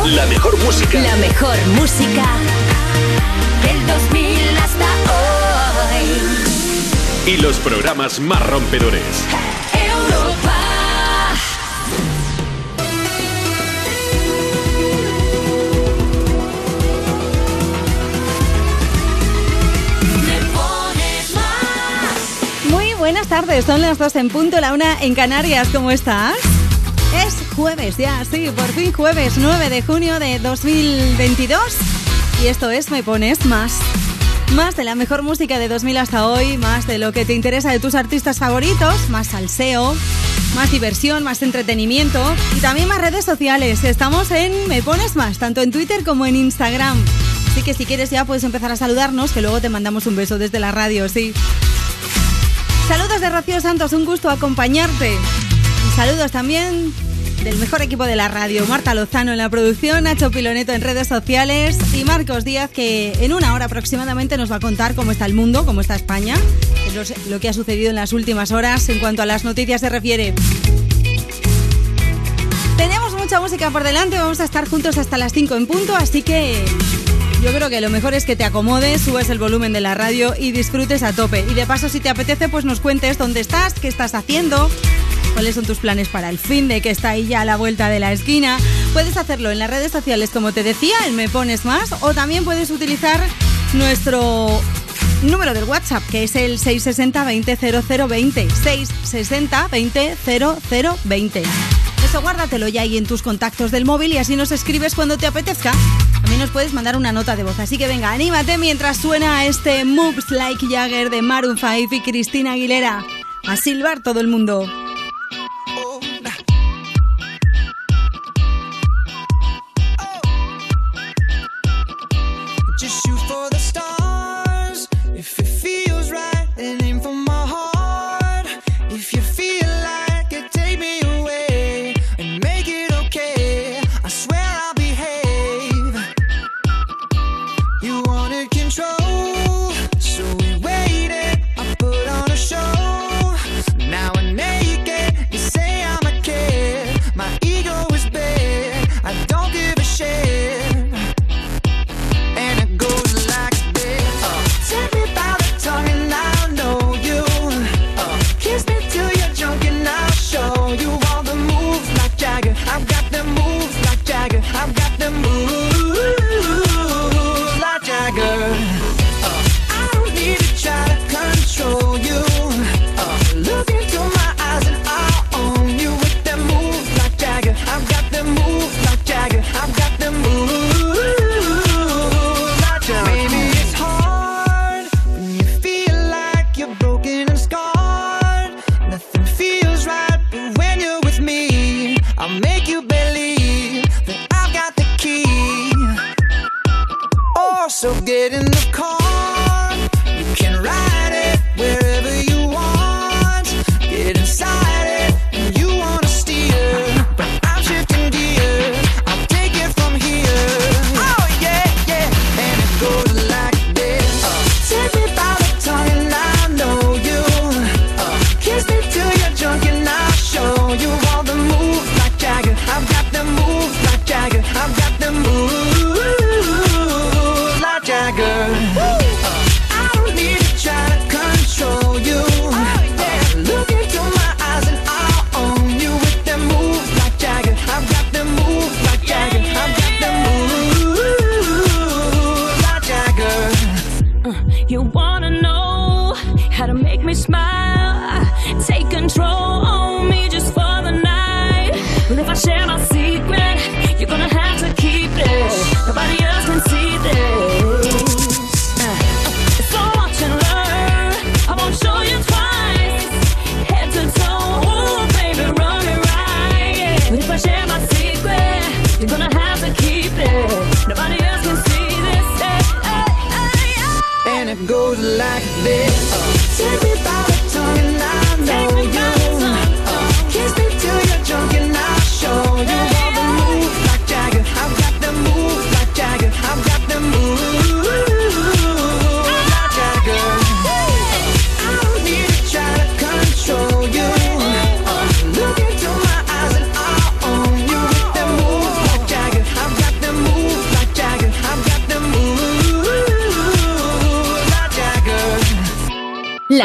La mejor música. La mejor música del 2000 hasta hoy. Y los programas más rompedores. Europa. Buenas tardes, son las 2 en punto, la 1 en Canarias. ¿Cómo estás? Es jueves ya, sí, por fin jueves 9 de junio de 2022. Y esto es Me Pones Más. Más de la mejor música de 2000 hasta hoy, más de lo que te interesa de tus artistas favoritos, más salseo, más diversión, más entretenimiento y también más redes sociales. Estamos en Me Pones Más, tanto en Twitter como en Instagram. Así que si quieres ya puedes empezar a saludarnos, que luego te mandamos un beso desde la radio, sí. Saludos de Rocío Santos, un gusto acompañarte. Y saludos también del mejor equipo de la radio, Marta Lozano en la producción, Nacho Piloneto en redes sociales y Marcos Díaz, que en una hora aproximadamente nos va a contar cómo está el mundo, cómo está España, lo que ha sucedido en las últimas horas en cuanto a las noticias se refiere. Tenemos mucha música por delante, vamos a estar juntos hasta las 5 en punto, así que yo creo que lo mejor es que te acomodes, subes el volumen de la radio y disfrutes a tope. Y de paso, si te apetece, pues nos cuentes dónde estás, qué estás haciendo, cuáles son tus planes para el finde, que está ahí ya a la vuelta de la esquina. Puedes hacerlo en las redes sociales, como te decía, en Me Pones Más, o también puedes utilizar nuestro número del WhatsApp, que es el 660 20 0020. 660 20 0020. Eso guárdatelo ya ahí en tus contactos del móvil y así nos escribes cuando te apetezca. También nos puedes mandar una nota de voz, así que venga, anímate mientras suena este Moves Like Jagger de Maroon 5 y Cristina Aguilera. A silbar todo el mundo. So get in the car, you can ride it wherever you want. Get inside it, and you wanna steer, but I'm shifting gears, I'll take it from here. Oh yeah, yeah, and it goes like this. Take me by the tongue and I know you. Kiss me till you're drunk and I'll show you all the moves like Jagger. I've got the moves like Jagger. I've got the moves. Jagger.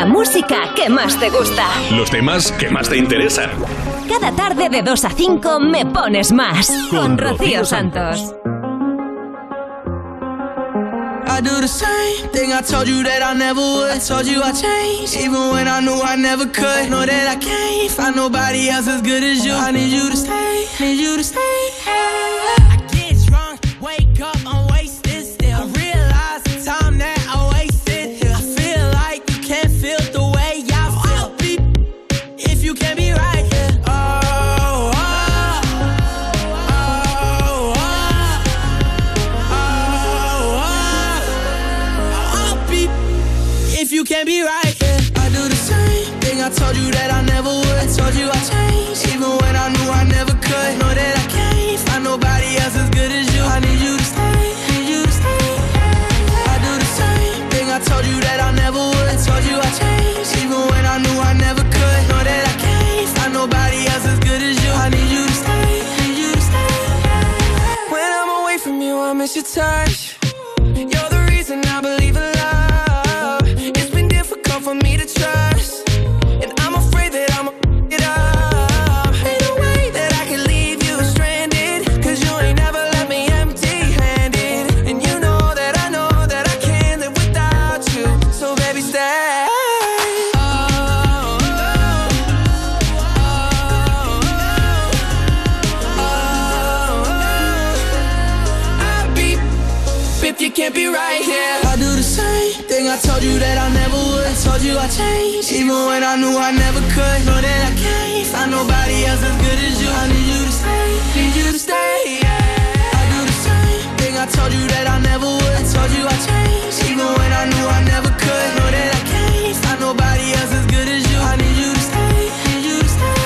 La música que más te gusta. Los temas que más te interesan. Cada tarde de 2 a 5 me pones más. Con Rocío Santos. I do the same thing I told you that I never would. I told you I changed, even when I knew I never could. Know that I can't find nobody else as good as you. I need you to stay, need you to stay. I get drunk, wake up, I'm wasted still. I realize the time that I wasted here. I feel like you can't feel the way I feel. I'll be if you can't be right here. If you can't be right, yeah. I do the same thing I told you that I never would. I told you I changed, even when I knew I never could. Know that I can't find nobody else as good as you. I need you to stay, need you to stay. I do the same thing I told you that I never would. I told you I changed, even when I knew I never could. Know that I can't find nobody else as good as you. I need you to stay, need you to stay. When I'm away from you, I miss your touch. You're the reason I believe in love. For me to trust, and I'm afraid that I'ma it up. Ain't no way that I can leave you stranded, cause you ain't never left me empty-handed. And you know that I can't live without you. So baby stay. I'll be if you can't be right here. I do the same thing I told you that I never would. I told you I changed, even when I knew I never could. Know that I can't find nobody else as good as you. I need you to stay, need you to stay, yeah. I do the same thing I told you that I never would. I told you I changed, even when I knew I never could. Know that I can't find nobody else as good as you. I need you to stay, need you to stay.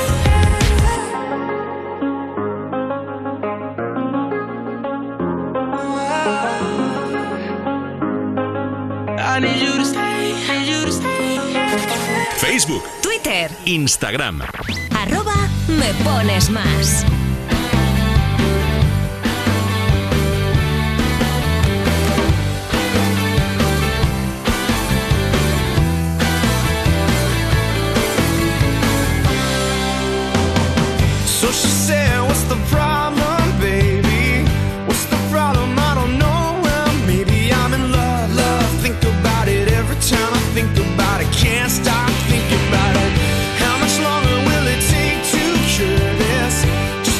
I need you to stay, need you to stay. Facebook, Twitter, Instagram. @me pones más. So she said, what's the problem, baby? What's the problem? I don't know. Well, maybe I'm in love, love. Think about it every time I think about it. Can't stop thinking about it. How much longer will it take to cure this? Just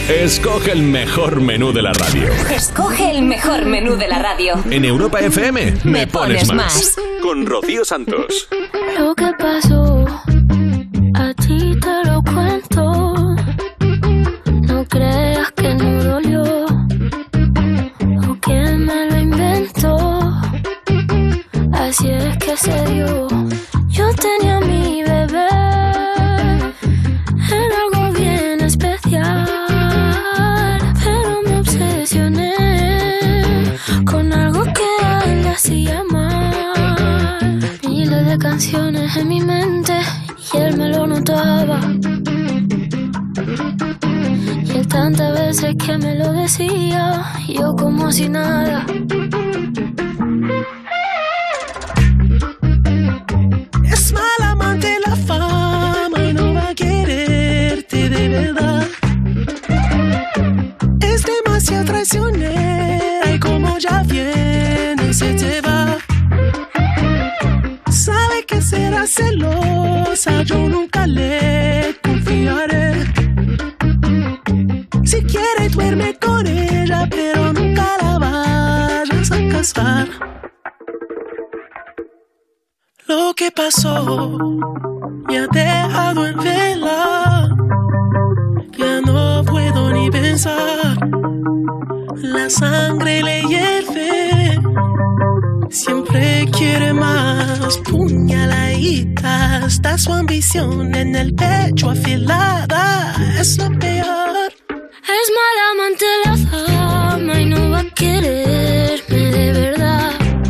Escoge el mejor menú de la radio. Escoge el mejor menú de la radio. En Europa FM me pones más. Con Rocío Santos. Lo que pasó, a ti te lo cuento. No creas que no dolió o que me lo inventó. Así es que se dio. Yo tenía a mi bebé, era algo bien especial, pero me obsesioné con algo que a él le hacía mal. Miles de canciones en mi mente y él me lo notaba. Y él tantas veces que me lo decía, yo como si nada. Es mal amante la fama y no va a quererte de verdad. Es demasiado traicionera y como ya viene se te va. Sabe que será celosa, yo nunca le confiaré. Si quiere duerme con ella, pero nunca la vayas a casar. Lo que pasó me ha dejado en vela. Ya no puedo ni pensar. La sangre le hierve. Siempre quiere más. Puñaladita. Está su ambición en el pecho afilada. Es lo peor. Es mala amante la fama y no va a quererme de verdad.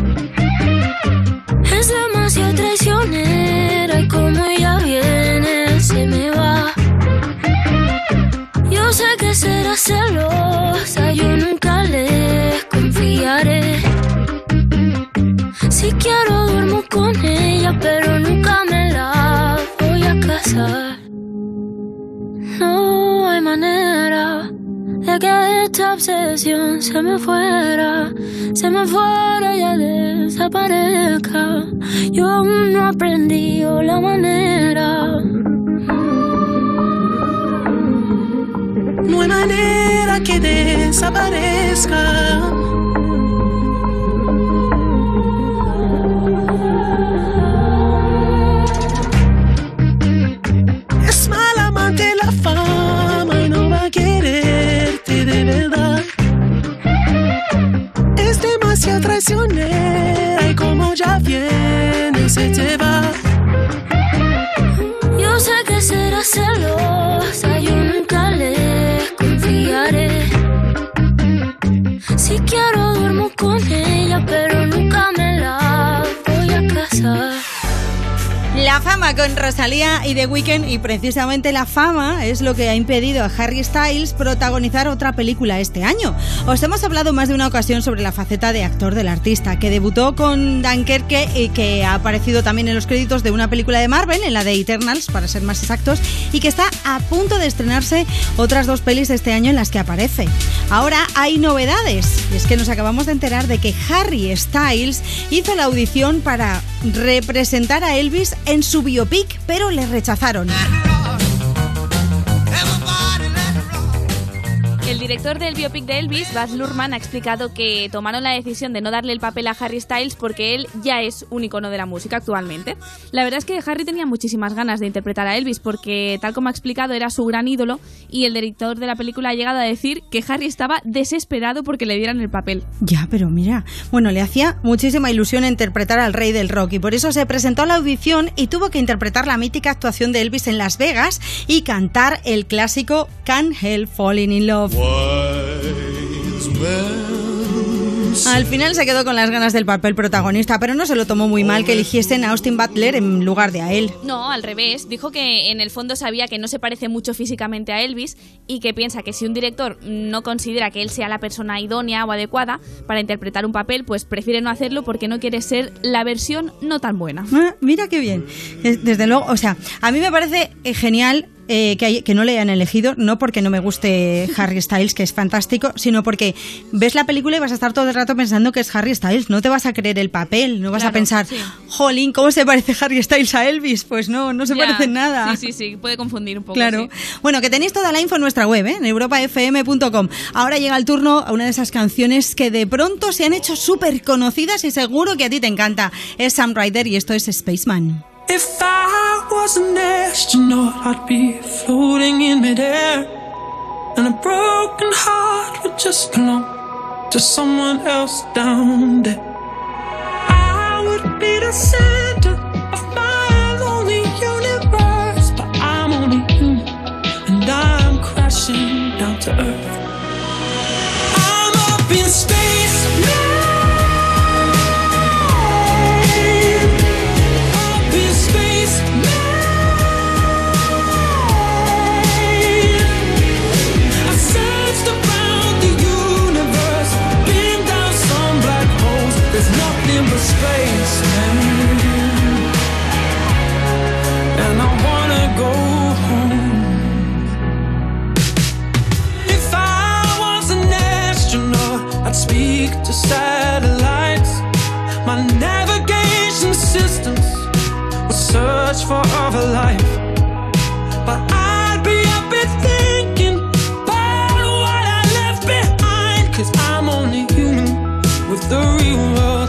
Es demasiado traicionera y como ella viene se me va. Yo sé que será celosa, yo nunca le confiaré. Si quiero duermo con ella, pero nunca me la voy a casar. No hay manera de que esta obsesión se me fuera y ya desaparezca. Yo aún no aprendí la manera. No hay manera que desaparezca. Es mal amante la fama y no va a quererte de verdad. Es demasiado traicionera y como ya viene se te va. Yo sé que será celosa, yo nunca le confiaré. Si quiero duermo con ella, pero nunca me la voy a casar. La fama con Rosalía y The Weeknd, y precisamente la fama es lo que ha impedido a Harry Styles protagonizar otra película este año. Os hemos hablado más de una ocasión sobre la faceta de actor del artista, que debutó con Dunkerque y que ha aparecido también en los créditos de una película de Marvel, en la de Eternals, para ser más exactos, y que está a punto de estrenarse otras 2 pelis este año en las que aparece. Ahora hay novedades, y es que nos acabamos de enterar de que Harry Styles hizo la audición para representar a Elvis en su biopic, pero le rechazaron. El director del biopic de Elvis, Baz Luhrmann, ha explicado que tomaron la decisión de no darle el papel a Harry Styles porque él ya es un icono de la música actualmente. La verdad es que Harry tenía muchísimas ganas de interpretar a Elvis porque, tal como ha explicado, era su gran ídolo, y el director de la película ha llegado a decir que Harry estaba desesperado porque le dieran el papel. Ya, pero mira, bueno, le hacía muchísima ilusión interpretar al rey del rock, y por eso se presentó a la audición y tuvo que interpretar la mítica actuación de Elvis en Las Vegas y cantar el clásico Can't Help Falling in Love. Al final se quedó con las ganas del papel protagonista, pero no se lo tomó muy mal que eligiesen a Austin Butler en lugar de a él. No, al revés. Dijo que en el fondo sabía que no se parece mucho físicamente a Elvis y que piensa que si un director no considera que él sea la persona idónea o adecuada para interpretar un papel, pues prefiere no hacerlo porque no quiere ser la versión no tan buena. Mira qué bien. Desde luego, o sea, a mí me parece genial que no le han elegido, no porque no me guste Harry Styles, que es fantástico, sino porque ves la película y vas a estar todo el rato pensando que es Harry Styles, no te vas a creer el papel, no vas a pensar, jolín, ¿cómo se parece Harry Styles a Elvis? Pues no se parecen nada. Sí, puede confundir un poco. Claro. Sí. Bueno, que tenéis toda la info en nuestra web, en europafm.com. Ahora llega el turno a una de esas canciones que de pronto se han hecho súper conocidas y seguro que a ti te encanta. Es Sam Ryder y esto es Spaceman. If I was an astronaut, I'd be floating in midair, and a broken heart would just belong to someone else down there. I would be the center of my lonely universe, but I'm only human, and I'm crashing down to earth. I'm up in space now. Space, man, and I wanna go home. If I was an astronaut, I'd speak to satellites. My navigation systems would search for other life, but I'd be up here thinking about what I left behind, 'cause I'm only human with the real world.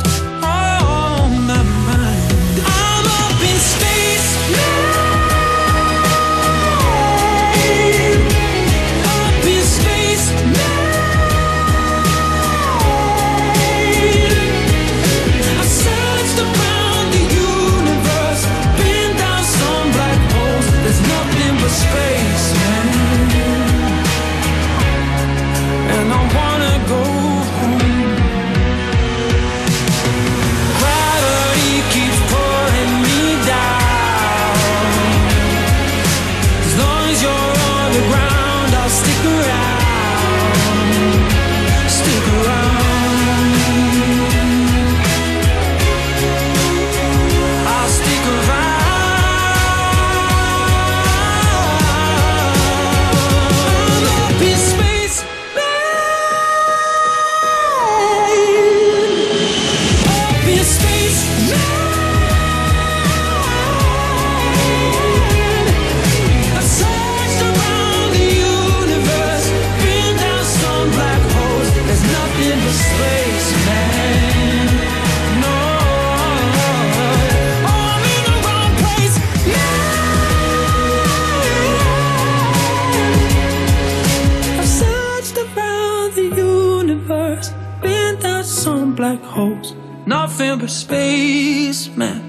Black holes, nothing but space, man.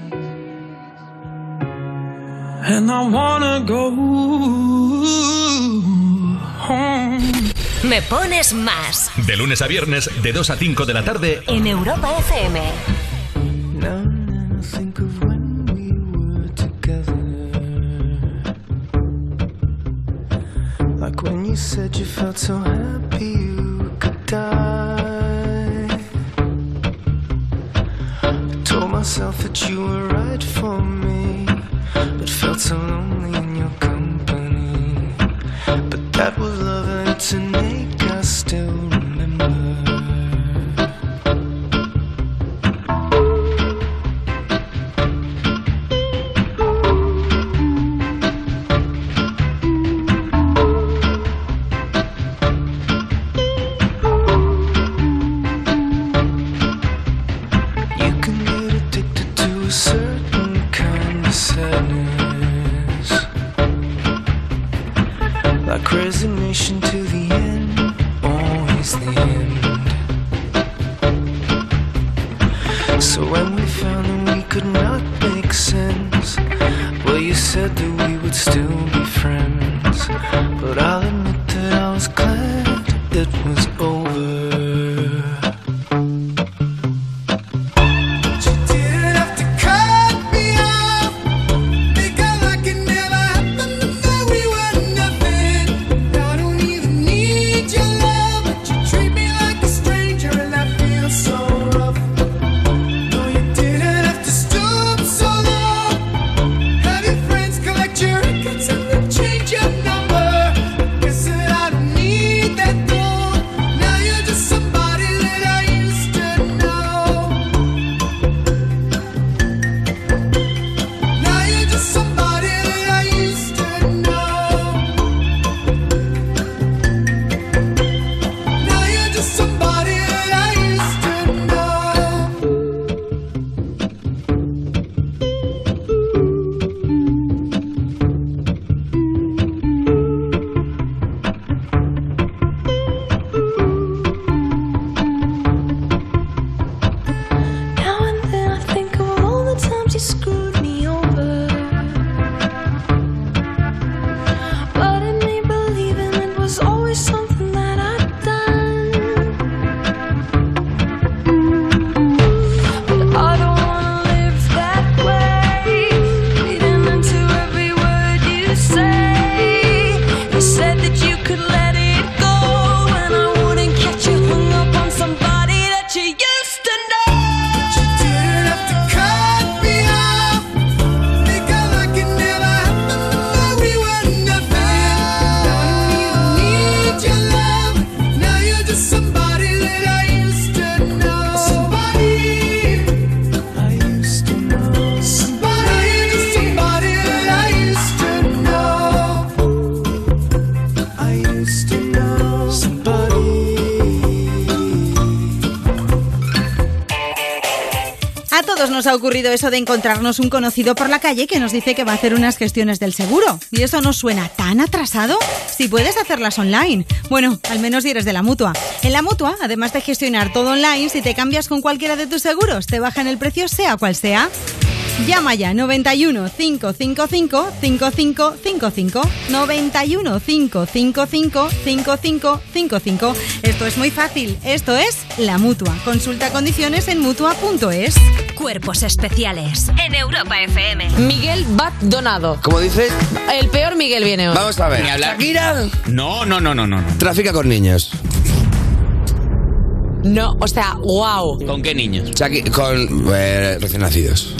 And I wanna go home. Me pones más. De lunes a viernes, de 2 a 5 de la tarde. En Europa FM. Now and then I think of when we were together, like when you said you felt so happy you could die. Told myself that you were right for me, but felt so lonely in your company. But that was love and it's an ache I still remember. Resignation to the end, always the end. So when we found that we could not make sense, well, you said that we would still be friends. But I'll admit that I was glad it was over. Treat me like a stranger and that feels so rough. No, you Said that you could let it go, and I wouldn't catch you hung up on somebody that you used to know. But you didn't have to cut me off. Think like it never happened, but we were nothing. Now I don't even need your love. Now you're just somebody that I used to know. Somebody I used to know. Somebody, you're just somebody that I used to know. I used to know. Somebody. A todos nos ha ocurrido eso de encontrarnos un conocido por la calle que nos dice que va a hacer unas gestiones del seguro. ¿Y eso nos suena tan atrasado? Si puedes hacerlas online. Bueno, al menos si eres de la Mutua. En la Mutua, además de gestionar todo online, si te cambias con cualquiera de tus seguros, te bajan el precio sea cual sea. Llama ya 91 555 5555 91 555 5555. Esto es muy fácil, esto es la Mutua. Consulta condiciones en Mutua.es. Cuerpos especiales en Europa FM. Miguel Bat Donado. ¿Cómo dices? El peor Miguel viene hoy. Vamos a ver. ¿Shakira? No. Trafica con niños. No, o sea, wow. ¿Con qué niños? Con recién nacidos.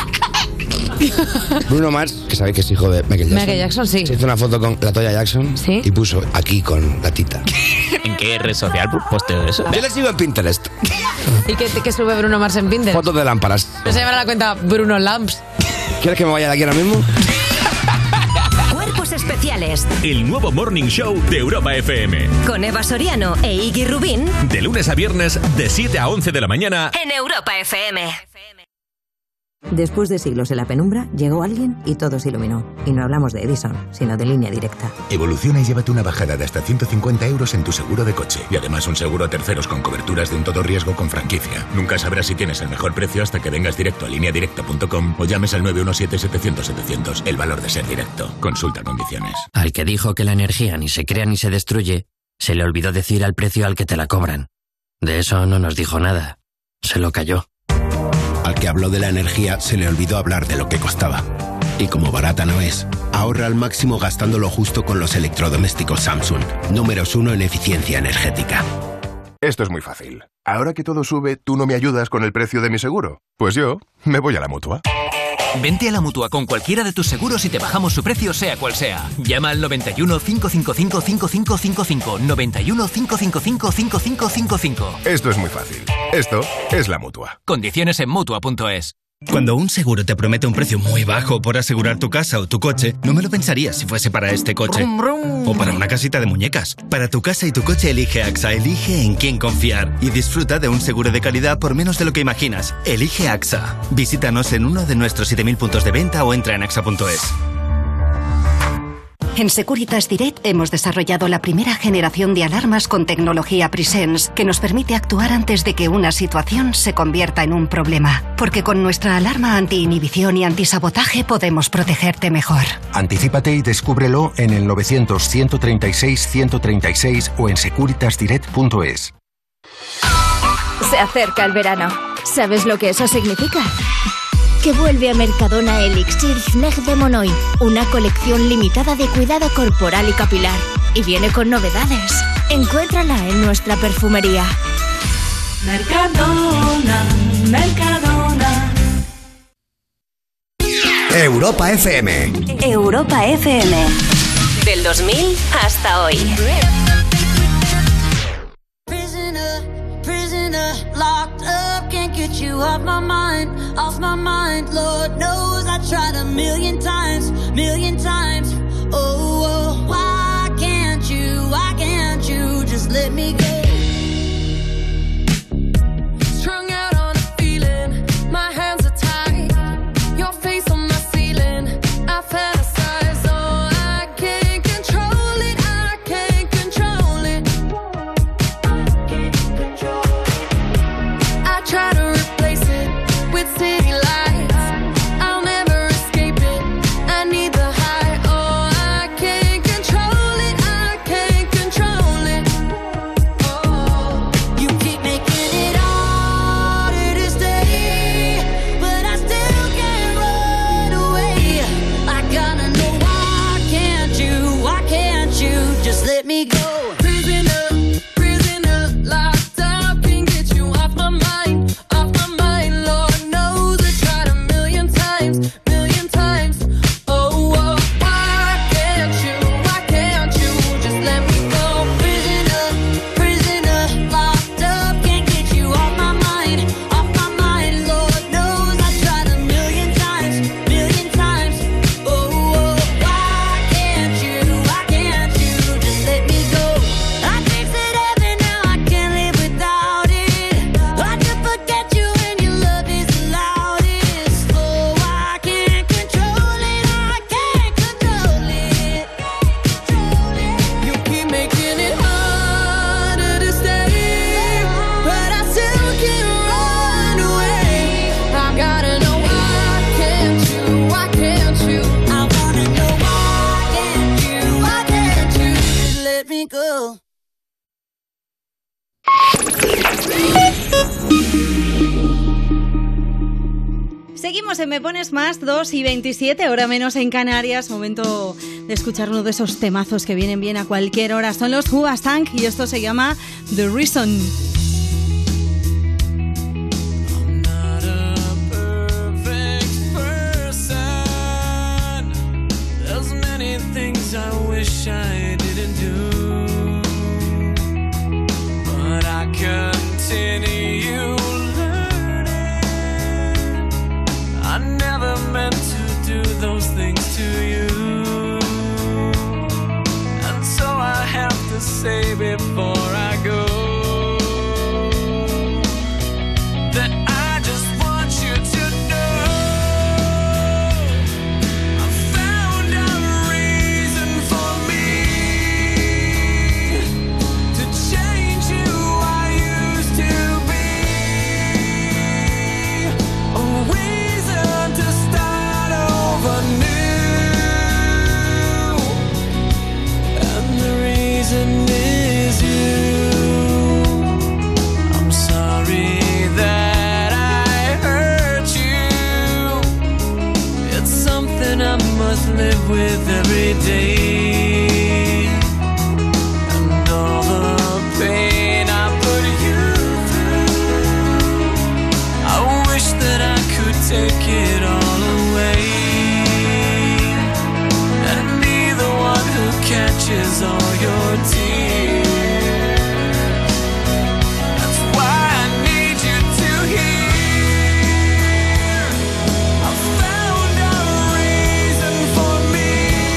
Bruno Mars, que sabéis que es hijo de Michael Jackson. Michael Jackson, sí. Se hizo una foto con la Toya Jackson. ¿Sí? Y puso aquí con la tita. ¿En qué red social posteo eso? Yo le sigo en Pinterest. ¿Y qué sube Bruno Mars en Pinterest? Fotos de lámparas. No se llama la cuenta Bruno Lamps. ¿Quieres que me vaya de aquí ahora mismo? Cuerpos especiales El nuevo Morning Show de Europa FM. con Eva Soriano e Iggy Rubín De lunes a viernes, de 7 a 11 de la mañana. en Europa FM. Después de siglos en la penumbra, llegó alguien y todo se iluminó. Y no hablamos de Edison, sino de Línea Directa. Evoluciona y llévate una bajada de hasta 150 euros en tu seguro de coche. Y además un seguro a terceros con coberturas de un todo riesgo con franquicia. Nunca sabrás si tienes el mejor precio hasta que vengas directo a lineadirecta.com o llames al 917-700-700. El valor de ser directo. Consulta condiciones. Al que dijo que la energía ni se crea ni se destruye, se le olvidó decir al precio al que te la cobran. De eso no nos dijo nada. Se lo calló. Al que habló de la energía se le olvidó hablar de lo que costaba. Y como barata no es, ahorra al máximo gastando lo justo con los electrodomésticos Samsung. Números 1 en eficiencia energética. Esto es muy fácil. Ahora que todo sube, ¿tú no me ayudas con el precio de mi seguro? Pues yo me voy a la Mutua. Vente a la Mutua con cualquiera de tus seguros y te bajamos su precio sea cual sea. Llama al 91 555 5555. 91 555 5555. Esto es muy fácil. Esto es la Mutua. Condiciones en Mutua.es. Cuando un seguro te promete un precio muy bajo por asegurar tu casa o tu coche, no me lo pensaría si fuese para este coche. Brum, brum. O para una casita de muñecas. Para tu casa y tu coche elige AXA. Elige en quién confiar. Y disfruta de un seguro de calidad por menos de lo que imaginas. Elige AXA. Visítanos en uno de nuestros 7.000 puntos de venta o entra en AXA.es. En Securitas Direct hemos desarrollado la primera generación de alarmas con tecnología Presence que nos permite actuar antes de que una situación se convierta en un problema. Porque con nuestra alarma anti-inhibición y antisabotaje podemos protegerte mejor. Anticípate y descúbrelo en el 900-136-136 o en securitasdirect.es. Se acerca el verano. ¿Sabes lo que eso significa? Que vuelve a Mercadona Elixir Sneg de Monoy, una colección limitada de cuidado corporal y capilar. Y viene con novedades. Encuéntrala en nuestra perfumería. Mercadona, Mercadona. Europa FM. Europa FM. Del 2000 hasta hoy. Locked up, can't get you off my mind, Lord knows I tried a million times, oh, why can't you just let me go? Strung out on a feeling, my hands are tied, your face on my ceiling, I fantasize, oh, I can't control it, I try to replace it with city lights. I'll never escape it. I need the high. Oh, I can't control it. me go. Prisoner, prisoner, locked up, can't get you off my mind, off my mind. Lord knows I tried a million times, million times. Oh, oh, why can't you just let me go? Prisoner, prisoner, locked up, can't get you off my mind, off my mind. Lord knows I tried a million times, million times. Oh, oh, why can't you just let me go? I tasted heaven, now I can't live without it. I can forget you when your love is the loudest. Oh, I can't control it, I can't control it. You keep making it harder to stay, but I still can't run away. I gotta know why can't you? I wanna know why can't you just let me go? Seguimos en Me Pones Más, 2:27, hora menos en Canarias. Momento de escuchar uno de esos temazos que vienen bien a cualquier hora. Son los Who Sang y esto se llama The Reason. There's many things I wish I didn't do, but I continue learning. I never meant to do those things to you, and so I have to say before I go that I just want you to know I found a reason for me to change who I used to be, a reason to start over new, and the reason is you. I'm sorry that I hurt you. It's something I must live with every day, and all the pain I put you through, I wish that I could take it all away and be the one who catches all your tears. That's why I need you to hear I found a reason for me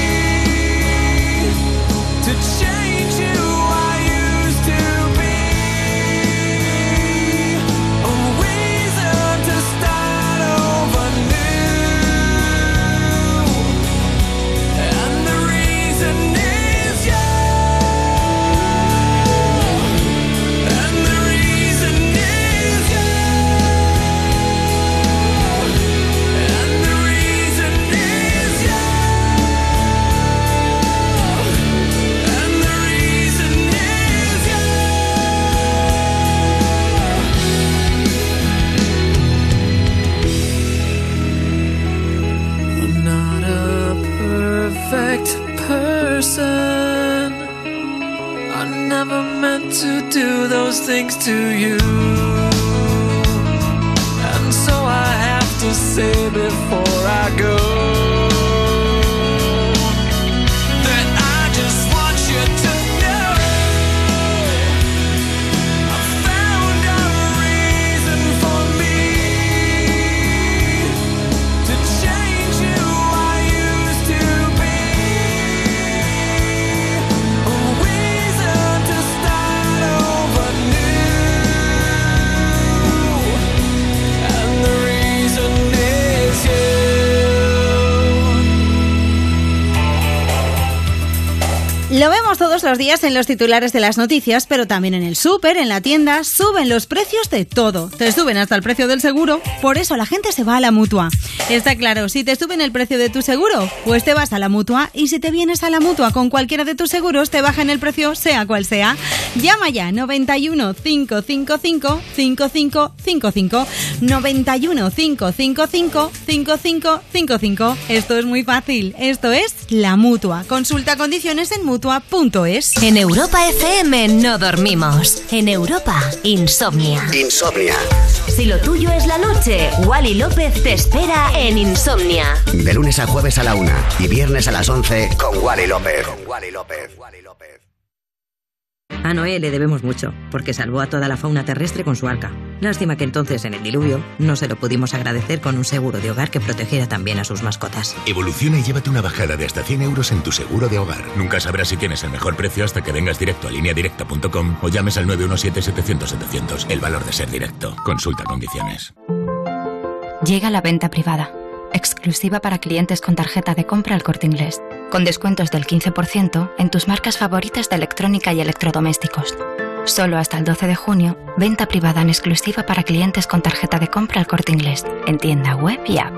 to change who I used to be, a reason to start over new, and the reason is you. And the reason is you. And the reason is you. And the reason is you. I'm not a perfect person. I never meant to do those things to you, and so I have to say before I go that I just want you to know I found a reason for me to change who I used to be, a reason to start over new, and the reason is you. Lo vemos todos los días en los titulares de las noticias, pero también en el súper, en la tienda, suben los precios de todo. Te suben hasta el precio del seguro, por eso la gente se va a la Mutua. Está claro, si te suben el precio de tu seguro, pues te vas a la Mutua, y si te vienes a la Mutua con cualquiera de tus seguros, te bajan el precio sea cual sea. Llama ya, 91 555 5555. 91 555 5555. Esto es muy fácil. Esto es La Mutua. Consulta condiciones en Mutua.es. En Europa FM no dormimos. En Europa, insomnia. Insomnia. Si lo tuyo es la noche, Wally López te espera en Insomnia. De lunes a jueves a la 1 y viernes a las 11 con Wally López. A Noé le debemos mucho, porque salvó a toda la fauna terrestre con su arca. Lástima que entonces, en el diluvio, no se lo pudimos agradecer con un seguro de hogar que protegiera también a sus mascotas. Evoluciona y llévate una bajada de hasta 100 euros en tu seguro de hogar. Nunca sabrás si tienes el mejor precio hasta que vengas directo a lineadirecta.com o llames al 917-700-700. El valor de ser directo. Consulta condiciones. Llega la venta privada, exclusiva para clientes con tarjeta de compra El Corte Inglés, con descuentos del 15% en tus marcas favoritas de electrónica y electrodomésticos. Solo hasta el 12 de junio, venta privada en exclusiva para clientes con tarjeta de compra El Corte Inglés, en tienda web y app.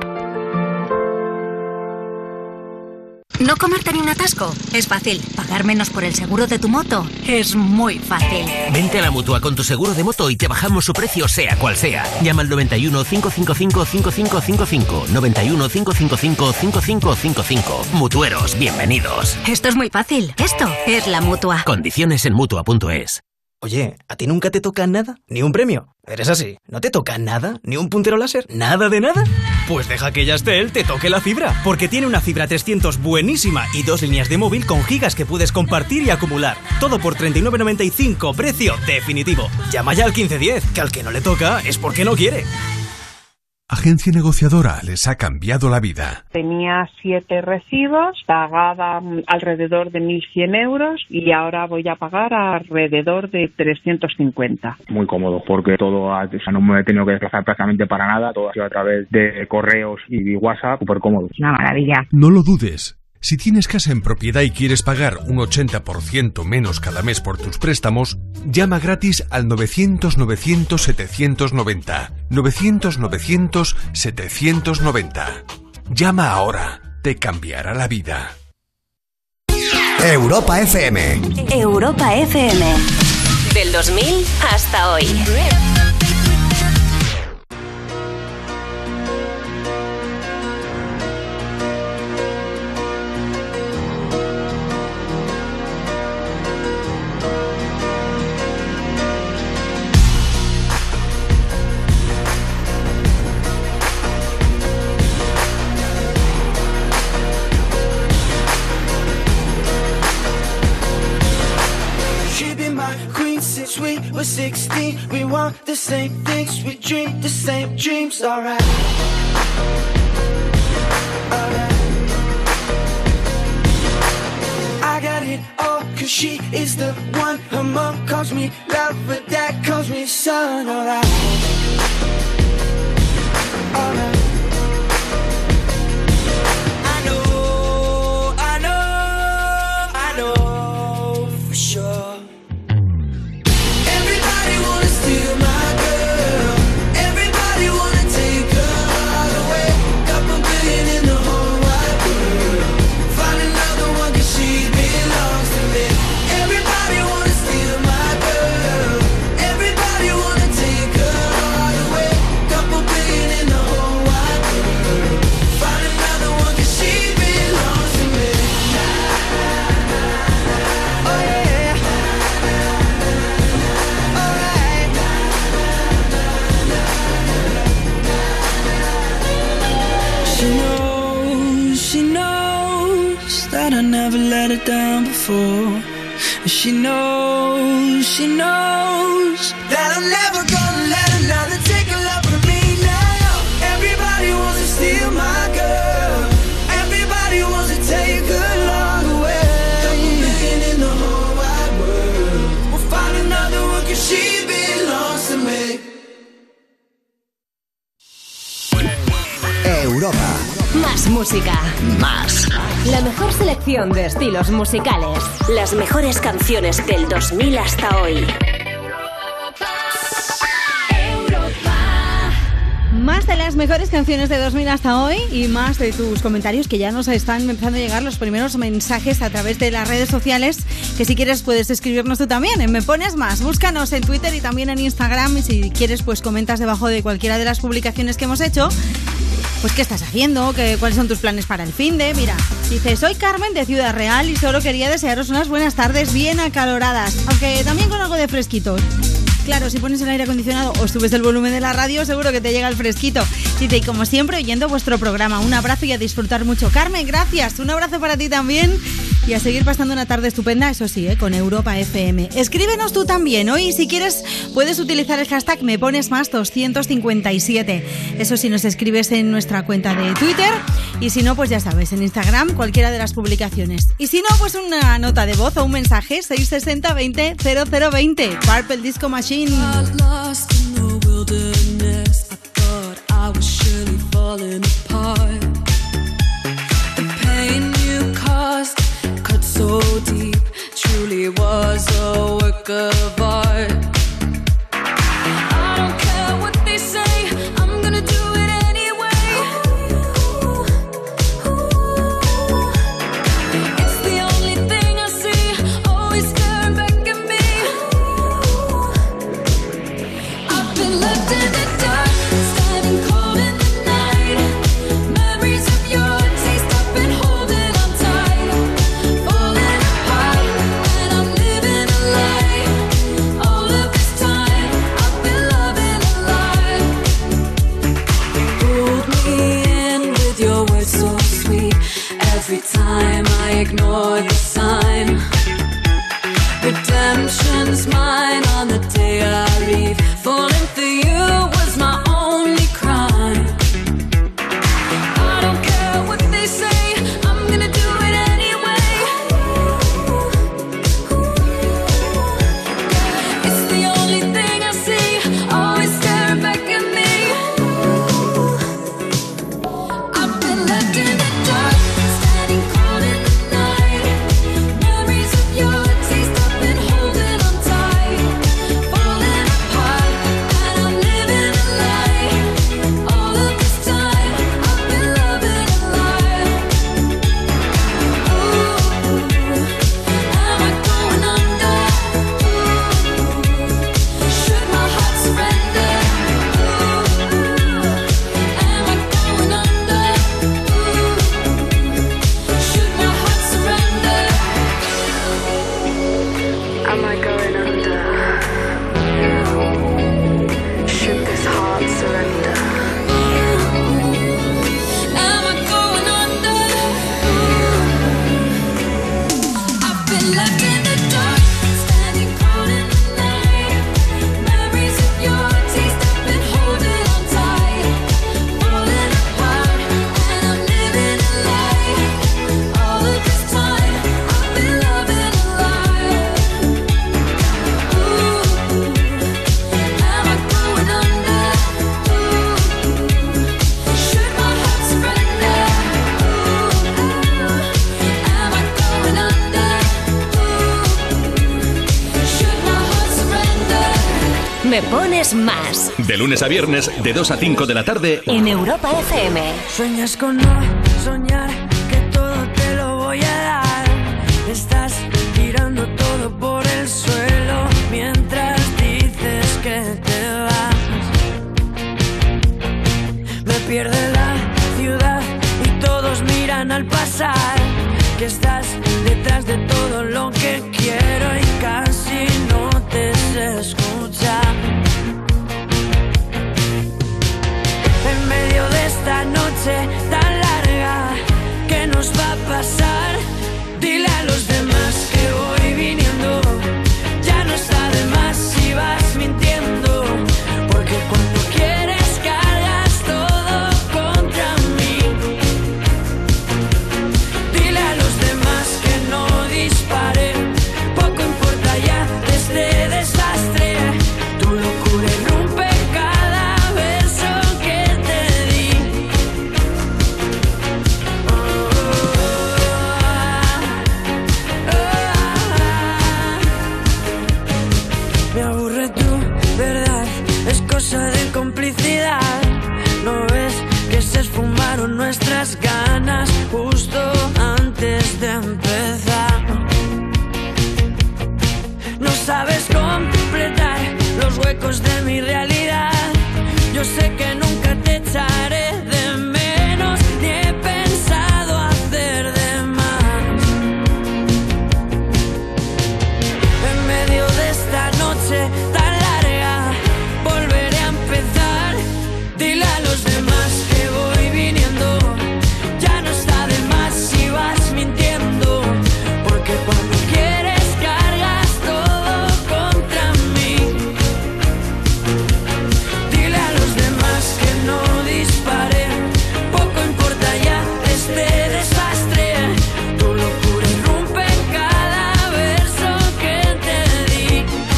¿No comerte ni un atasco? Es fácil. ¿Pagar menos por el seguro de tu moto? Es muy fácil. Vente a la Mutua con tu seguro de moto y te bajamos su precio sea cual sea. Llama al 91 555 5555. 91 555 5555. Mutueros, bienvenidos. Esto es muy fácil. Esto es la Mutua. Condiciones en Mutua.es. Oye, ¿a ti nunca te toca nada? ¿Ni un premio? ¿Eres así? ¿No te toca nada? ¿Ni un puntero láser? ¿Nada de nada? Pues deja que Yastel te toque la fibra, porque tiene una fibra 300 buenísima y 2 líneas de móvil con gigas que puedes compartir y acumular. Todo por 39,95, precio definitivo. Llama ya al 1510, que al que no le toca es porque no quiere. Agencia negociadora les ha cambiado la vida. Tenía 7 recibos, pagaba alrededor de 1.100 euros y ahora voy a pagar alrededor de 350. Muy cómodo porque todo, no me he tenido que desplazar prácticamente para nada, todo ha sido a través de correos y WhatsApp, súper cómodo. Una maravilla. No lo dudes. Si tienes casa en propiedad y quieres pagar un 80% menos cada mes por tus préstamos, llama gratis al 900-900-790. 900-900-790. Llama ahora. Te cambiará la vida. Europa FM. Europa FM. Del 2000 hasta hoy. We were 16, we want the same things, we dream the same dreams, alright. I got it all, cause she is the one. Her mom calls me love, but dad calls me son, alright. Alright. I know for sure. I never let her down before. She knows that I'm never gonna let another take a love from me now. Everybody wants to steal my girl. Everybody wants to take her love away. Couple million in the whole wide world. We'll find another one cause she belongs to me. Europa. Más música. Más. La mejor selección de estilos musicales. Las mejores canciones del 2000 hasta hoy. Más de las mejores canciones de 2000 hasta hoy y más de tus comentarios, que ya nos están empezando a llegar los primeros mensajes a través de las redes sociales, que si quieres puedes escribirnos tú también en Me Pones Más. Búscanos en Twitter y también en Instagram, y si quieres pues comentas debajo de cualquiera de las publicaciones que hemos hecho. Pues qué estás haciendo, cuáles son tus planes para el finde. Mira, dice, soy Carmen de Ciudad Real y solo quería desearos unas buenas tardes bien acaloradas, aunque también con algo de fresquito. Claro, si pones el aire acondicionado o subes el volumen de la radio, seguro que te llega el fresquito. Dice, y como siempre, oyendo vuestro programa. Un abrazo y a disfrutar mucho. Carmen, gracias. Un abrazo para ti también. Y a seguir pasando una tarde estupenda, eso sí, con Europa FM. Escríbenos tú también. Hoy, si quieres, puedes utilizar el hashtag Me Pones Más 257. Eso sí, nos escribes en nuestra cuenta de Twitter. Y si no, pues ya sabes, en Instagram, cualquiera de las publicaciones. Y si no, pues una nota de voz o un mensaje, 660 20 0020. Purple Disco Machine. Got lost in the wilderness. I thought I was surely falling apart. The pain you caused cut so deep, truly was a work of art. I don't care what they say, I'm gonna do it anyway. It's the only thing I see, always staring back at me. I've been left in the dark, standing cold in the night. Memories of your taste, I've been holding on tight. Falling apart, and I'm living a lie. All of this time, I've been loving a lie. Pulled me in with your words so sweet. Every time I ignore the sign. Redemption's mine on the day I leave. Falling for you was my only crime. I don't care what they say, I'm gonna do it anyway. It's the only thing I see, always staring back at me. I've been left in the dark, standing cold in the night. Memories of your taste, I've been holding on tight. Falling apart, and I'm living a lie. All of this time, I've been loving a lie. Ooh, am I going under? Should my heart surrender? Am I going under? Should my heart surrender? Am I going under? Should this heart surrender? Am I going under? I've been left in the dark, standing cold in the night. Memories of your taste, I've been holding on tight. Falling apart, and I'm living a lie. All of this time, I've been loving a lie. Ooh, am I going under? Should my heart surrender? Am I going under? Should my heart surrender? Me Pones Más. De lunes a viernes, de 2 a 5 de la tarde. En Europa FM. Sueñas con no soñar, que todo te lo voy a dar. Estás tirando todo por el suelo mientras dices que te vas. Me pierde la ciudad y todos miran al pasar. Que estás detrás de todo lo que quiero y casi no te sé escuchar. En medio de esta noche tan larga, ¿qué nos va a pasar? Dile a los demás que voy viniendo. Ya no está de más si vas mintiendo, porque cuando quieres cargas todo contra mí. Dile a los demás que no dispare, poco importa ya de este desastre. Tu locura irrumpe cada beso que te di. Me aburre tu verdad, es cosa de complicidad. las ganas justo antes de empezar. No sabes completar los huecos de mi realidad. Yo sé que nunca te echaré de menos, ni he pensado hacer de más. En medio de esta noche tan larga, volveré a empezar. Dile a los demás que voy viniendo. Ya no está de más si vas mintiendo, porque cuando quieres cargas todo contra mí. Dile a los demás que no disparé, poco importa ya este desastre. Tu locura irrumpe en cada verso que te di.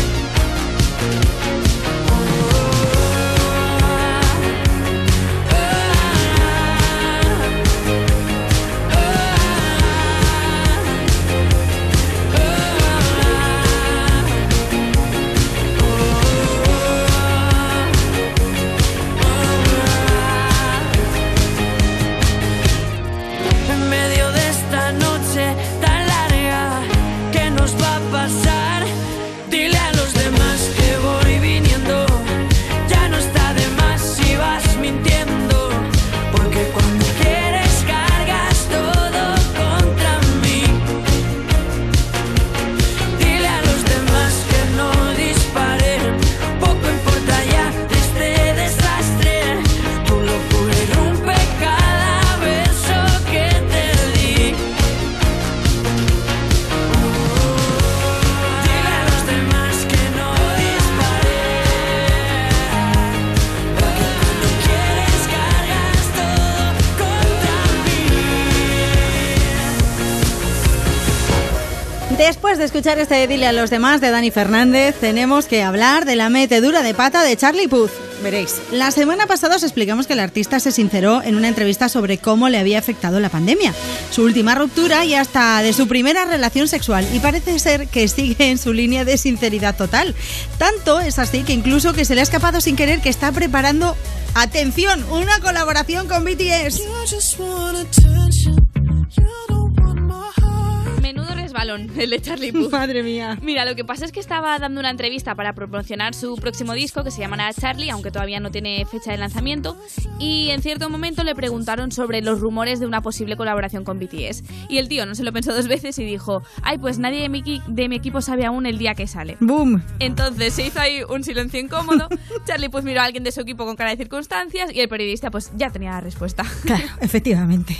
En medio de esta noche tan larga, ¿qué nos va a pasar? Dile a los demás que voy viniendo. Ya no está de más si vas mintiendo, porque cuando quieres cargas todo contra mí. Dile a los demás que no disparé, poco importa ya de este desastre. Tu locura irrumpe cada verso que te di. Dile a los demás que no disparé, porque cuando quieres cargas todo contra mí. Después de escuchar este Dile a los demás de Dani Fernández, tenemos que hablar de la metedura de pata de Charlie Puth. Veréis, la semana pasada os explicamos que el artista se sinceró en una entrevista sobre cómo le había afectado la pandemia, su última ruptura y hasta de su primera relación sexual, y parece ser que sigue en su línea de sinceridad total. Tanto es así que incluso que se le ha escapado sin querer que está preparando, atención, una colaboración con BTS. Menudo resbalón el de Charlie Puth. Madre mía. Mira, lo que pasa es que estaba dando una entrevista para promocionar su próximo disco, que se llamará Charlie, aunque todavía no tiene fecha de lanzamiento, y en cierto momento le preguntaron sobre los rumores de una posible colaboración con BTS. Y el tío no se lo pensó dos veces y dijo: ay, pues nadie de mi equipo sabe aún el día que sale. ¡Boom! Entonces se hizo ahí un silencio incómodo. Charlie pues miró a alguien de su equipo con cara de circunstancias y el periodista pues ya tenía la respuesta. Claro, efectivamente.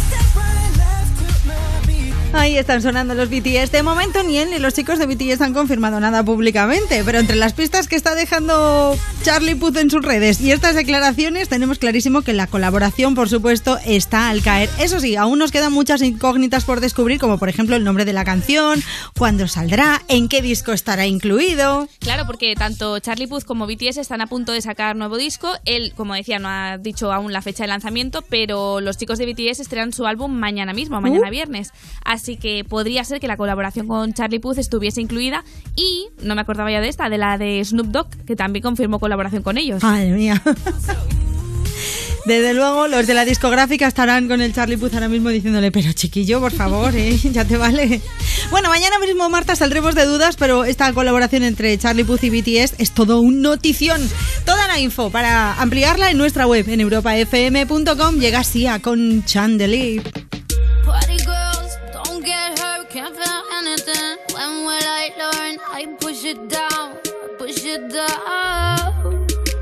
Ahí están sonando los BTS. De momento ni él ni los chicos de BTS han confirmado nada públicamente, pero entre las pistas que está dejando Charlie Puth en sus redes y estas declaraciones tenemos clarísimo que la colaboración, por supuesto, está al caer. Eso sí, aún nos quedan muchas incógnitas por descubrir, como por ejemplo el nombre de la canción, cuándo saldrá, en qué disco estará incluido. Claro, porque tanto Charlie Puth como BTS están a punto de sacar nuevo disco. Él, como decía, no ha dicho aún la fecha de lanzamiento, pero los chicos de BTS estrenan su álbum mañana mismo, mañana viernes. Así que podría ser que la colaboración con Charlie Puth estuviese incluida, y no me acordaba ya de esta, de la de Snoop Dogg, que también confirmó colaboración con ellos. Madre mía. Desde luego, los de la discográfica estarán con el Charlie Puth ahora mismo diciéndole: pero chiquillo, por favor, ya te vale. Bueno, mañana mismo, Marta, saldremos de dudas, pero esta colaboración entre Charlie Puth y BTS es todo un notición. Toda la info para ampliarla en nuestra web, en europafm.com. Llega Sia con Chandelier. Party girls, don't get hurt, can't feel anything. When will I learn? I push it down, push it down.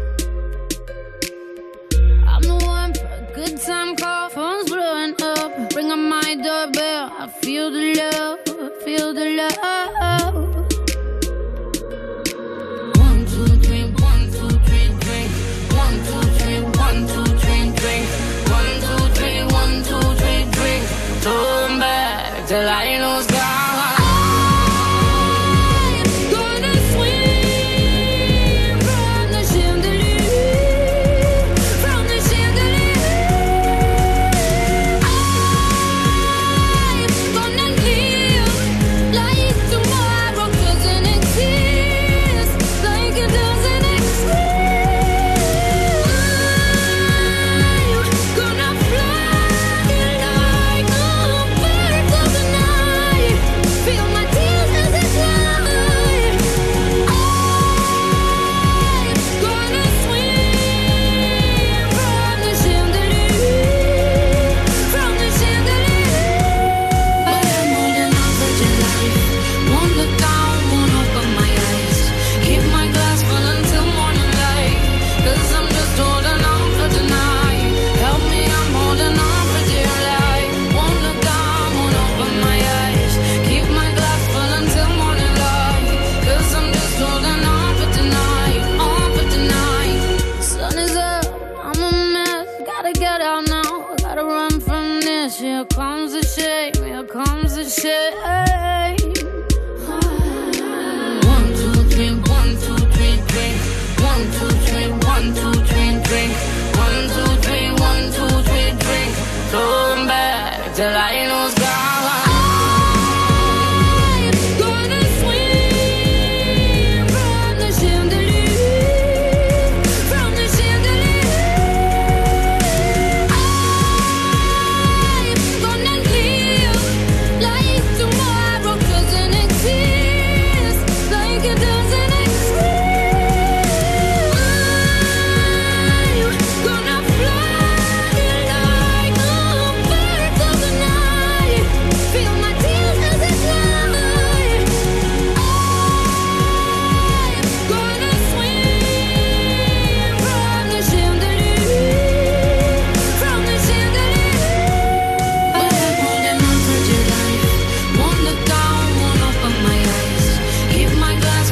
I'm the one for a good time call, phone's blowing up. Ring on my doorbell, I feel the love, I feel the love. 1, 2, 3, 1, 2, 3, drink. 1, 2, 3, 1, 2, 3, drink. 1, 2, 3, 1, 2, 3, drink. Turn back till I lose God. Tomorrow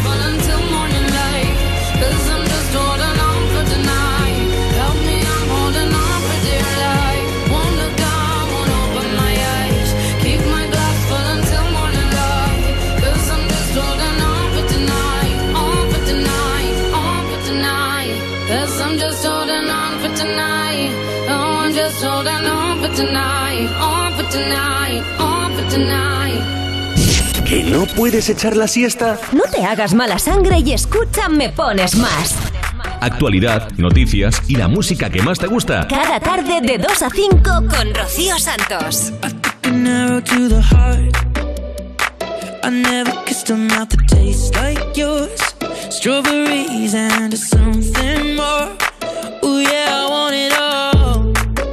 fall until morning light. 'Cause I'm just holding on for tonight. Help me, I'm holding on for dear life. Won't look down, won't open my eyes. Keep my glass full until morning light. 'Cause I'm just holding on for tonight. On for tonight, on for tonight. 'Cause I'm just holding on for tonight. Oh, I'm just holding on for tonight. On for tonight, on for tonight. ¿Que no puedes echar la siesta? No te hagas mala sangre y escucha Me Pones Más. Actualidad, noticias y la música que más te gusta. Cada tarde de 2 a 5 con Rocío Santos. An arrow to the heart. I never kissed a mouth that tastes like yours. Strawberries and something more. Ooh yeah, I want it all.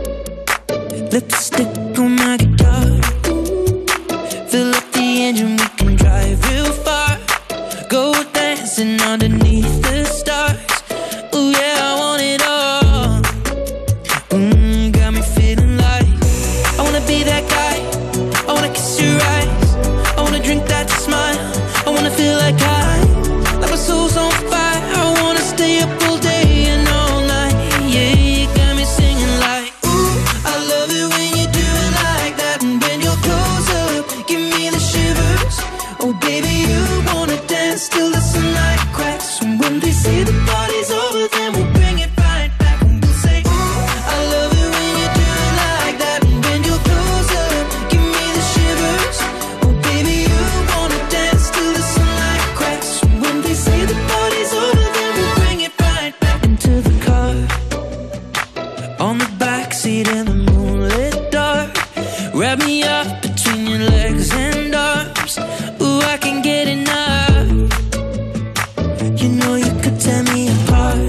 Lipstick on my guitar. Fill up the engine, we can drive real far. Go dancing underneath the stars. Ooh yeah, I want it all. Got me feeling like I wanna be that guy. I wanna kiss your eyes. I wanna drink that smile. I wanna feel like my soul's on fire. I wanna stay up all day and all night. Yeah, you got me singing like, ooh, I love it when you do it like that. And when you're close up, give me the shivers. Oh baby, you wanna dance till the sunlight cracks. And when they say the party's over, then we'll bring it right back. And we'll say, ooh, I love it when you do it like that. And when you're close up, give me the shivers. Oh baby, you wanna dance till the sunlight cracks. And when they say the party's over, then we'll bring it right back into the car. On the backseat in the moonlit dark. Wrap me up between your legs and arms. Ooh, I can get enough. You know you could tear me apart.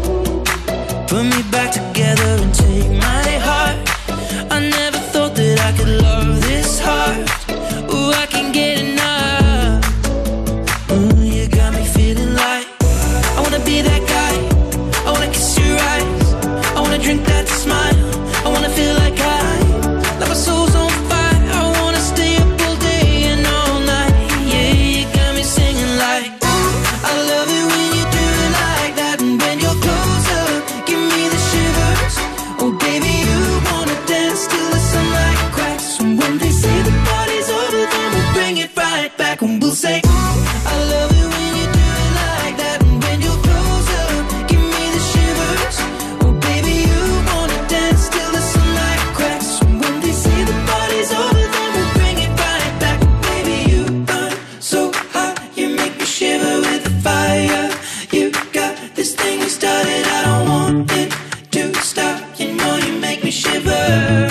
Put me back together and take my heart. I never thought that I could love this hard. Ooh, I can get enough. Ooh, you got me feeling like I wanna be that guy. I wanna kiss your eyes. I wanna drink that smile. I wanna feel like my soul's on fire. I wanna stay up all day and all night. Yeah, you got me singing like, ooh, I love it when you do it like that. And when you're close up, give me the shivers. Oh baby, you wanna dance till the sunlight cracks. And when they say the party's over, then we'll bring it right back. And we'll say, ooh, I love it when you do it like that. And when you're close up, give me the shivers. Oh baby, you wanna dance till the sunlight cracks. And when they say the party's over, then we'll bring it right back. Baby, you burn so hot, you make me shiver with the fire. You got this thing you started, I don't want it to stop. You know you make me shiver.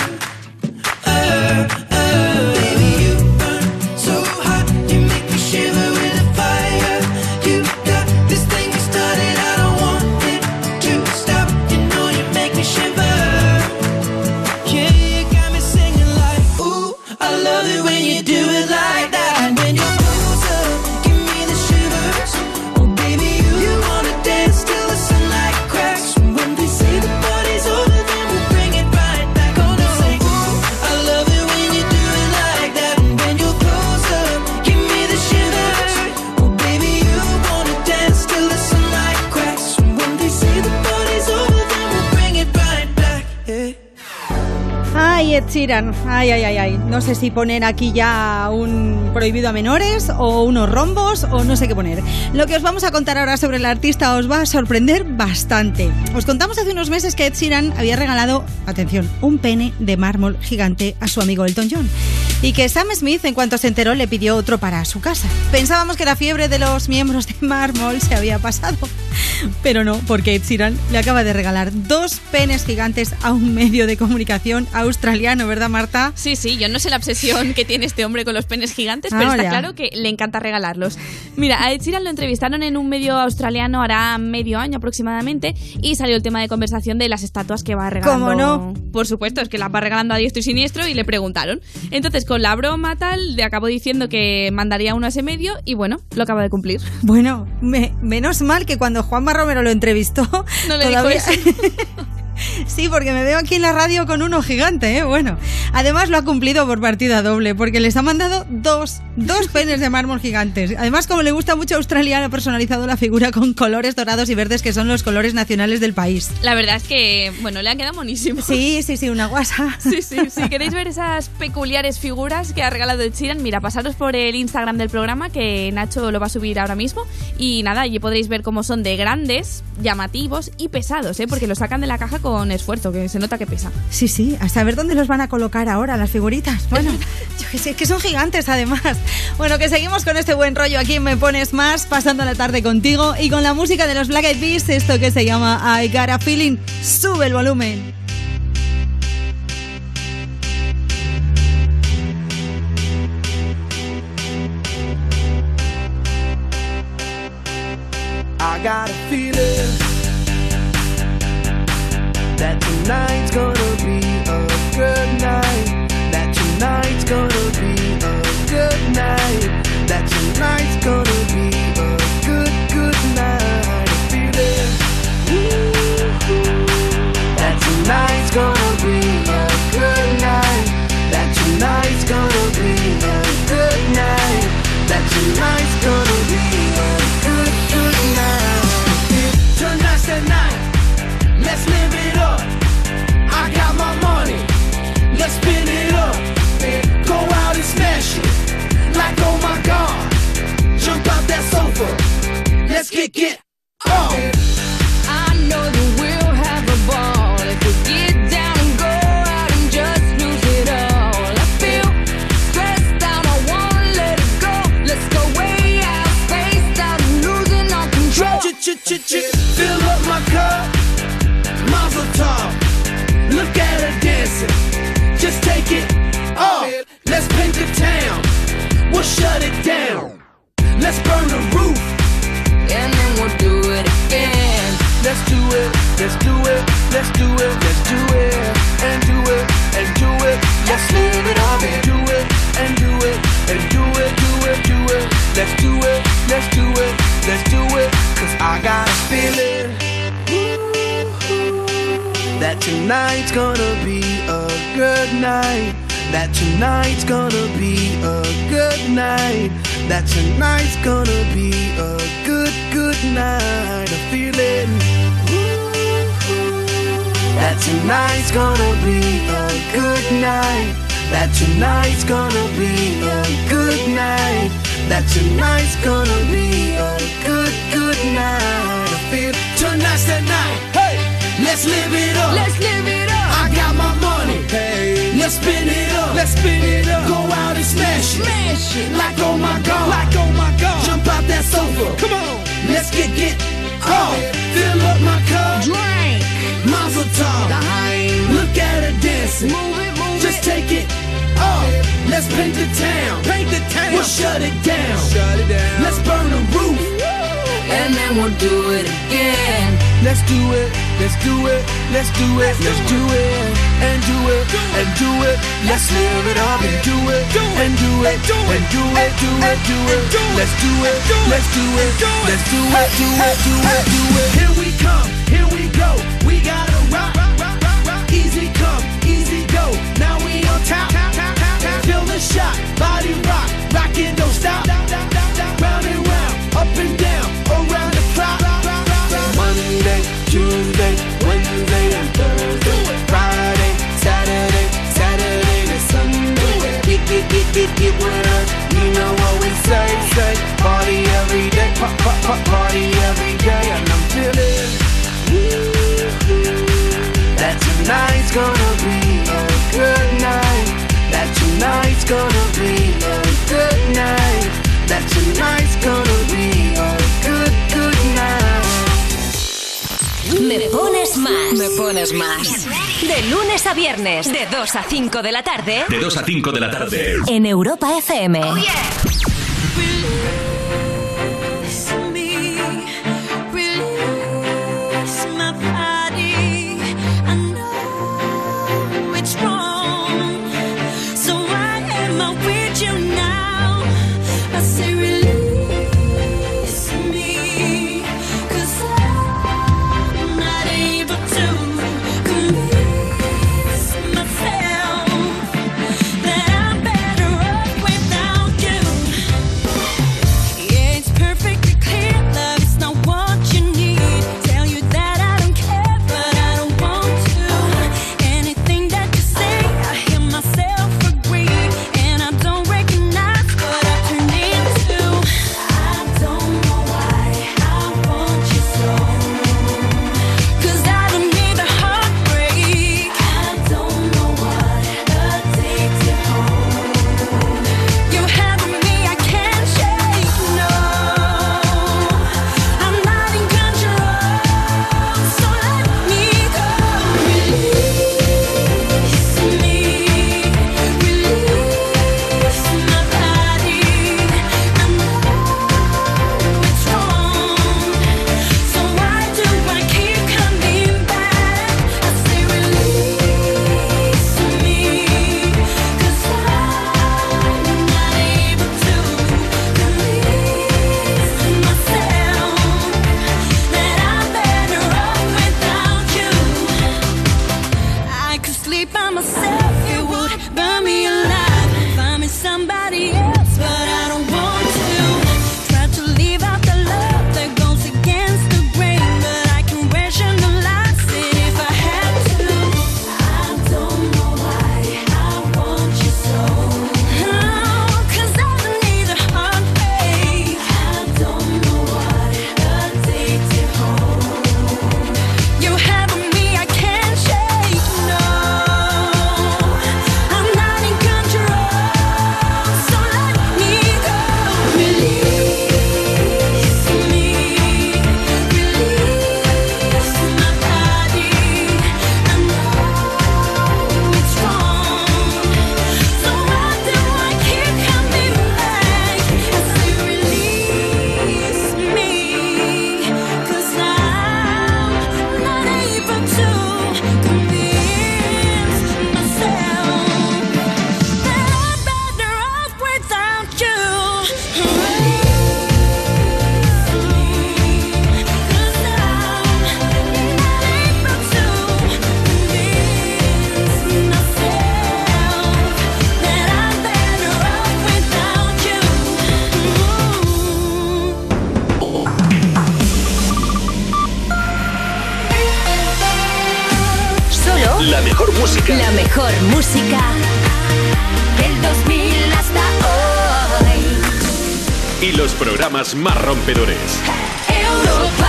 Baby, you burn so hot, you make me shiver with the fire. You got this thing you started, I don't want it to stop. You know you make me shiver. Yeah, you got me singing like, ooh, I love it when you do it like that. And when you're close up, give me the shivers. Oh baby, you wanna dance till the sunlight cracks. And when they say the party's over, then we'll bring it right back. Oh no, say, ooh, I love it when you do it like that. And when you're close up, give me the shivers. Oh baby, you wanna dance till the sunlight cracks. And when they say the party's over, then we'll bring it right back. Yeah. Ay, Ed Sheeran. Ay, ay, ay, ay. No sé si poner aquí ya un prohibido a menores o unos rombos o no sé qué poner. Lo que os vamos a contar ahora sobre el artista os va a sorprender bastante. Os contamos hace unos meses que Ed Sheeran había regalado, atención, un pene de mármol gigante a su amigo Elton John. Y que Sam Smith, en cuanto se enteró, le pidió otro para su casa. Pensábamos que la fiebre de los miembros de mármol se había pasado. Pero no, porque Ed Sheeran le acaba de regalar 2 penes gigantes a un medio de comunicación australiano, ¿verdad, Marta? Sí, sí, yo no sé la obsesión que tiene este hombre con los penes gigantes, pero está claro que le encanta regalarlos. Mira, a Ed Sheeran lo entrevistaron en un medio australiano hará medio año aproximadamente y salió el tema de conversación de las estatuas que va regalando. ¿Cómo no? Por supuesto, es que las va regalando a diestro y siniestro y le preguntaron. Entonces, con la broma tal, le acabó diciendo que mandaría uno a ese medio y bueno, lo acaba de cumplir. Bueno, menos mal que cuando Juanma Romero lo entrevistó no le dijo eso. Sí, porque me veo aquí en la radio con uno gigante, ¿eh? Bueno, además lo ha cumplido por partida doble, porque les ha mandado dos penes de mármol gigantes. Además, como le gusta mucho a Australia, ha personalizado la figura con colores dorados y verdes, que son los colores nacionales del país. La verdad es que, bueno, le han quedado monísimos. Sí, una guasa. Sí, si queréis ver esas peculiares figuras que ha regalado Ed Sheeran, mira, pasaros por el Instagram del programa, que Nacho lo va a subir ahora mismo, y nada, allí podréis ver cómo son de grandes, llamativos y pesados, ¿eh? Porque los sacan de la caja con esfuerzo, que se nota que pesa. Sí, a saber dónde los van a colocar ahora las figuritas. Bueno, yo que sé, es que son gigantes además. Bueno, que seguimos con este buen rollo aquí en Me Pones Más, pasando la tarde contigo y con la música de los Black Eyed Peas, esto que se llama I Got a Feeling. Sube el volumen. I got a feeling that tonight's gonna be a good night. That tonight's gonna be a good night. That tonight's gonna be a good night. A feeling that tonight's gonna be a good night. That tonight's gonna be a good night. That tonight's gonna be a good night. Tonight's the night. Let's live it up. I got my money. Let's spin it up. Go out and smash it. Like oh my God. Jump out that sofa. Let's kick it off. I know that we'll have a ball if we get down and go out and just lose it all. I feel stressed out, I wanna let it go. Let's go way out, spaced out, losing all control. Fill up my cup, Mazel tov. Look at her dancing, just take it off. Let's paint the town, we'll shut it down. Let's burn the roof, and then we'll do it again. Let's do it, let's do it, let's do it, let's do it, and do it, and do it. Let's live it up and do it, and do it, and do it, do it, do it. Let's do it, let's do it, let's do it. Cause I got a feeling that tonight's gonna be a good night. That tonight's gonna be a good night. That tonight's gonna be a good night. A feeling that tonight's gonna be a good night. That tonight's gonna be a good night. That tonight's gonna be a good night. I feel tonight's the night. Hey, let's live it up. Let's live it up. I got my money. Hey, let's spin it up. Let's spin it up. Go out and smash it. Smash it. Like oh my God. Like oh my God. Jump out that sofa. Come on. Let's get off. Fill up my cup. Drink. Mazel tov. Look at her dancing. Move it, move Just it. take it off. Let's paint the town. Paint the town. We'll shut it down. Shut it down. Let's burn the roof. And then we'll do it again. Let's do it. Let's do it. Let's do it. Let's do it. And do it. And do it. Let's live it up and do it. And do it. And do it. Do it. Do it. Let's do it. Let's do it. Let's do it. Do it. Do it. Do it. Here we come. Here we go. We gotta rock. Easy come. Easy go. Now we on top. Feel the shot. Body rock. Rockin', don't stop. Round and round. Up and down. Around the clock. Monday, Tuesday, Wednesday, and Thursday. Friday, Saturday, Saturday to Sunday. Get with us. You know what we say. Party every day. Party every day. And I'm feeling that tonight's gonna be a good night. That tonight's gonna be a good night. That tonight's gonna be a good night. Me Pones Más. Me Pones Más. De lunes a viernes, de 2 a 5 de la tarde. De 2 a 5 de la tarde. En Europa FM. Oh, yeah. Cause I'm not able to mejor música. La mejor música del 2000 hasta hoy. Y los programas más rompedores. Europa.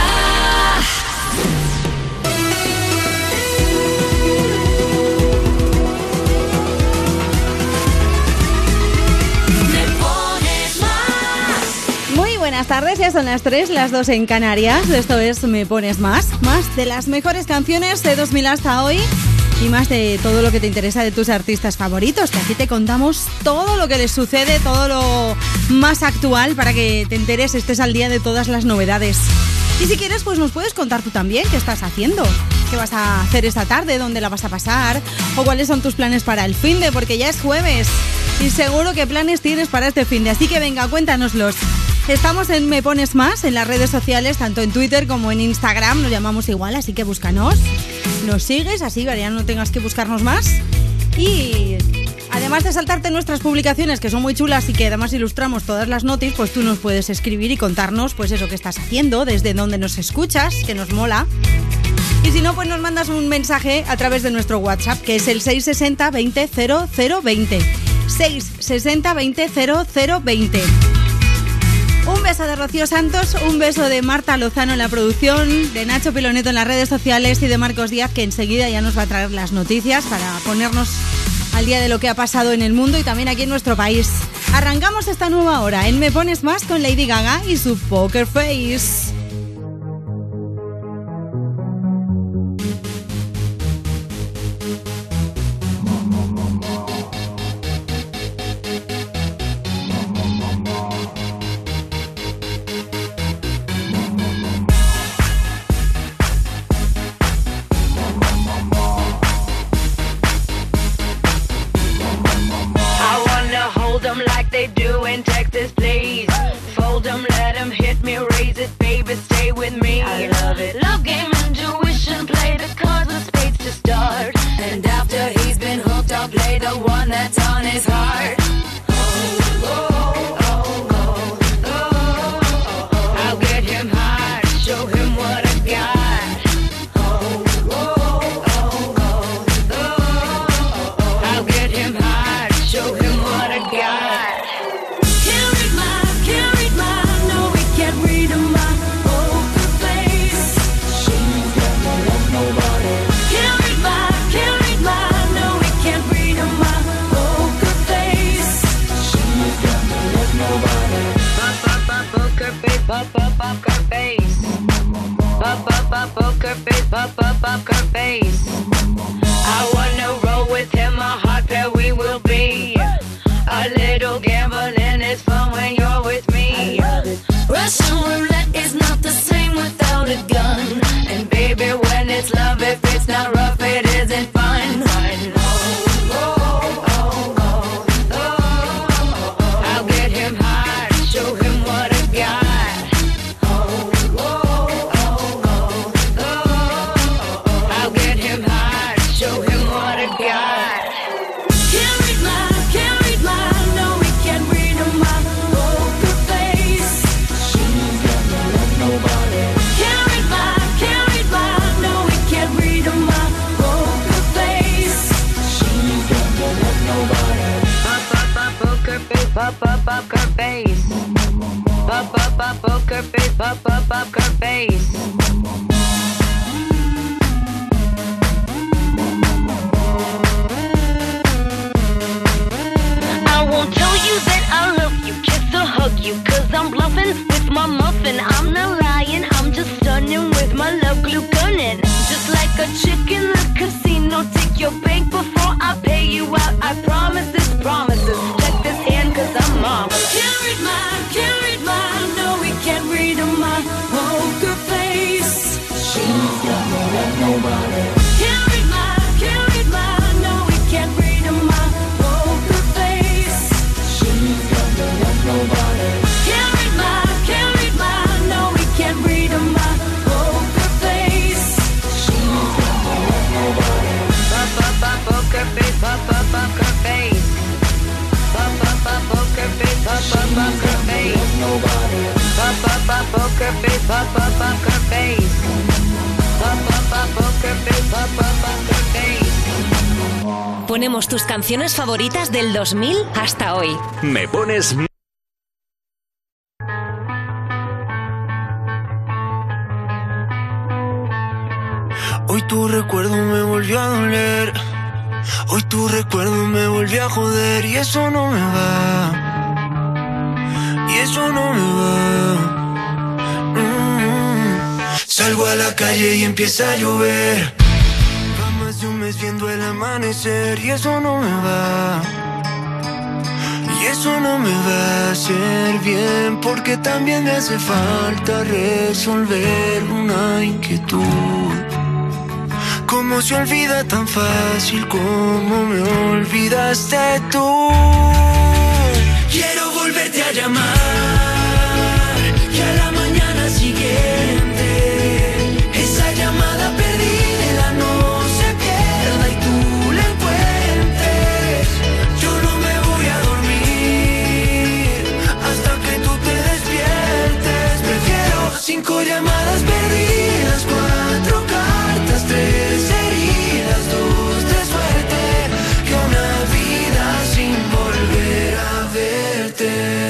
Buenas tardes, ya son las 3, las 2 en Canarias. Esto es Me Pones Más de las mejores canciones de 2000 hasta hoy y más de todo lo que te interesa de tus artistas favoritos, que aquí te contamos todo lo que les sucede, todo lo más actual para que te enteres, estés al día de todas las novedades. Y si quieres, pues nos puedes contar tú también qué estás haciendo, qué vas a hacer esta tarde, dónde la vas a pasar o cuáles son tus planes para el finde, porque ya es jueves y seguro que planes tienes para este finde, así que venga, cuéntanoslos. Estamos en Me Pones Más, en las redes sociales, tanto en Twitter como en Instagram, nos llamamos igual, así que búscanos, nos sigues, así ya no tengas que buscarnos más. Y además de saltarte nuestras publicaciones, que son muy chulas y que además ilustramos todas las notis, pues tú nos puedes escribir y contarnos pues eso que estás haciendo, desde dónde nos escuchas, que nos mola. Y si no, pues nos mandas un mensaje a través de nuestro WhatsApp, que es el 660 20 0020. 660 20 0020. Un beso de Rocío Santos, un beso de Marta Lozano en la producción, de Nacho Piloneto en las redes sociales y de Marcos Díaz, que enseguida ya nos va a traer las noticias para ponernos al día de lo que ha pasado en el mundo y también aquí en nuestro país. Arrancamos esta nueva hora en Me Pones Más con Lady Gaga y su Poker Face. Ponemos tus canciones favoritas del 2000 hasta hoy. Me pones... Hoy tu recuerdo me volvió a doler. Hoy tu recuerdo me volvió a joder. Y eso no me va. Y eso no me va. Salgo a la calle y empieza a llover. Va más de un mes viendo el amanecer. Y eso no me va. Y eso no me va a hacer bien. Porque también me hace falta resolver una inquietud. ¿Cómo se olvida tan fácil como me olvidaste tú? Quiero volverte a llamar y a la mañana siguiente esa llamada perdida no se pierda y tú la encuentres. Yo no me voy a dormir hasta que tú te despiertes. Prefiero 5 llamadas perdidas, 4 cartas, 3 heridas, 2 de suerte, que una vida sin volver a verte.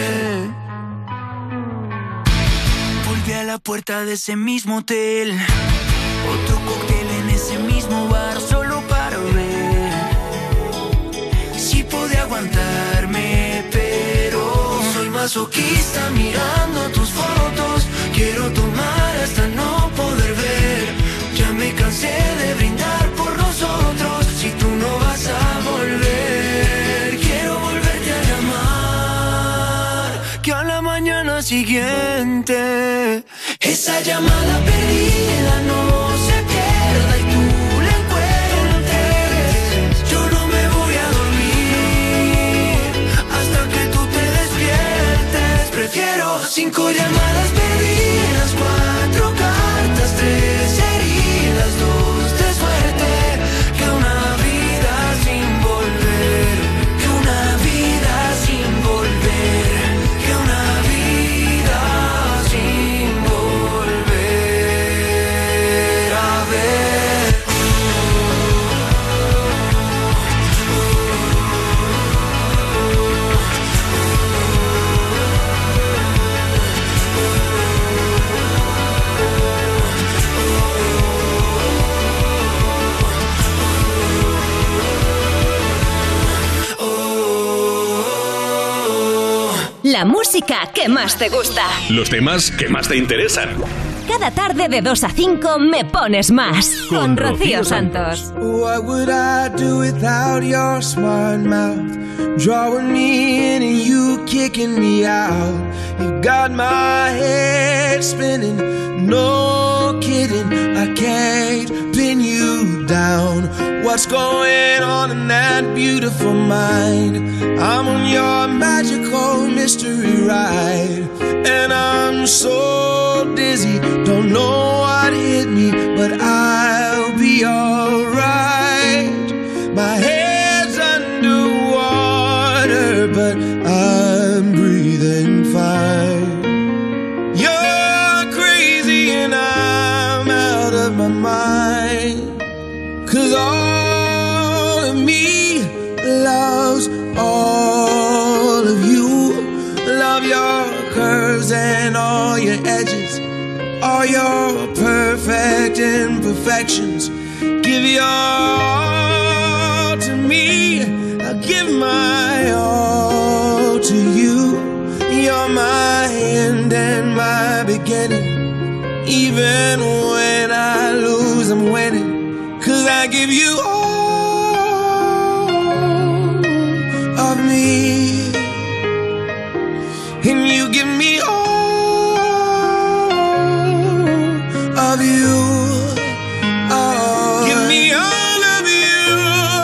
Volví a la puerta de ese mismo hotel, otro cóctel en ese mismo bar, solo para ver si podía aguantarme, pero soy masoquista mirando tus fotos. Quiero tomar hasta no poder ver. Ya me cansé de brindar por nosotros. Si tú no vas a volver, quiero volverte a llamar. Que a la mañana siguiente esa llamada perdida no se pierda y tú la encuentres. Yo no me voy a dormir hasta que tú te despiertes. Prefiero 5 llamadas perdidas, 4 cartas, 3 heridas, 2 de suerte, que una vida sin volver, que una vida sin volver, que una vida sin volver a ver. La música que más te gusta. Los temas que más te interesan. Cada tarde de 2 a 5 me pones más. Con Rocío Santos. What would I do without your smart mouth? Drawing me in and you kicking me out. You got my head spinning, no kidding. I can't pin you down. What's going on in that beautiful mind? I'm on your magical mystery ride, and I'm so dizzy, don't know what hit me, but I'll be alright. My head's underwater, but I'm breathing fine. You're crazy and I'm out of my mind, 'cause all of me loves all of you. Love your curves and all your edges, all your perfect imperfections. Give your all to me, I'll give my all to you. You're my end and my beginning. Even when I lose, I'm winning, 'cause I give you all of me, and you give me all of you. Give me all of you.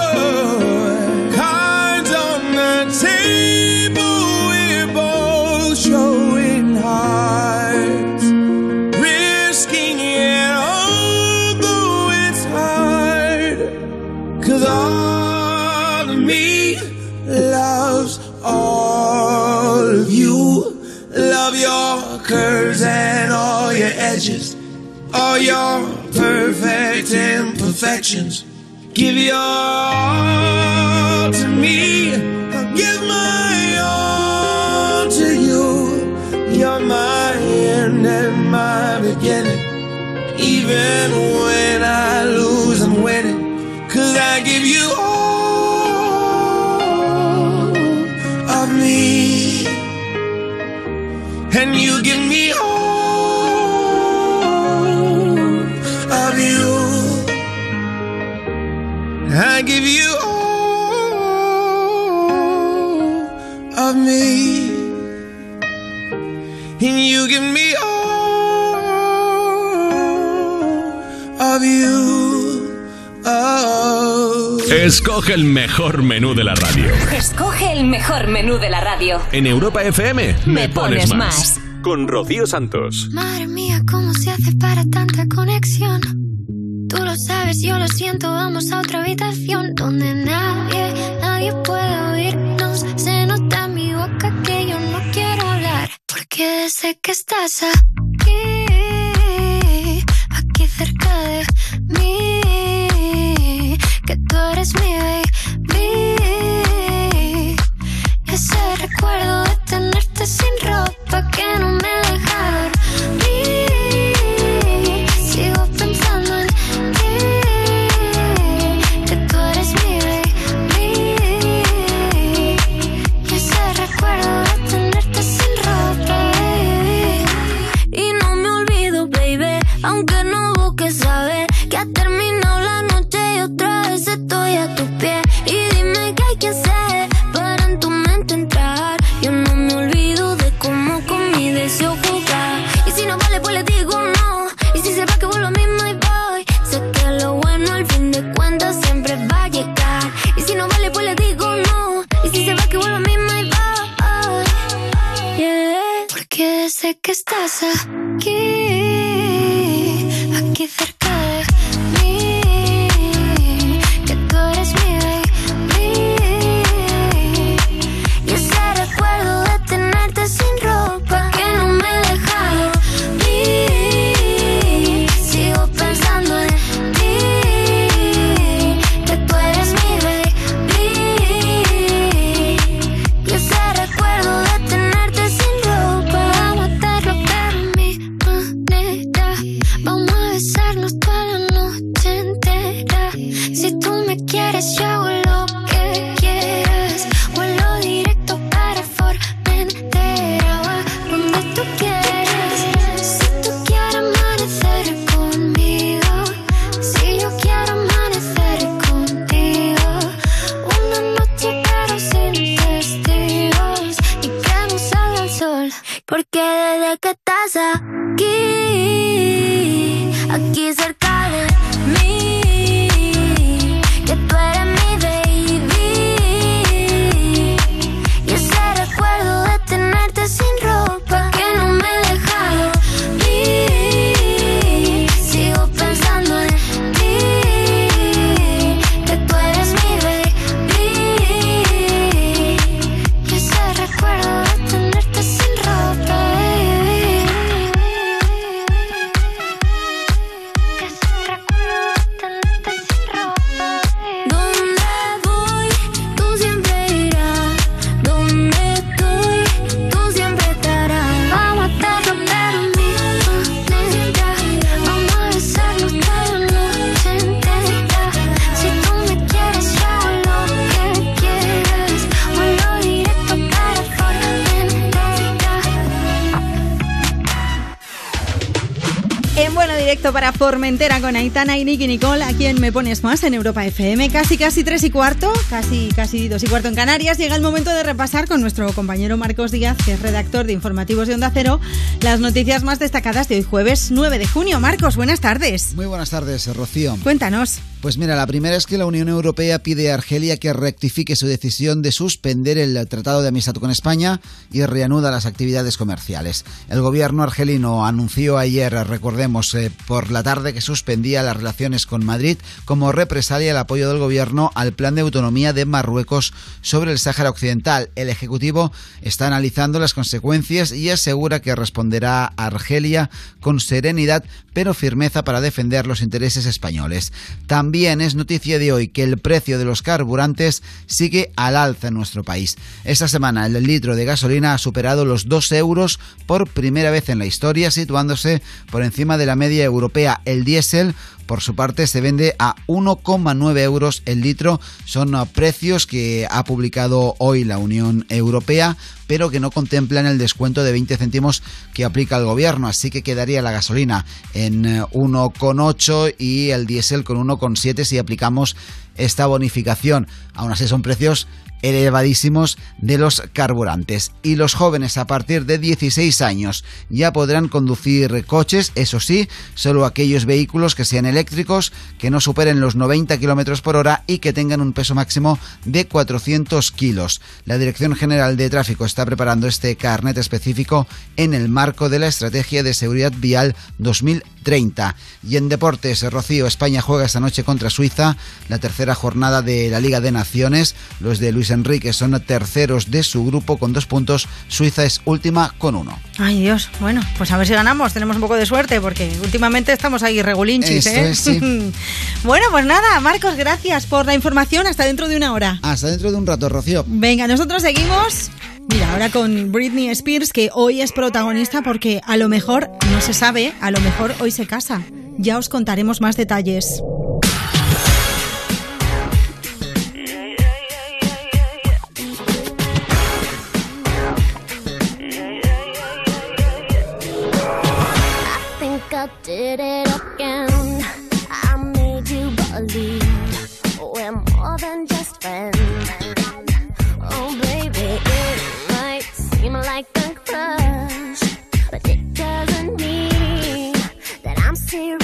Cards on the table, we're both showing hearts, risking it although it's hard, 'cause all of me loves all of you. Love your curves and all your edges, all your perfect imperfections. Give your all to me. I'll give my all to you. You're my end and my beginning. Even when I lose, I'm winning. 'Cause I give you all of me, and you give me all of you. I give you all of me, and you give me all of you. Oh. Escoge el mejor menú de la radio. Escoge el mejor menú de la radio. En Europa FM me pones más. Con Rocío Santos. Madre mía, ¿cómo se hace para tanta conexión? Tú lo sabes, yo lo siento, vamos a otra habitación donde nadie puede oírnos. Se nota en mi boca que yo no quiero hablar, porque sé que estás aquí cerca de mí, que tú eres mi baby. Y ese recuerdo de tenerte sin ropa que no me deja dormir. Sigo pensando en que tú eres mi baby. Y ese recuerdo de tenerte sin ropa, baby. Y no me olvido, baby, aunque no busque saber que ha terminado la noche y otra vez estoy a tus pies. Y dime qué hay que hacer para en tu mente entrar. Yo no me olvido de cómo con mi deseo jugar. Y si no vale, pues le digo no. Y si se va, que vuelvo a mí, my boy. Sé que lo bueno al fin de cuentas siempre va a llegar. Y si no vale, pues le digo no. Y si se va, que vuelvo a mí, my boy. Yeah. Porque sé que estás aquí cerca de mí, que tú eres mi baby. Y ese recuerdo de tenerte sin ropa que no me deja dormir. Sigo pensando en ti, que tú eres mi baby. Y ese recuerdo de tenerte sin ropa. Vamos a hacerlo pero a mi manera. Vamos a besarnos toda la noche entera. Si tú me quieres, yo hago lo que quieras. Vuelo directo para Formentera, va donde tú quieras. Si tú quieres amanecer conmigo, si yo quiero amanecer contigo. Una noche pero sin testigos y que no salga el sol. Porque desde que estás aquí cerca de mí, que tú eres mi baby. Y ese recuerdo de tenerte sin ropa que no me deja dormir. Sigo pensando en ti, que tú eres mi baby. Y ese recuerdo de tenerte sin ropa, baby. Donde voy, tú siempre irás. Donde estoy, tú siempre estarás. Vamos a hacerlo pero a mi manera. Vamos a besarnos toda la noche entera. Si tú me quieres, yo hago lo que quieras. Vuelo directo para Formentera. En vuelo directo para Formentera con Aitana y Nicky Nicole, ¿a quién me pones más? En Europa FM, casi 3:15, casi 2:15 en Canarias. Llega el momento de repasar con nuestro compañero Marcos Díaz, que es redactor de informativos de Onda Cero, las noticias más destacadas de hoy jueves 9 de junio. Marcos, buenas tardes. Muy buenas tardes, Rocío. Cuéntanos. Pues mira, la primera es que la Unión Europea pide a Argelia que rectifique su decisión de suspender el Tratado de Amistad con España y reanuda las actividades comerciales. El gobierno argelino anunció ayer, recordemos, recordemos, por la tarde que suspendía las relaciones con Madrid como represalia al apoyo del gobierno al plan de autonomía de Marruecos sobre el Sáhara Occidental. El Ejecutivo está analizando las consecuencias y asegura que responderá a Argelia con serenidad pero firmeza para defender los intereses españoles. También es noticia de hoy que el precio de los carburantes sigue al alza en nuestro país. Esta semana el litro de gasolina ha superado los 2 euros por primera vez en la historia, situándose por encima de la media europea. El diésel, por su parte, se vende a 1,9 euros el litro. Son precios que ha publicado hoy la Unión Europea, pero que no contemplan el descuento de 20 céntimos que aplica el gobierno. Así que quedaría la gasolina en 1,8 y el diésel con 1,7 si aplicamos esta bonificación. Aún así son precios elevadísimos de los carburantes. Y los jóvenes a partir de 16 años ya podrán conducir coches, eso sí, solo aquellos vehículos que sean eléctricos, que no superen los 90 km por hora y que tengan un peso máximo de 400 kilos. La Dirección General de Tráfico está preparando este carnet específico en el marco de la Estrategia de Seguridad Vial 2030. Y en deportes, Rocío, España juega esta noche contra Suiza, la tercera jornada de la Liga de Naciones. Los de Luis Enrique son terceros de su grupo con 2 puntos. Suiza es última con 1. Ay, Dios. Bueno, pues a ver si ganamos. Tenemos un poco de suerte porque últimamente estamos ahí regulinchis, Eso es, sí. Bueno, pues nada, Marcos, gracias por la información. Hasta dentro de una hora. Hasta dentro de un rato, Rocío. Venga, nosotros seguimos. Mira, ahora con Britney Spears, que hoy es protagonista porque a lo mejor, no se sabe, a lo mejor hoy se casa. Ya os contaremos más detalles. I did it again. I made you believe we're more than just friends. Oh baby, it might seem like a crush, but it doesn't mean that I'm serious.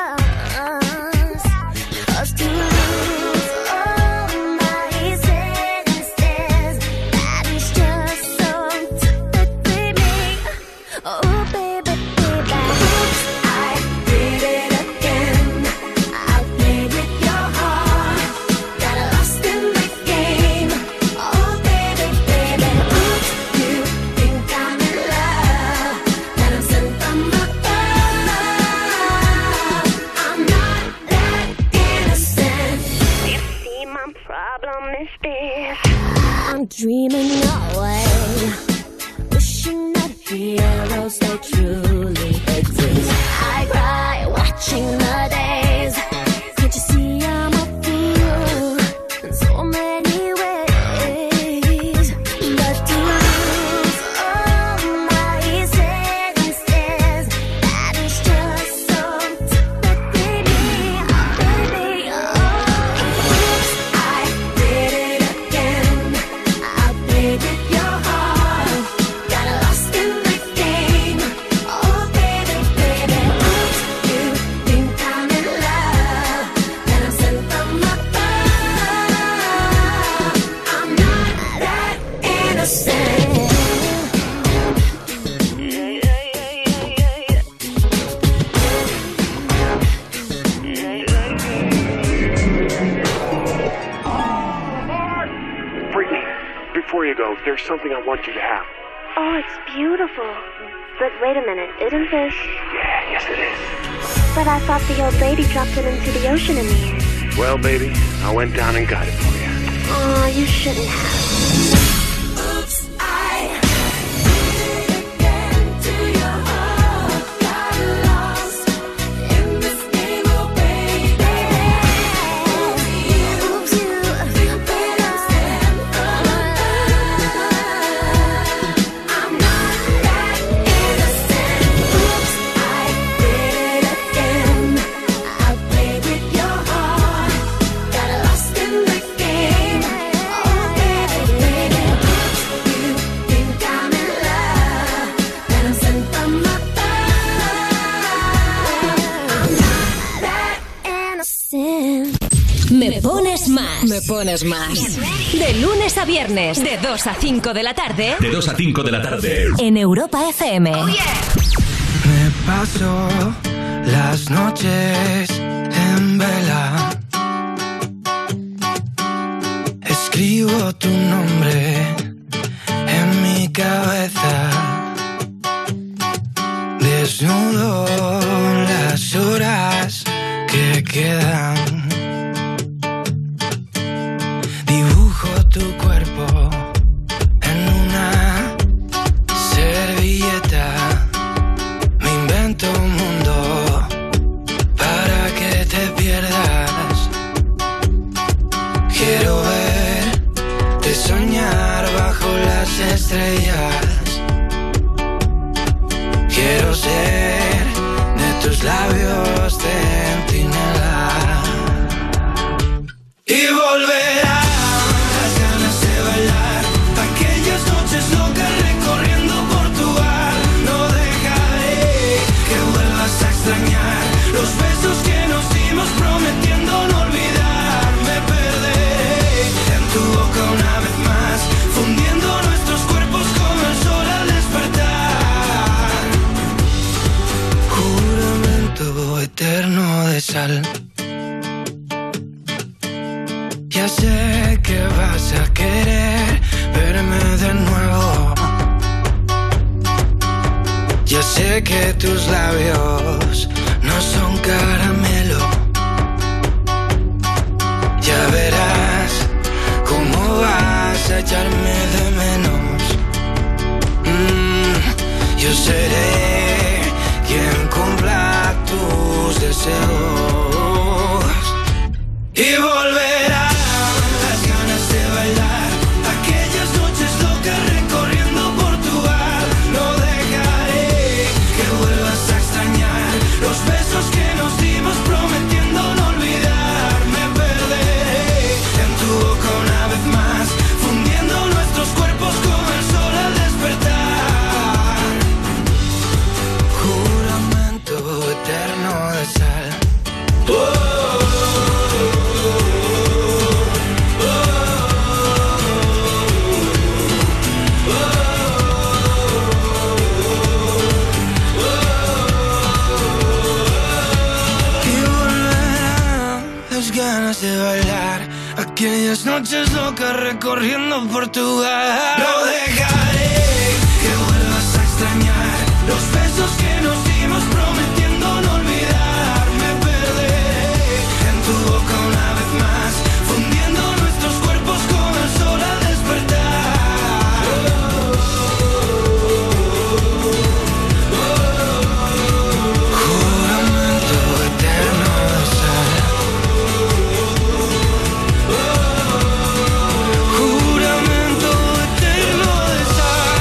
'Cause to lose all my senses, that is just so typically me. Oh baby, baby. I'm dreaming away, wishing that heroes they truly exist. I cry watching the days. Can't you see I'm a fool in so many ways? But to lose all my senses, that is just so typically me, baby. Oh, oops, I did it again. I played with your heart, got lost in the game. Oh baby, baby, oops, you think I'm in love, and I'm sent from above. I'm not that innocent. Brittany, before you go, there's something I want you to have. Oh, it's beautiful. But wait a minute, isn't this? Yeah, yes it is. But I thought the old lady dropped it into the ocean in the end. Well, baby, I went down and got it for you. Oh, you shouldn't have. Oops, I did it again to your heart. Got lost in this game, oh baby. Oops, you think I'm I'm not that innocent. Oops, I did it again. I played with your heart, got lost in the game. Oh baby, baby, oops, you think I'm in love, and I'm sent from above. I'm not that innocent. Me pones más. Me pones más. De lunes a viernes, de 2 a 5 de la tarde. De 2 a 5 de la tarde. En Europa FM. Me paso aquellas noches en vela. Escribo tu nombre en mi cabeza. Desnudo las horas que quedan. Dibujo tu cuerpo en una servilleta. Me invento un mundo para que te pierdas. Quiero verte soñar bajo las estrellas. Quiero ser de tus labios centinela. Y volverán las ganas de bailar, aquellas noches locas recorriendo Portugal. No dejaré que vuelvas a extrañar los besos que nos dimos prometiendo no olvidar. Me perderé en tu boca una vez más, fundiendo nuestros cuerpos como el sol al despertar. Juramento eterno de sal. Ya sé que vas a querer verme de nuevo. Ya sé que tus labios no son caramelo. Ya verás cómo vas a echarme de menos. Yo seré quien cumpla tus deseos. Y volverá las ganas de bailar, aquellas noches locas recorriendo Portugal. No dejaré que vuelvas a extrañar los besos que nos dimos prometiendo no olvidar. Me perderé en tu boca una vez más, fundiendo nuestros cuerpos como el sol al despertar. Juramento eterno de sal. Ganas de bailar, aquellas noches locas recorriendo Portugal. No dejaré que vuelvas a extrañar los besos que nos dimos prometiendo no olvidar. Me perderé en tu boca una vez más, fundiendo nuestros cuerpos como el sol al despertar. Juramento eterno de sal. Juramento eterno de sal.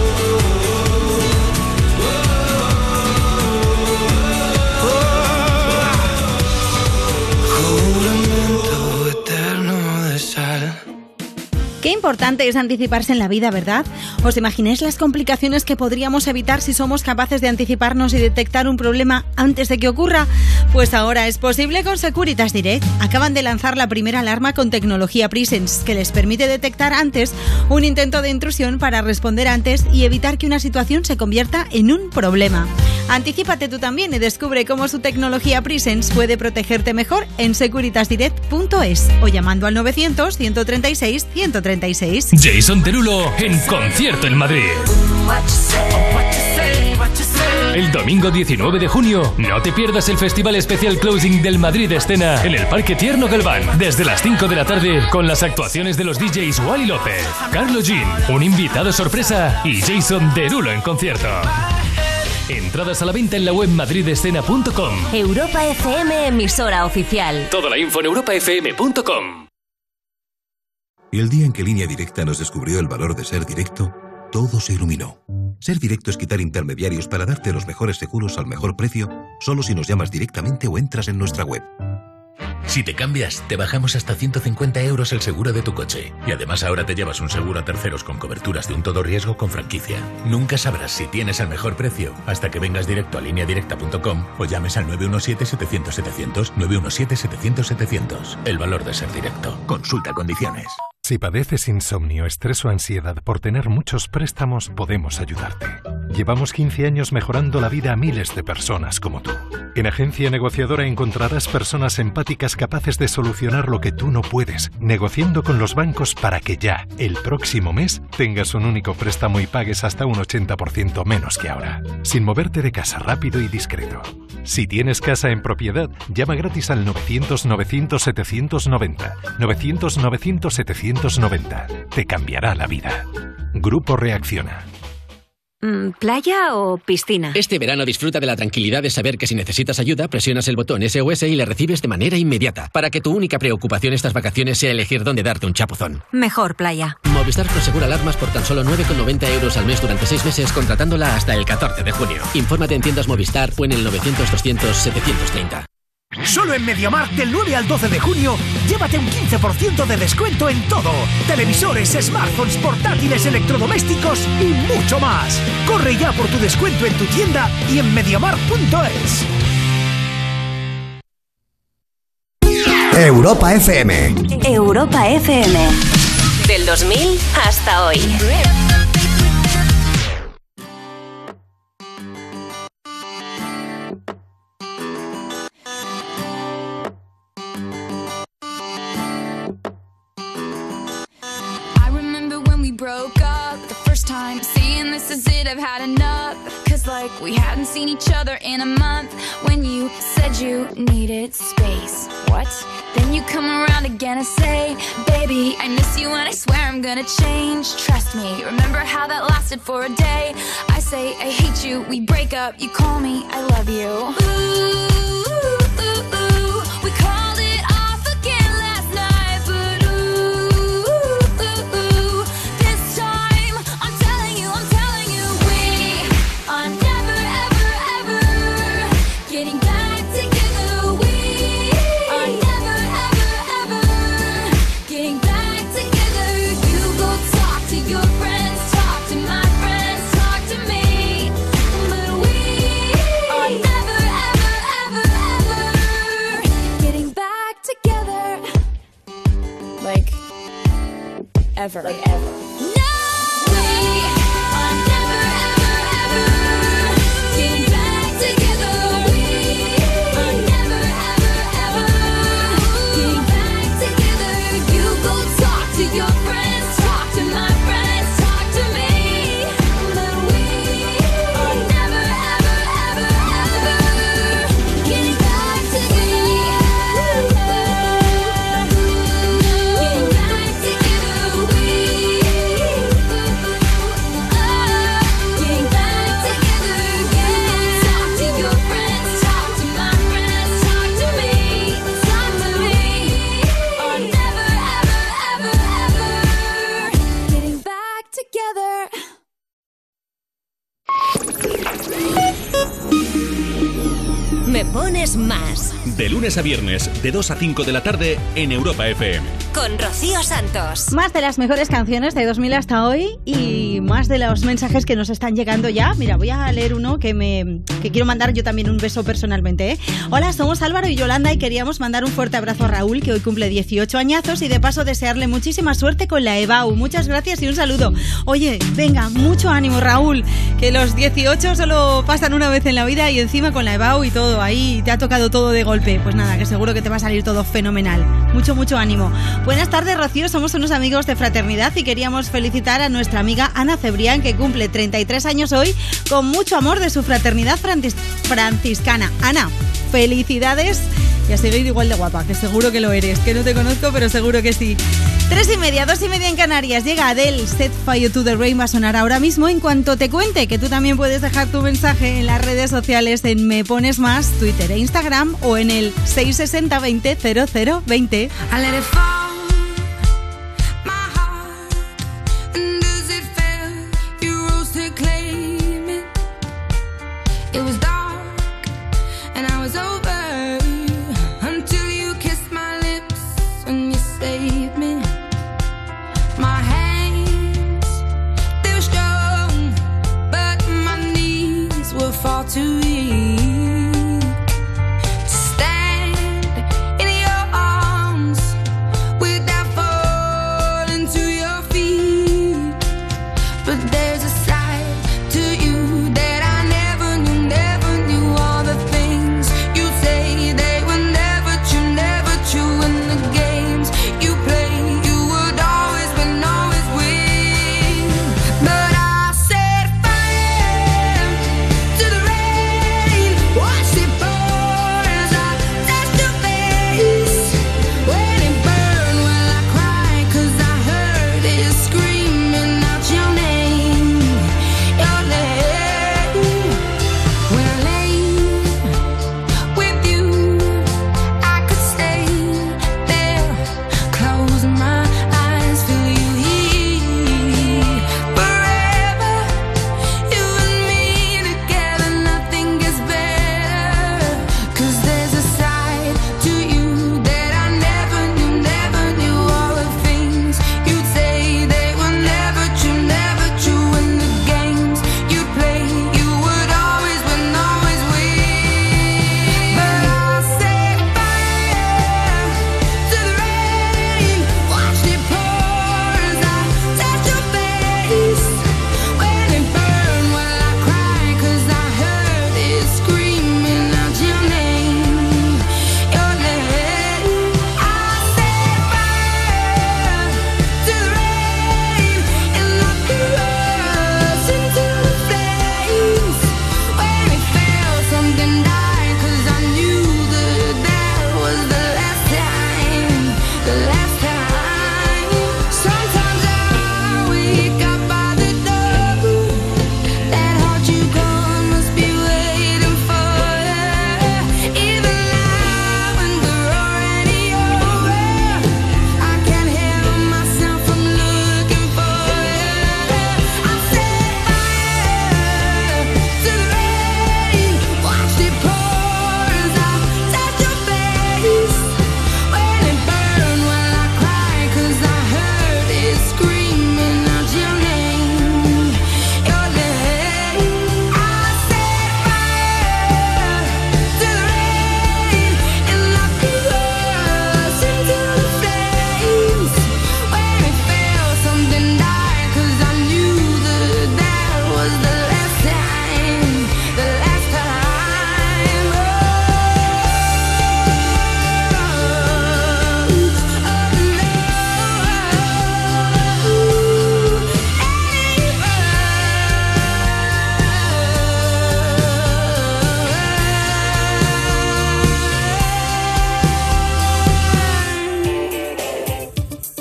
Juramento eterno de sal. Qué importante es anticiparse en la vida, ¿verdad? ¿Os imagináis las complicaciones que podríamos evitar si somos capaces de anticiparnos y detectar un problema antes de que ocurra? Pues ahora es posible con Securitas Direct. Acaban de lanzar la primera alarma con tecnología Presence, que les permite detectar antes un intento de intrusión para responder antes y evitar que una situación se convierta en un problema. Anticípate tú también y descubre cómo su tecnología Presence puede protegerte mejor en securitasdirect.es o llamando al 900-136-136. Jason Derulo en concierto en Madrid. El domingo 19 de junio, no te pierdas el Festival Especial Closing del Madrid Escena en el Parque Tierno Galván, desde las 5 de la tarde, con las actuaciones de los DJs Wally López, Carlos Jean, un invitado sorpresa y Jason Derulo en concierto. Entradas a la venta en la web madridescena.com. Europa FM, emisora oficial. Toda la info en europafm.com. El día en que Línea Directa nos descubrió el valor de ser directo, todo se iluminó. Ser directo es quitar intermediarios para darte los mejores seguros al mejor precio, solo si nos llamas directamente o entras en nuestra web. Si te cambias, te bajamos hasta 150 € el seguro de tu coche. Y además ahora te llevas un seguro a terceros con coberturas de un todo riesgo con franquicia. Nunca sabrás si tienes el mejor precio hasta que vengas directo a lineadirecta.com o llames al 917-700-700, 917-700-700. El valor de ser directo. Consulta condiciones. Si padeces insomnio, estrés o ansiedad por tener muchos préstamos, podemos ayudarte. Llevamos 15 años mejorando la vida a miles de personas como tú. En Agencia Negociadora encontrarás personas empáticas capaces de solucionar lo que tú no puedes, negociando con los bancos para que ya, el próximo mes, tengas un único préstamo y pagues hasta un 80% menos que ahora. Sin moverte de casa, rápido y discreto. Si tienes casa en propiedad, llama gratis al 900-900-790. 900-900-790. Te cambiará la vida. Grupo Reacciona. ¿Playa o piscina? Este verano disfruta de la tranquilidad de saber que si necesitas ayuda, presionas el botón SOS y le recibes de manera inmediata, para que tu única preocupación estas vacaciones sea elegir dónde darte un chapuzón. Mejor playa. Movistar Prosegura alarmas por tan solo 9,90 € al mes durante 6 meses, contratándola hasta el 14 de junio. Infórmate en tiendas Movistar o en el 900-200-730. Solo en MediaMarkt del 9 al 12 de junio, llévate un 15% de descuento en todo. Televisores, smartphones, portátiles, electrodomésticos y mucho más. Corre ya por tu descuento en tu tienda y en MediaMarkt.es. Europa FM. Europa FM. Del 2000 hasta hoy. Broke up the first time, saying this is it, I've had enough. Cause like we hadn't seen each other in a month. When you said you needed space, what? Then you come around again and say, baby, I miss you and I swear I'm gonna change. Trust me, remember how that lasted for a day. I say I hate you, we break up, you call me, I love you. Ooh, ooh, ooh, we called it off again last night, but ever. Like ever. No! We are never, ever, ever getting back together. We are never, ever, ever getting back together. You go talk to your friends, talk to my friends, talk to me. But we are never, ever, ever, ever getting back together. Getting back together. Me pones más. De lunes a viernes, de 2 a 5 de la tarde, en Europa FM. Con Rocío Santos. Más de las mejores canciones de 2000 hasta hoy y más de los mensajes que nos están llegando ya. Mira, voy a leer uno que quiero mandar yo también un beso personalmente, ¿eh? Hola, somos Álvaro y Yolanda y queríamos mandar un fuerte abrazo a Raúl, que hoy cumple 18 añazos, y de paso desearle muchísima suerte con la EBAU. Muchas gracias y un saludo. Oye, venga, mucho ánimo, Raúl, que los 18 solo pasan una vez en la vida y encima con la EBAU y todo, ahí te ha tocado todo de golpe. Pues nada, que seguro que te va a salir todo fenomenal. Mucho, mucho ánimo. Buenas tardes, Rocío, somos unos amigos de fraternidad y queríamos felicitar a nuestra amiga Ana Cebrián, que cumple 33 años hoy, con mucho amor de su fraternidad franciscana. Ana, felicidades y a seguir igual de guapa, que seguro que lo eres, que no te conozco, pero seguro que sí. 3:30, 2:30 en Canarias. Llega Adele, Set Fire to the Rain, va a sonar ahora mismo en cuanto te cuente, que tú también puedes dejar tu mensaje en las redes sociales en Me Pones Más, Twitter e Instagram, o en el 660 20 00 20. Fall too weak to stand in your arms without falling to your feet. But there's a side to you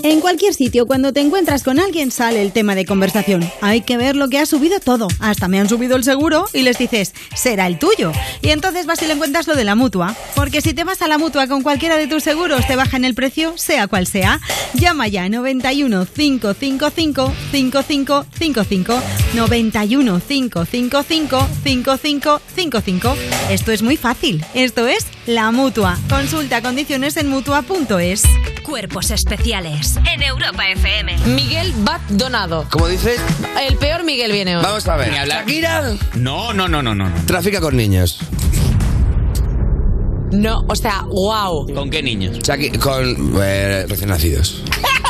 En cualquier sitio, cuando te encuentras con alguien, sale el tema de conversación. Hay que ver lo que ha subido todo. Hasta me han subido el seguro y les dices, será el tuyo. Y entonces vas y le encuentras lo de la Mutua. Porque si te vas a la Mutua con cualquiera de tus seguros, te bajan el precio, sea cual sea. Llama ya 91 555 5555. 91 555 5555. Esto es muy fácil. Esto es la Mutua. Consulta condiciones en Mutua.es. Cuerpos especiales en Europa FM. Miguel Bat Donado. ¿Cómo dices? El peor Miguel viene hoy. Vamos a ver. ¿Shakira? No. Trafica con niños. No, o sea, wow. ¿Con qué niños? Con recién nacidos.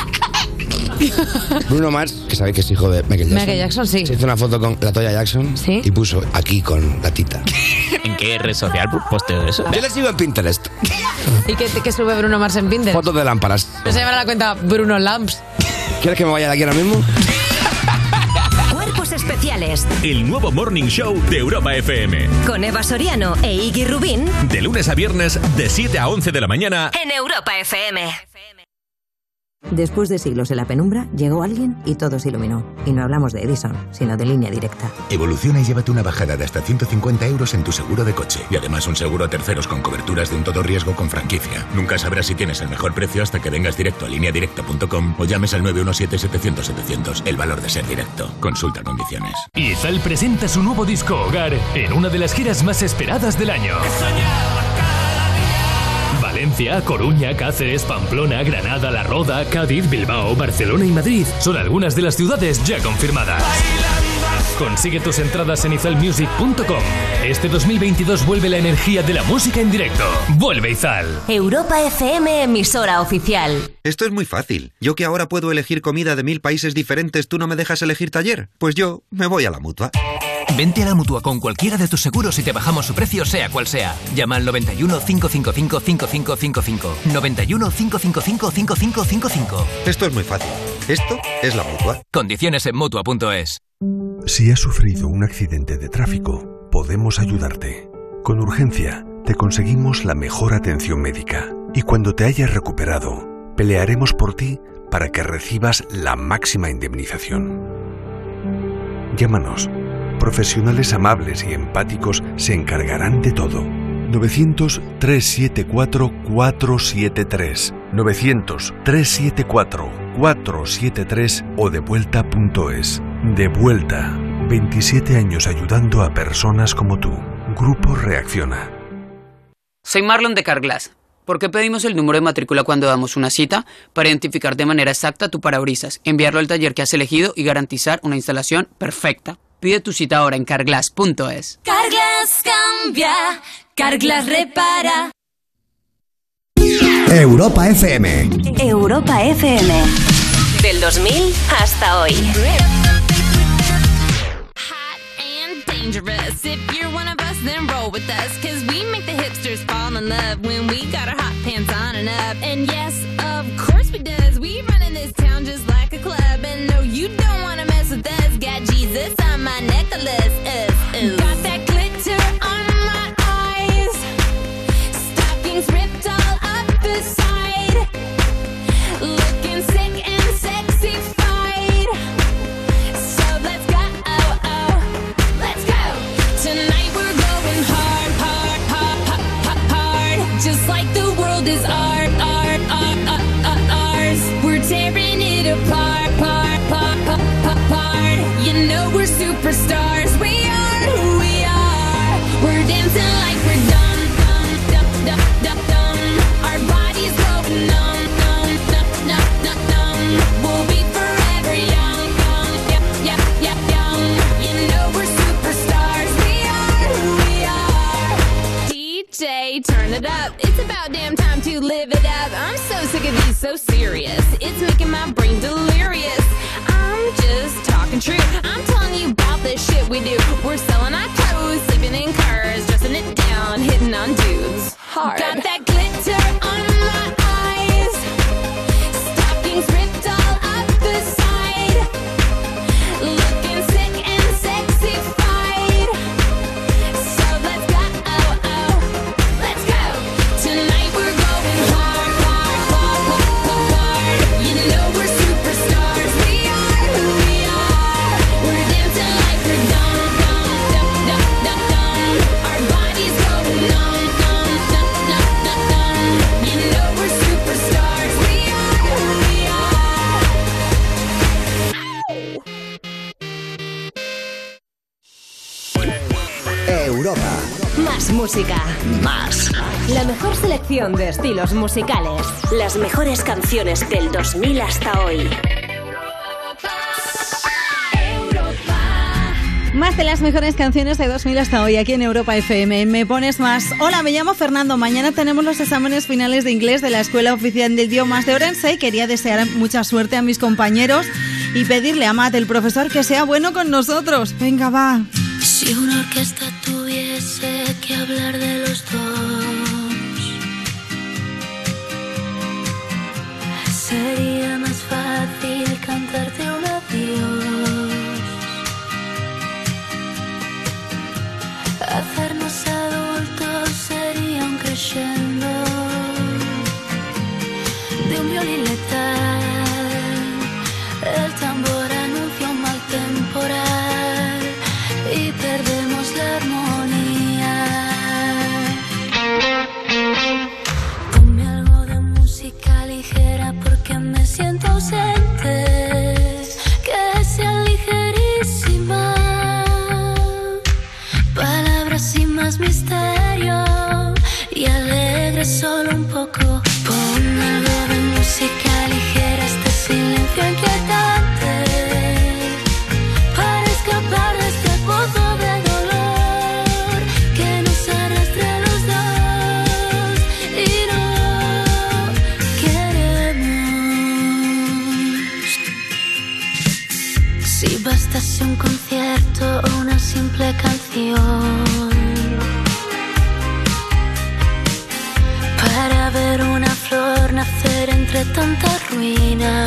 Bruno Mars, que sabéis que es hijo de Michael Jackson. Michael Jackson, sí. Se hizo una foto con la Toya Jackson. ¿Sí? Y puso aquí con la tita. ¿En qué red social posteo eso? Yo le sigo en Pinterest. ¿Y qué sube Bruno Mars en Pinterest? Fotos de lámparas. No se llama la cuenta Bruno Lamps. ¿Quieres que me vaya de aquí ahora mismo? Cuerpos especiales. El nuevo Morning Show de Europa FM. Con Eva Soriano e Iggy Rubín. De lunes a viernes, de 7 a 11 de la mañana. En Europa FM. Después de siglos en la penumbra, llegó alguien y todo se iluminó. Y no hablamos de Edison, sino de Línea Directa. Evoluciona y llévate una bajada de hasta 150 euros en tu seguro de coche. Y además un seguro a terceros con coberturas de un todo riesgo con franquicia. Nunca sabrás si tienes el mejor precio hasta que vengas directo a lineadirecta.com o llames al 917-700-700. El valor de ser directo. Consulta condiciones. Izal presenta su nuevo disco Hogar en una de las giras más esperadas del año. Valencia, Coruña, Cáceres, Pamplona, Granada, La Roda, Cádiz, Bilbao, Barcelona y Madrid son algunas de las ciudades ya confirmadas. Consigue tus entradas en izalmusic.com. Este 2022 vuelve la energía de la música en directo. Vuelve Izal. Europa FM, emisora oficial. Esto es muy fácil. Yo que ahora puedo elegir comida de 1000 países diferentes, ¿tú no me dejas elegir taller? Pues yo me voy a la Mutua. Vente a la Mutua con cualquiera de tus seguros y te bajamos su precio sea cual sea. Llama al 91 555 5555. 91 555 5555. Esto es muy fácil. Esto es la Mutua. Condiciones en Mutua.es. Si has sufrido un accidente de tráfico, podemos ayudarte. Con urgencia, te conseguimos la mejor atención médica. Y cuando te hayas recuperado, pelearemos por ti para que recibas la máxima indemnización. Llámanos. Profesionales amables y empáticos se encargarán de todo. 900-374-473. 900-374-473 o devuelta.es. De Vuelta. 27 años ayudando a personas como tú. Grupo Reacciona. Soy Marlon de Carglass. ¿Por qué pedimos el número de matrícula cuando damos una cita? Para identificar de manera exacta tu parabrisas, enviarlo al taller que has elegido y garantizar una instalación perfecta. Pide tu cita ahora en carglass.es. Carglass cambia, Carglass repara. Europa FM. Europa FM. Del 2000 hasta hoy. Hot and dangerous. If you're one of us, then roll with us. Cause we make the hipsters fall in love when we got our hot pants on and up. And yes, of course we does. We run in this town just like a club. And no, you don't wanna mess with us. Got Jesus on my necklace. Got that glitter on my eyes. Stockings ripped all up the side. Looking sick and sexified. So let's go, let's go. Tonight we're going hard, hard, hard, hard, hard, hard. Just like the world is ours. We're tearing it apart, You know we're superstars. We are who we are. We're dancing like we're dumb. Our bodies going numb. We'll be forever young. Young. You know we're superstars. We are who we are. DJ, turn it up. It's about damn time to live it up. I'm so sick of these so serious. It's making my brain delirious. I'm just talking true. I'm telling you about the shit we do. We're selling our clothes, sleeping in cars, dressing it down, hitting on dudes hard. Got that glitter on my eyes. Stockings ripped all up the side. Looking sick and sexified. So let's go, let's go. Tonight we're going hard. You know música. Más. La mejor selección de estilos musicales. Las mejores canciones del 2000 hasta hoy. Más de las mejores canciones de 2000 hasta hoy aquí en Europa FM. Me pones más. Hola, me llamo Fernando. Mañana tenemos los exámenes finales de inglés de la Escuela Oficial de Idiomas de Orense y quería desear mucha suerte a mis compañeros y pedirle a Matt, el profesor, que sea bueno con nosotros. Venga, va. Si una orquesta tuviese que hablar de los dos, sería más fácil cantarte un adiós. Hacernos adultos sería un crescendo de un violín letal. El tambor anuncia un mal temporal y perdemos la armonía. Ponme algo de música ligera porque me siento ausente, que sea ligerísima. Palabras sin más misterio y alegre solo un poco. Pon algo de música ligera, este silencio inquietante, para escapar de este pozo de dolor que nos arrastra a los dos y no queremos. Si bastase un concierto o una simple canción para ver una flor nacer entre tanta ruina,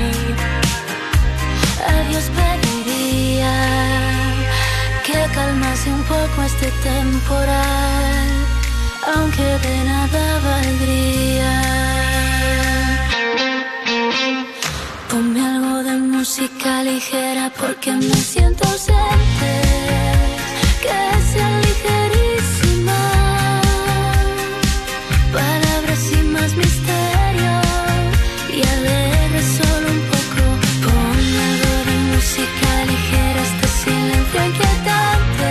a Dios pediría que calmase un poco este temporal, aunque de nada valdría. Ponme algo de música ligera porque me siento ausente, que sea ligerísima. Palabras sin más misterio y alegre solo un poco. Ponme algo de música ligera, este silencio inquietante,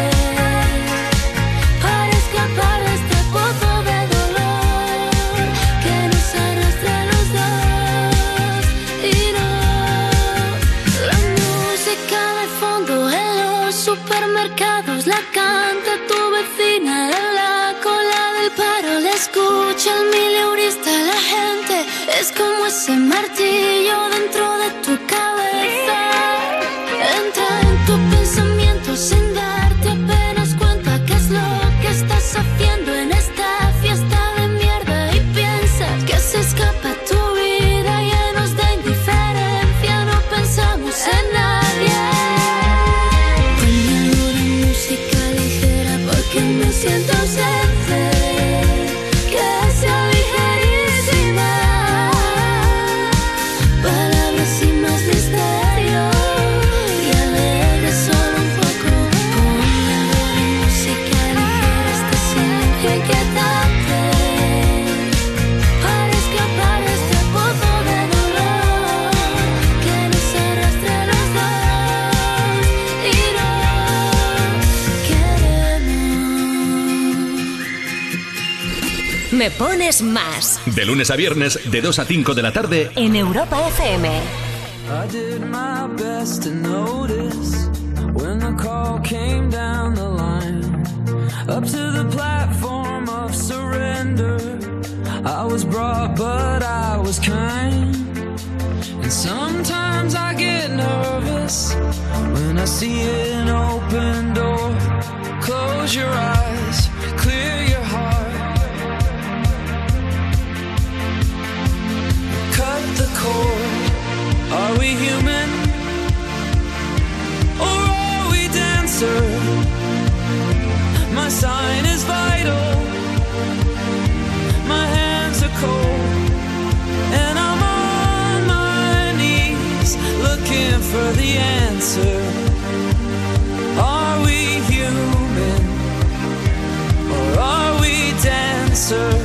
para escapar de este pozo de dolor que nos arrastra a los dos y no. La música de fondo en los supermercados la canta tu vecina en la cola del paro, la escucha el mileurista. La gente es como ese martillo dentro de tu cabeza, entra en tu pensamiento sin darte apenas cuenta qué es lo que estás haciendo en esta fiesta de mierda, y piensas que se escapa tu vida llenos de indiferencia, no pensamos en nadie. Ponme algo de música ligera porque me siento ausente, que sea ligerísima. Palabras sin más misterio y alegre solo un poco. Ponme algo de música ligera, este silencio inquietante, para escapar de este pozo de dolor que nos arrastra a los dos y no queremos. Me pones más. De lunes a viernes, de 2 a 5 de la tarde. En Europa FM. I did my best to notice when the call came down the line, up to the platform of surrender. I was brought, but I was kind. And sometimes I get nervous when I see an open door. Close your eyes, clear your heart. Cut the cord. Are we human? Or are we dancer? My sign is vital. My hands are cold. And I'm on my knees looking for the answer. Are we human? Or are we dancer?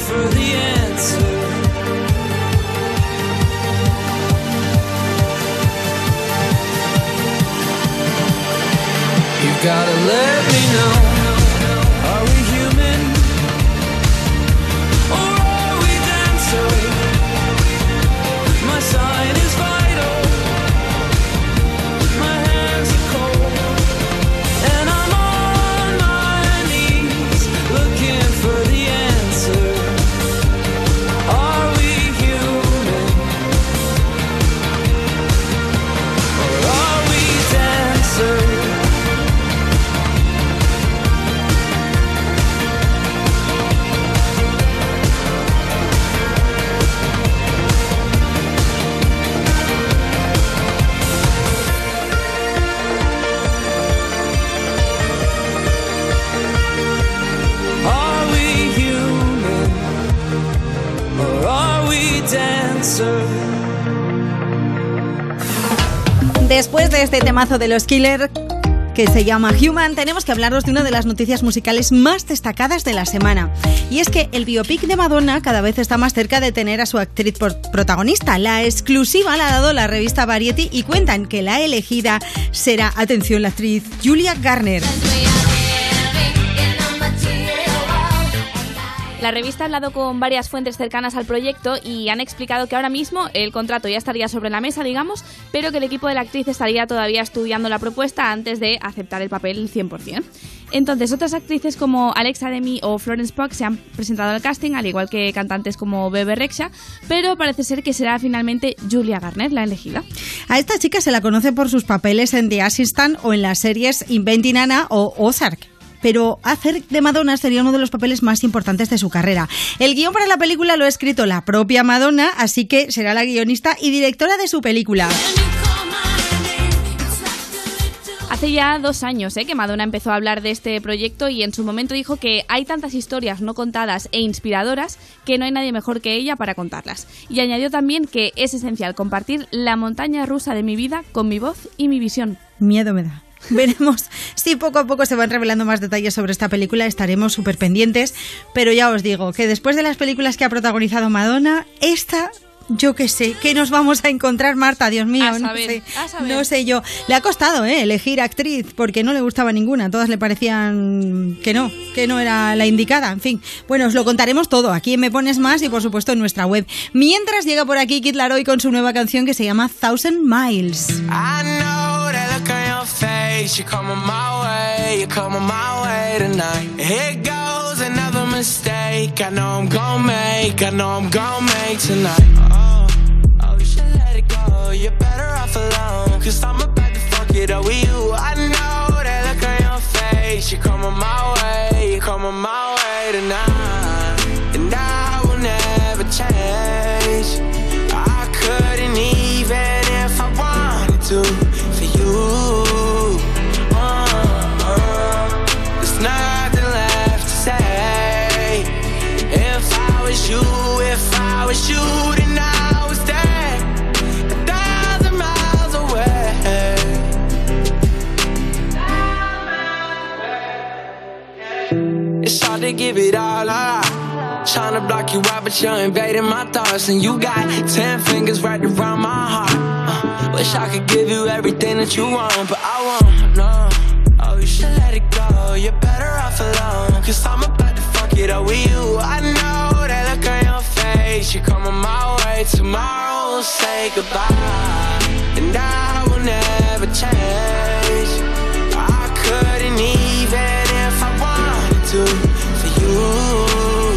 for the answer. You gotta let me know, are we human or are we dancer? My sign is vital, my hands are cold, and I'm on my knees looking for the answer. Are we human or are we dancer? Are we human or are we dancer? Después de este temazo de los Killer que se llama Human, tenemos que hablaros de una de las noticias musicales más destacadas de la semana. Y es que el biopic de Madonna cada vez está más cerca de tener a su actriz protagonista. La exclusiva la ha dado la revista Variety y cuentan que la elegida será, atención, la actriz Julia Garner. La revista ha hablado con varias fuentes cercanas al proyecto y han explicado que ahora mismo el contrato ya estaría sobre la mesa, digamos, pero que el equipo de la actriz estaría todavía estudiando la propuesta antes de aceptar el papel 100%. Entonces, otras actrices como Alexa Demi o Florence Pugh se han presentado al casting, al igual que cantantes como Bebe Rexha, pero parece ser que será finalmente Julia Garner la elegida. A esta chica se la conoce por sus papeles en The Assistant o en las series Inventing Anna o Ozark. Pero hacer de Madonna sería uno de los papeles más importantes de su carrera. El guión para la película lo ha escrito la propia Madonna, así que será la guionista y directora de su película. Hace ya 2 años que Madonna empezó a hablar de este proyecto y en su momento dijo que hay tantas historias no contadas e inspiradoras que no hay nadie mejor que ella para contarlas. Y añadió también que es esencial compartir la montaña rusa de mi vida con mi voz y mi visión. Miedo me da. Veremos si poco a poco se van revelando más detalles sobre esta película, estaremos súper pendientes, pero ya os digo que después de las películas que ha protagonizado Madonna, esta... Yo qué sé, ¿qué nos vamos a encontrar, Marta? Dios mío, no sé yo. Le ha costado elegir actriz porque no le gustaba ninguna. Todas le parecían que no era la indicada. En fin, bueno, os lo contaremos todo aquí en Me Pones Más y por supuesto en nuestra web. Mientras llega por aquí Kid Laroi con su nueva canción que se llama 1000 Miles. You're coming my way, you're coming my way tonight. Here goes another mistake I know I'm gonna make, I know I'm gonna make tonight. Oh, you should let it go, you're better off alone. Cause I'm about to fuck it up with you. I know that look on your face. You're coming my way, you're coming my way tonight. And I will never change. I couldn't even if I wanted to for you. Nothing left to say. If I was you, then I was there 1,000 miles away. It's hard to give it all up. Trying to block you out, but you're invading my thoughts. And you got 10 fingers right around my heart. Wish I could give you everything that you want, but I won't, no. Oh, you should let it go, you're better off alone. Cause I'm about to fuck it up with you. I know that look on your face. You're coming my way, tomorrow we'll say goodbye. And I will never change. I couldn't even if I wanted to for you.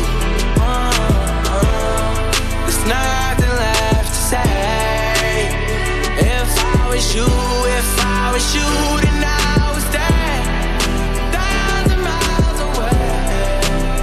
There's nothing left to say. If I was you, then I was there 1,000 miles away.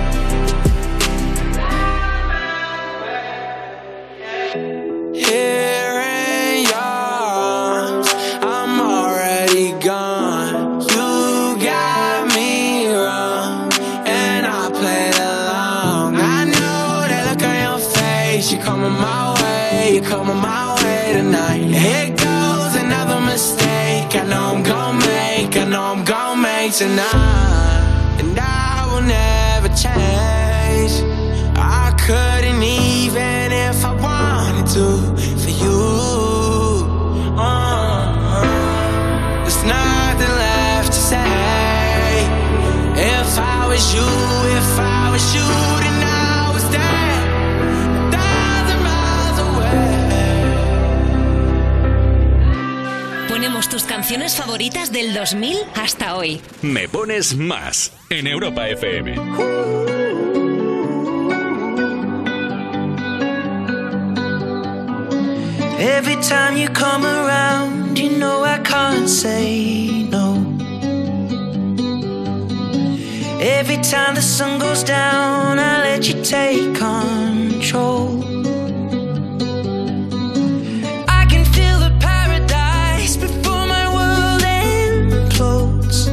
Here in your arms, I'm already gone. You got me wrong, and I played along. I know that look on your face. You're coming my way, you're coming my way tonight. Here goes another mistake. I know I'm gonna make, I know I'm gonna make tonight. And I will never change. I was you, if I was you, then I was there, 1,000 miles away. Ponemos tus canciones favoritas del 2000 hasta hoy. Me Pones Más en Europa FM. Every time you come around, you know I can't say no. Every time the sun goes down, I let you take control. I can feel the paradise before my world implodes.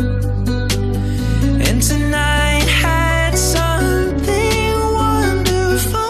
And tonight had something wonderful.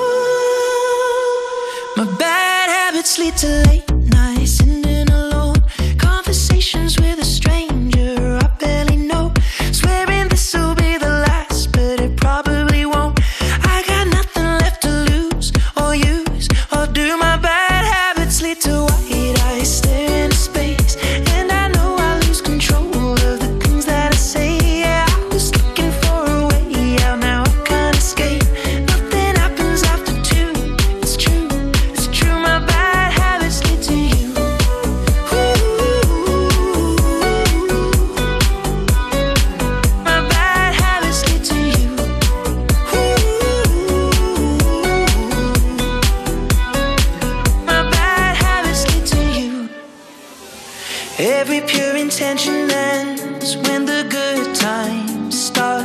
My bad habits lead to late nights, sitting alone, conversations with a stranger I barely know, swearing this will be the last, but it probably won't. I got nothing left to lose or use or do. My bad habits lead to white eyes stare into space, and I know I lose control of the things that I say. Yeah, I was looking for a way out, now I can't escape. Nothing happens after 2. It's true, it's true. My bad habits lead to you. My bad habits lead to you. My bad habits lead to you. Every pure intention ends when the good times start.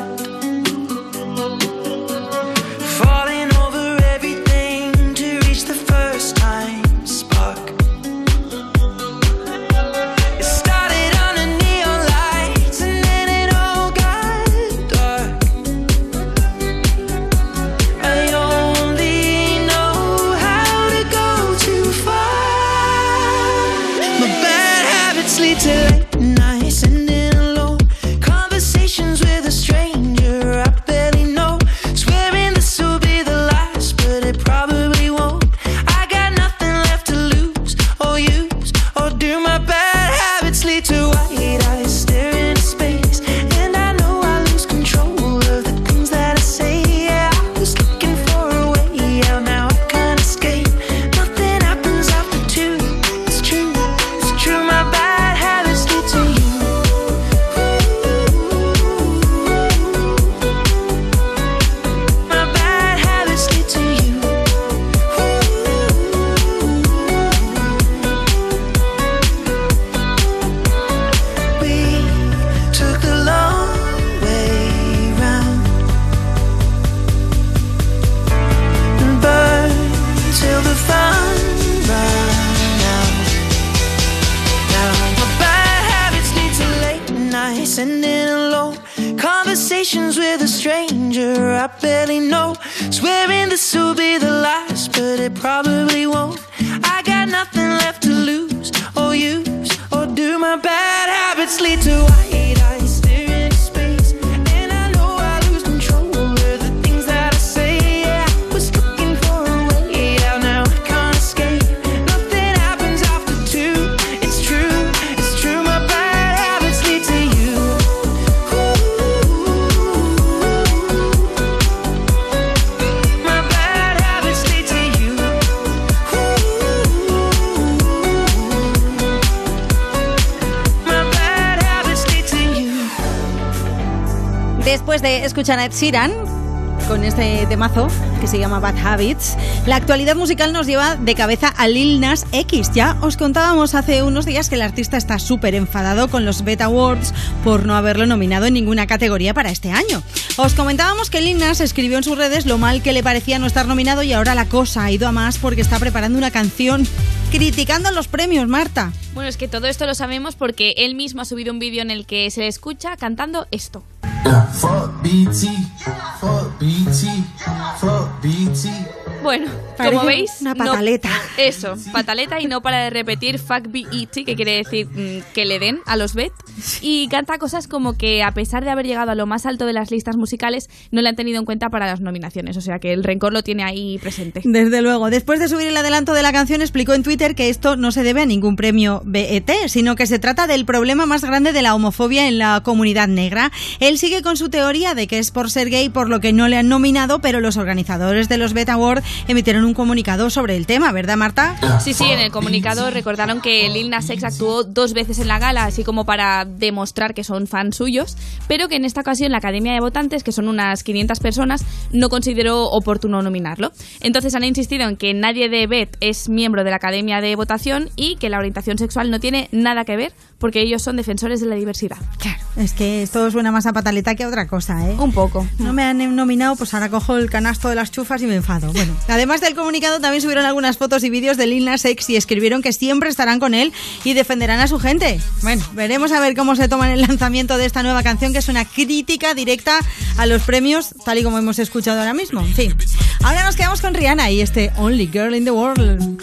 Falling over everything to reach the first time spark. It started under neon lights and then it all got dark. I only know how to go too far. My bad habits lead to late nights, sitting alone, conversations with a stranger I barely know, swearing this will be the last, but it probably won't. I got nothing left to lose or use or do. My bad habits lead to white eyes staring into space, and I know I lose control of the things that I say. Yeah, I was looking for a way out, now I can't escape. Nothing happens after 2. It's true, it's true. My bad habits lead to you. My bad habits lead to you. We took the long way round and burned till the fun ran out. Now my bad habits lead to late nights, sitting alone, conversations with a stranger I barely know, swearing this will be the last, but it probably won't. I got nothing left to lose or use or do. My bad habits lead to white eyes staring into space, and I know I lose control of the things that I say. Yeah, I was looking for a way out, now I can't escape. Nothing happens after 2. It's true, it's true. My bad habits lead to you. My bad habits lead to you. My bad habits lead to you. Después de escuchar a Ed Sheeran con este temazo que se llama Bad Habits, la actualidad musical nos lleva de cabeza a Lil Nas X. Ya os contábamos hace unos días que el artista está súper enfadado con los BET Awards por no haberlo nominado en ninguna categoría para este año. Os comentábamos que Lil Nas escribió en sus redes lo mal que le parecía no estar nominado, y ahora la cosa ha ido a más porque está preparando una canción criticando los premios, Marta. Bueno, es que todo esto lo sabemos porque él mismo ha subido un vídeo en el que se le escucha cantando esto. Fuck BT, fuck BT, fuck BT. Bueno, Parece como veis... una pataleta. Eso, pataleta y no para de repetir fuck BET, que quiere decir que le den a los BET. Y canta cosas como que a pesar de haber llegado a lo más alto de las listas musicales, no le han tenido en cuenta para las nominaciones. O sea que el rencor lo tiene ahí presente. Desde luego. Después de subir el adelanto de la canción, explicó en Twitter que esto no se debe a ningún premio BET, sino que se trata del problema más grande de la homofobia en la comunidad negra. Él sigue con su teoría de que es por ser gay por lo que no le han nominado, pero los organizadores de los BET Awards emitieron un comunicado sobre el tema, ¿verdad, Marta? Sí, en el comunicado recordaron que Lil Nas X actuó 2 veces en la gala, así como para demostrar que son fans suyos, pero que en esta ocasión la Academia de Votantes, que son unas 500 personas, no consideró oportuno nominarlo. Entonces han insistido en que nadie de BET es miembro de la Academia de Votación y que la orientación sexual no tiene nada que ver porque ellos son defensores de la diversidad. Claro, es que esto suena más a pataleta que a otra cosa, ¿eh? Un poco. No me han nominado, pues ahora cojo el canasto de las chufas y me enfado. Bueno, además del comunicado también subieron algunas fotos y vídeos de Lil Nas X y escribieron que siempre estarán con él y defenderán a su gente. Bueno, veremos a ver cómo se toman el lanzamiento de esta nueva canción, que es una crítica directa a los premios, tal y como hemos escuchado ahora mismo. En fin, ahora nos quedamos con Rihanna y este Only Girl in the World.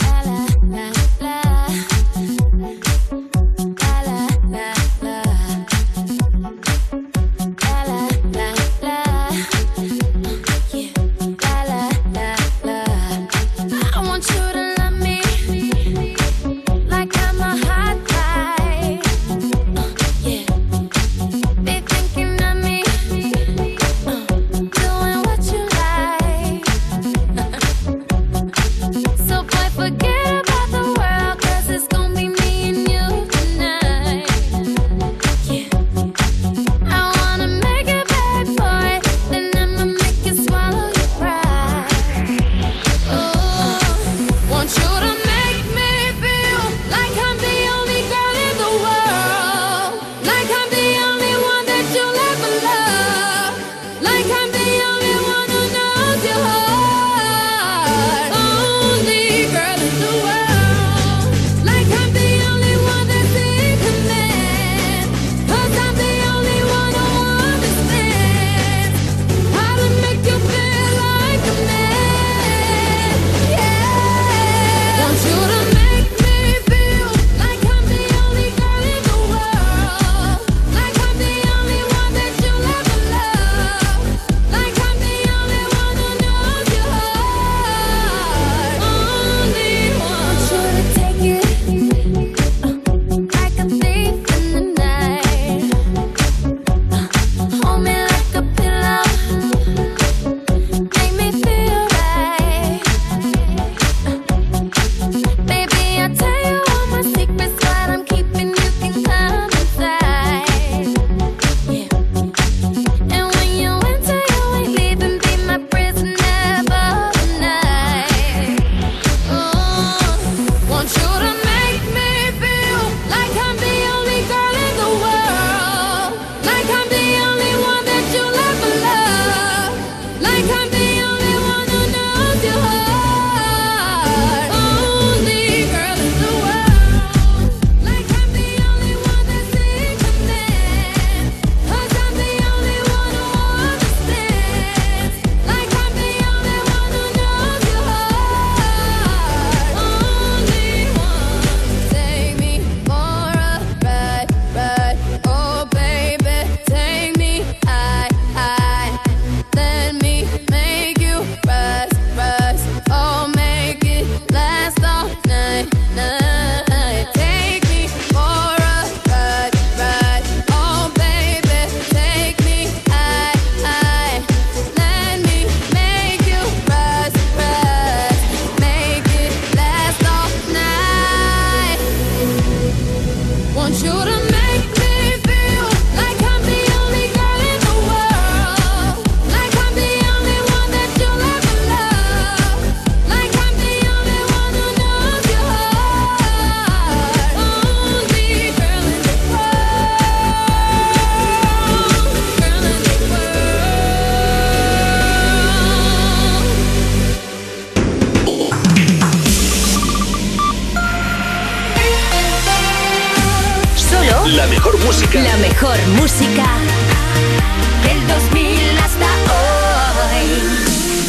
La mejor música. La mejor música del 2000 hasta hoy.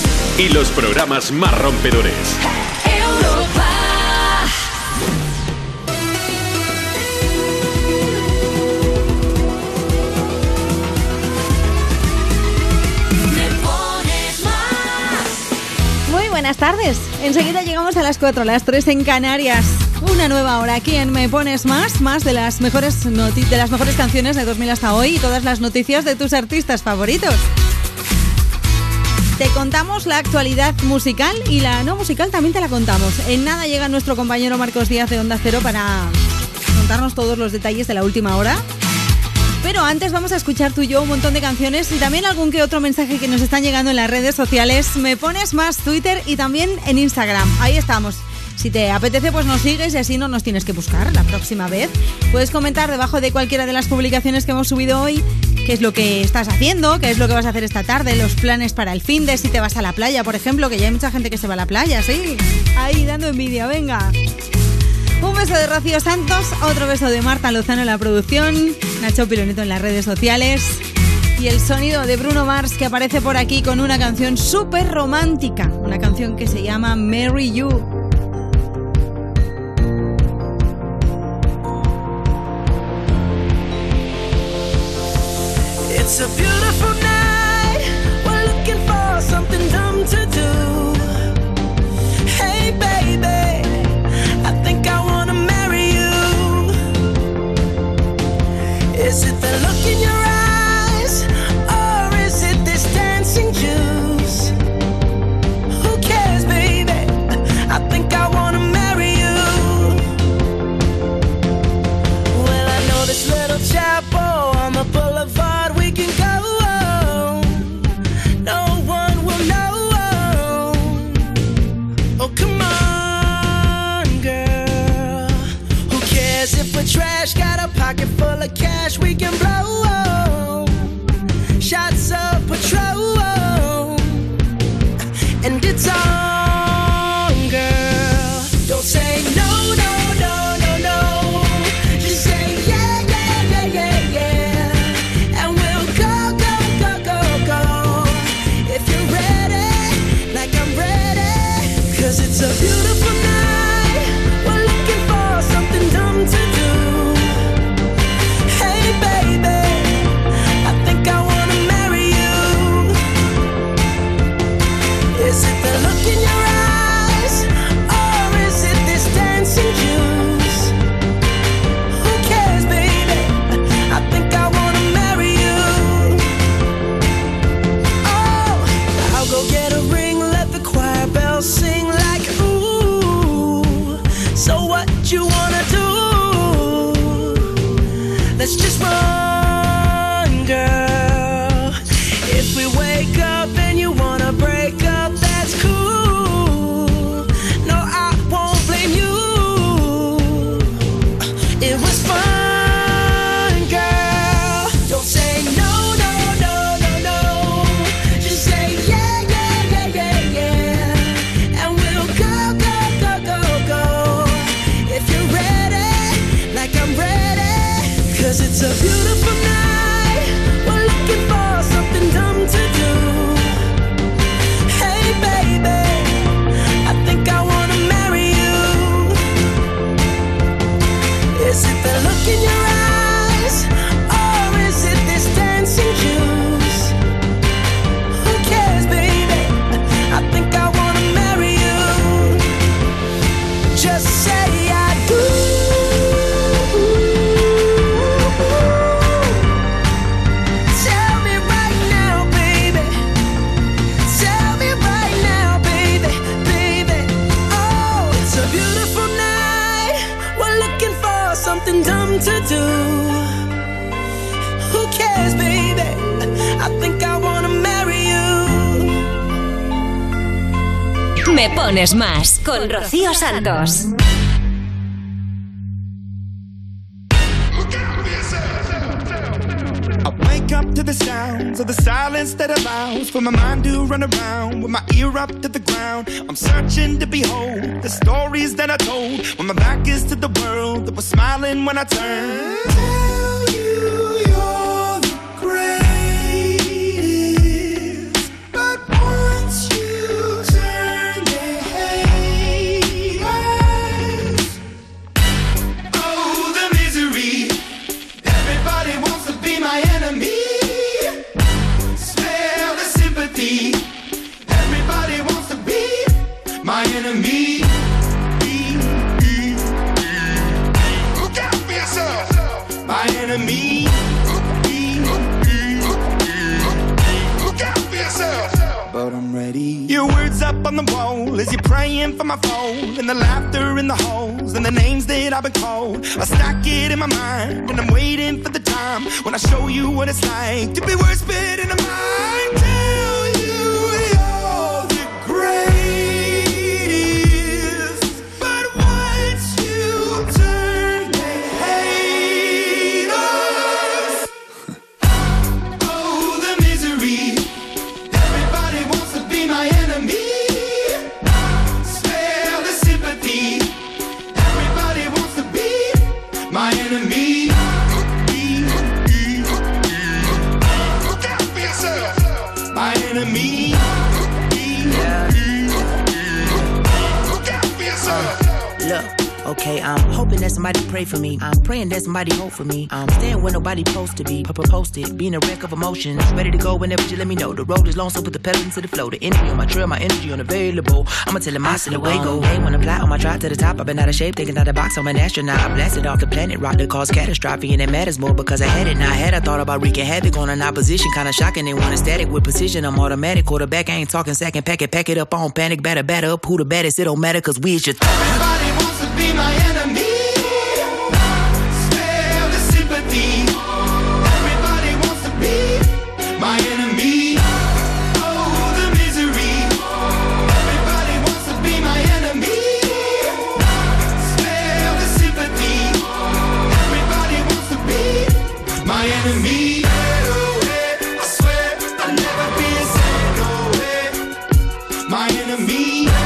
y los programas más rompedores. Muy buenas tardes. Enseguida llegamos a las 4, las 3 en Canarias. Una nueva hora aquí en Me Pones Más de las mejores canciones de 2000 hasta hoy y todas las noticias de tus artistas favoritos. Te contamos la actualidad musical y la no musical también te la contamos. En nada llega nuestro compañero Marcos Díaz de Onda Cero para contarnos todos los detalles de la última hora. Pero antes vamos a escuchar tú y yo un montón de canciones y también algún que otro mensaje que nos están llegando en las redes sociales. Me Pones Más Twitter y también en Instagram. Ahí estamos. Si te apetece, pues nos sigues y así no nos tienes que buscar la próxima vez. Puedes comentar debajo de cualquiera de las publicaciones que hemos subido hoy qué es lo que estás haciendo, qué es lo que vas a hacer esta tarde, los planes para el finde, si te vas a la playa, por ejemplo, que ya hay mucha gente que se va a la playa, ¿sí? Ahí dando envidia, venga. Un beso de Rocío Santos, otro beso de Marta Lozano en la producción, Nacho Piloneto en las redes sociales y el sonido de Bruno Mars que aparece por aquí con una canción súper romántica, una canción que se llama Marry You. It's a beautiful night. We're looking for something dumb to do. Hey baby, I think I wanna marry you. Is it the look in your eyes, or is it this dancing juice? Who cares, baby? I think I wanna marry you. Well, I know this little chapel on the boulevard. We can go, no one will know. Oh, come on, girl. Who cares if we're trash? Got a pocket full of cash we can blow. Shots of Patrol, and it's on, girl. Don't say no, no, no, no, no. Just say yeah, yeah, yeah, yeah, yeah. And we'll go, go, go, go, go. If you're ready, like I'm ready. 'Cause it's a beautiful night. We're looking for something dumb to do. Hey baby, I think I wanna marry you. Is it the look in your eyes, or is it this dancing juice? Who cares, baby? I think I wanna marry you. Oh, I'll go get a ring, let the choir bells sing like ooh. So what you wanna do? Let's just run, girl. If we wake up and you wanna break up, that's cool. No, I won't blame you. It was fun, girl. Don't say no, no, no, no, no. Just say yeah, yeah, yeah, yeah, yeah. And we'll go, go, go, go, go. If you're ready, like I'm ready. 'Cause it's a beautiful night. We're looking for something dumb to do. Hey baby, I think I wanna marry you. Is it the look in your eyes, or is it this dancing juice? Who cares, baby? I think I wanna marry you. Just say I do. Tell me right now, baby. Tell me right now, baby, baby. Oh, it's a beautiful night. We're looking for something dumb to do. Who cares, baby? I think I wanna marry you. Me Pones Más con Rocío Santos. I wake up to the sounds of the silence that allows for my mind to run around with my ear up to the ground. I'm searching to behold the stories that I told when my back is to the world that was smiling when I turned. Tell you you're the greatest, but once you my enemy. Look out for yourself, my enemy. Look out for yourself. But I'm ready. Your words up on the wall as you're praying for my phone, and the laughter in the halls and the names that I've been called. I stack it in my mind and I'm waiting for the time when I show you what it's like to be worse fit in a mind. Tell you you're the greatest, but once you turn they hate us. Oh, the misery. Everybody wants to be my enemy. Spare the sympathy. Everybody wants to be my enemy. Look out for yourself, my enemy. Look out for yourself. Look, okay, I'm hoping that somebody pray for me. I'm praying that somebody hope for me. I'm staying where nobody supposed to be. Posted, being a wreck of emotions. Ready to go whenever you let me know. The road is long, so put the pedal into the flow. The energy on my trail, my energy unavailable. I'ma tell him I still away go. Hey, when I fly on my drive to the top, I've been out of shape, thinking out the box. I'm an astronaut. I blasted off the planet, rock that caused catastrophe, and it matters more because I had it. Now I had I thought about wreaking havoc on an opposition, kinda shocking. They want static with precision. I'm automatic, quarterback. I ain't talking second pack it up on panic, batter up. Who the baddest? It don't matter, cause we is just. Everybody wants to be my enemy. Spare the sympathy. Everybody wants to be my enemy. Oh, the misery. Everybody wants to be my enemy. Spare the sympathy. Everybody wants to be my enemy. I swear I'll never be a sad no way. My enemy.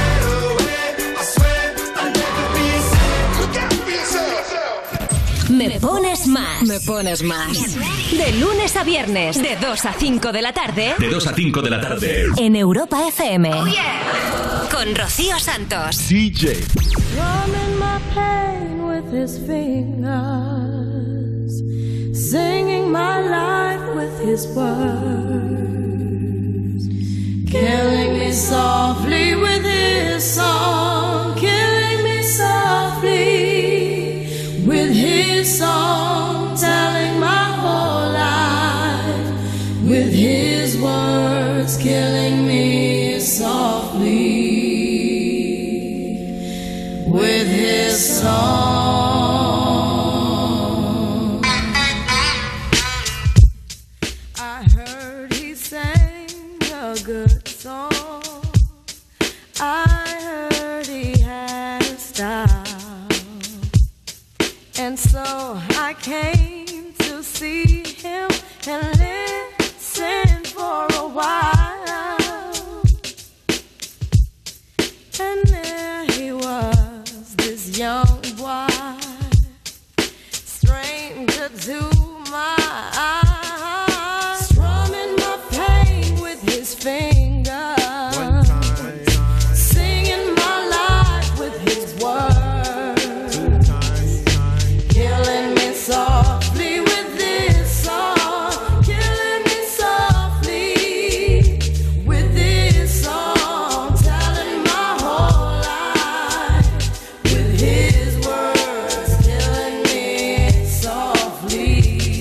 Me pones más. Me pones más. De lunes a viernes, de 2 a 5 de la tarde. De 2 a 5 de la tarde. En Europa FM. Oh, yeah. Con Rocío Santos. DJ. Drumming my pain with his fingers, singing my life with his words, killing me softly with his song, killing me softly with his song, telling my whole life with his words, killing me softly with his song. I heard he sang a good song. I heard he had a style. And so I came to see him and listen for a while. And there he was, this young boy, stranger to my eyes, strumming my pain with his fingers, singing my life with his words, killing me softly with this song, killing me softly with this song, telling my whole life with his words, killing me softly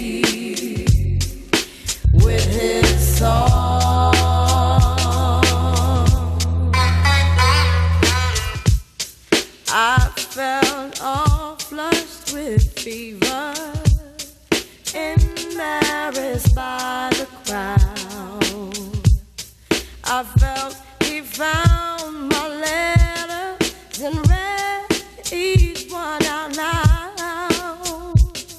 with his song. I felt all flushed with fever, embarrassed by the crowd. I felt he found my letters and read each one out loud.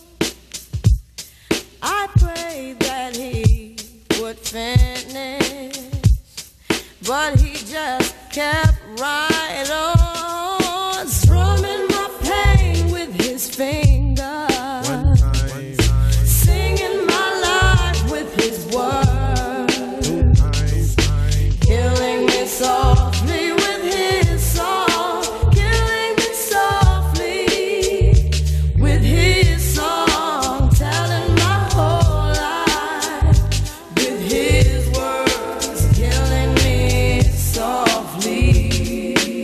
I prayed that he would finish, but he just kept right on, strumming my pain with his fingers, singing my life with his words, killing me softly with his song, killing me softly with his song, telling my whole life with his words, killing me softly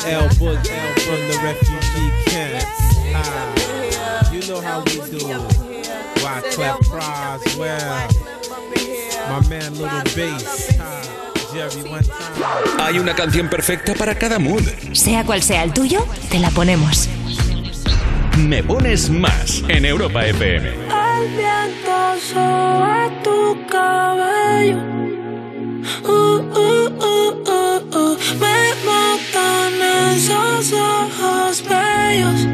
L Boogie from the refugee camp. You know how we do. Wyclef Croswell, my man Little Bass. Jerry one time. Hay una canción perfecta para cada mood. Sea cual sea el tuyo, te la ponemos. Me Pones Más en Europa FM. El viento sobre tu cabello. Me matan esos ojos bellos.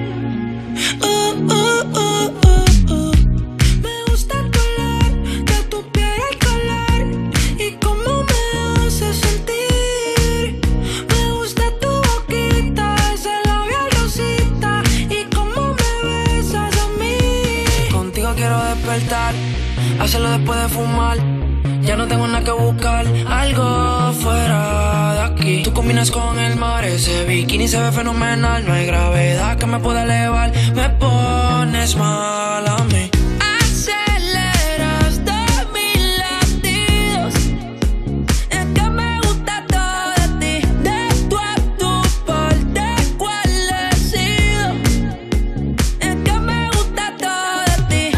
Me gusta el color de tu piel, el color y cómo me hace sentir. Me gusta tu boquita, ese labial rosita y cómo me besas a mí. Contigo quiero despertar, hacerlo después de fumar. Ya no tengo nada que buscar, algo fuera de aquí. Tú combinas con el mar, ese bikini se ve fenomenal. No hay gravedad que me pueda elevar, me pones mal a mí. Aceleras todos mis latidos. Es que me gusta todo de ti, de tu a tu parte cuál he sido. Es que me gusta todo de ti.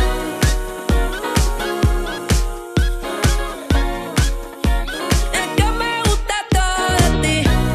Es que me gusta todo de ti.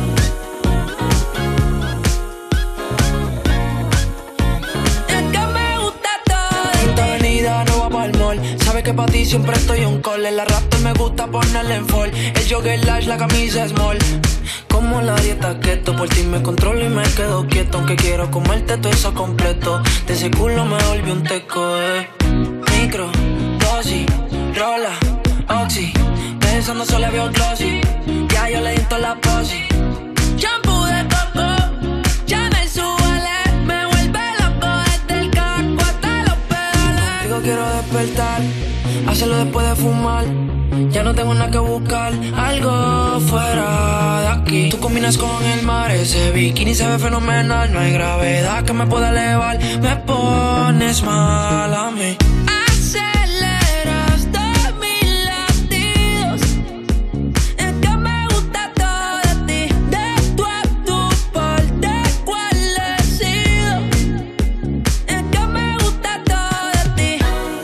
Es que me gusta todo de ti. Esta avenida no va pa'l mall. Sabes que pa' ti siempre estoy on call. El arrastre me gusta ponerle en fall. El jogger large, la camisa small. Como la dieta keto, por ti me controlo y me quedo quieto. Aunque quiero comerte todo eso completo. De ese culo me volví un teco, Micro, dosis, rola, oxi. Pensando solo veo glossy. Ya yo le di toda la posi. Shampoo de coco, ya me subale. Me vuelve loco desde el casco hasta los pedales. Contigo quiero despertar, hacerlo después de fumar. Ya no tengo nada que buscar, algo fuera de aquí. Tú combinas con el mar, ese bikini se ve fenomenal. No hay gravedad que me pueda elevar, me pones mal a mí. Aceleras todos mis latidos. Es que me gusta todo de ti, de tu a tu parte cuál he sido. Es que me gusta todo de ti.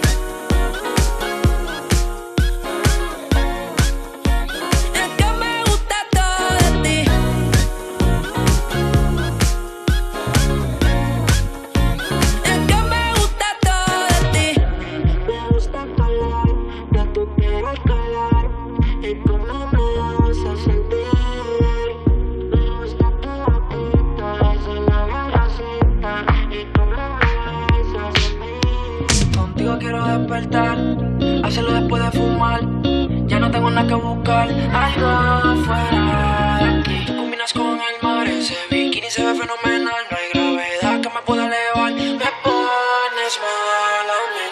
Es que me gusta todo de ti. Es que me gusta todo de ti. Me gusta el color de tu piel, el color y cómo me hace sentir. Me gusta tu boquita, ese labial rosita y cómo me besas a mí. Contigo quiero despertar, hacerlo después de fumar. Ya no tengo nada que buscar, algo fuera de aquí. Tú combinas con el mar, ese bikini se ve fenomenal. No hay gravedad que me pueda elevar, me pones mal a mí.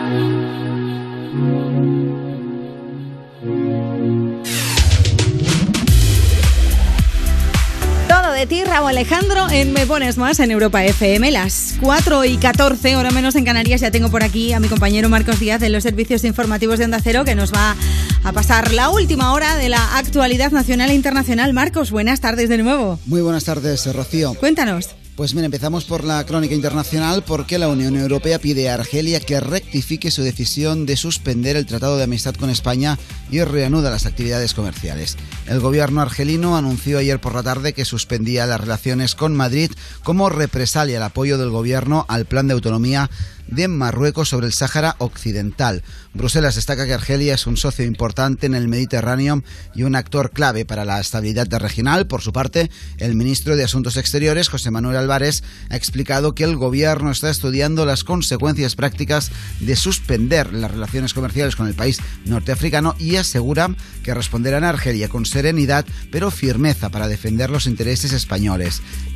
Todo de ti, Rauw Alejandro, en Me Pones Más en Europa FM. Las 4:14, hora menos en Canarias. Ya tengo por aquí a mi compañero Marcos Díaz de los servicios informativos de Onda Cero, que nos va a pasar la última hora de la actualidad nacional e internacional. Marcos, buenas tardes de nuevo. Muy buenas tardes, Rocío. Cuéntanos. Pues mira, empezamos por la crónica internacional porque la Unión Europea pide a Argelia que rectifique su decisión de suspender el Tratado de Amistad con España y reanuda las actividades comerciales. El gobierno argelino anunció ayer por la tarde que suspendía las relaciones con Madrid como represalia al apoyo del gobierno al plan de autonomía de Marruecos sobre el Sáhara Occidental. Bruselas destaca que Argelia es un socio importante en el Mediterráneo y un actor clave para la estabilidad regional. Por su parte, el ministro de Asuntos Exteriores, José Manuel Álvarez, ha explicado que el gobierno está estudiando las consecuencias prácticas de suspender las relaciones comerciales con el país norteafricano y asegura que responderán a Argelia con serenidad pero firmeza para defender los intereses españoles.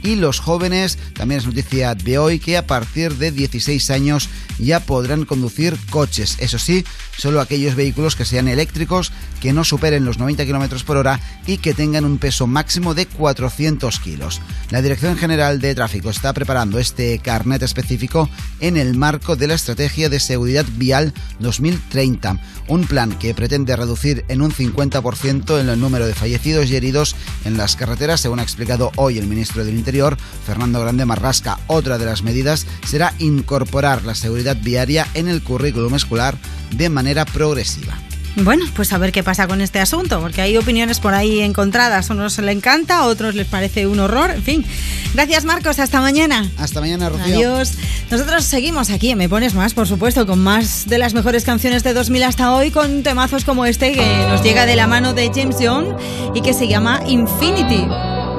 Y los jóvenes, también es noticia de hoy, que a partir de 16 años ya podrán conducir coches. Eso sí, solo aquellos vehículos que sean eléctricos, que no superen los 90 km por hora y que tengan un peso máximo de 400 kilos. La Dirección General de Tráfico está preparando este carnet específico en el marco de la Estrategia de Seguridad Vial 2030, un plan que pretende reducir en un 50% el número de fallecidos y heridos en las carreteras, según ha explicado hoy el ministro del Interior, Fernando Grande Marrasca. Otra de las medidas será incorporar la seguridad viaria en el currículum escolar de manera progresiva. Bueno, pues a ver qué pasa con este asunto, porque hay opiniones por ahí encontradas. A unos les encanta, a otros les parece un horror, en fin. Gracias, Marcos, hasta mañana. Hasta mañana, Rocío. Adiós. Nosotros seguimos aquí en Me Pones Más, por supuesto, con más de las mejores canciones de 2000 hasta hoy, con temazos como este que nos llega de la mano de James Young y que se llama Infinity.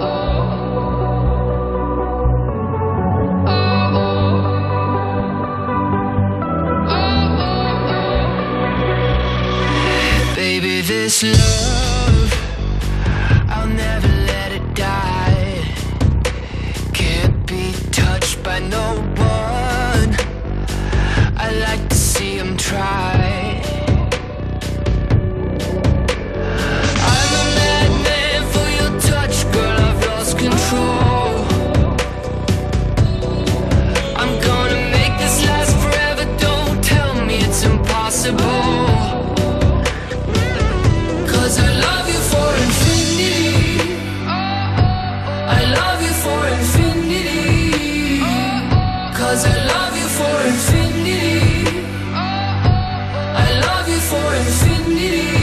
This love, I'll never let it die. Can't be touched by no one. I like to see them try. I'm a madman for your touch, girl, I've lost control. I'm gonna make this last forever, don't tell me it's impossible. I love you for infinity. I love you for infinity. 'Cause I love you for infinity. I love you for infinity.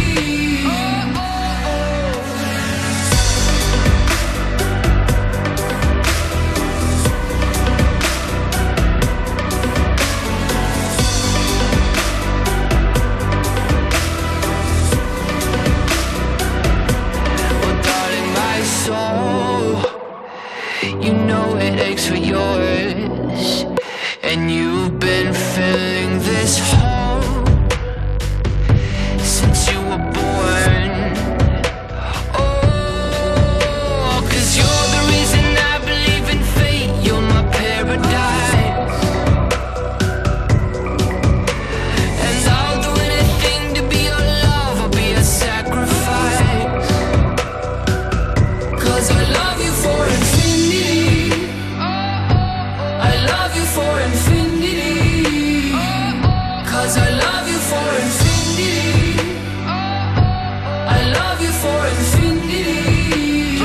You know it aches for yours, and you've been filling this hole since you were born. Oh, 'cause you're the reason I believe in fate. You're my paradise, and I'll do anything to be your love. I'll be a sacrifice, 'cause I love you for infinity. I love you for infinity. 'Cause I love you for infinity. I love you for infinity.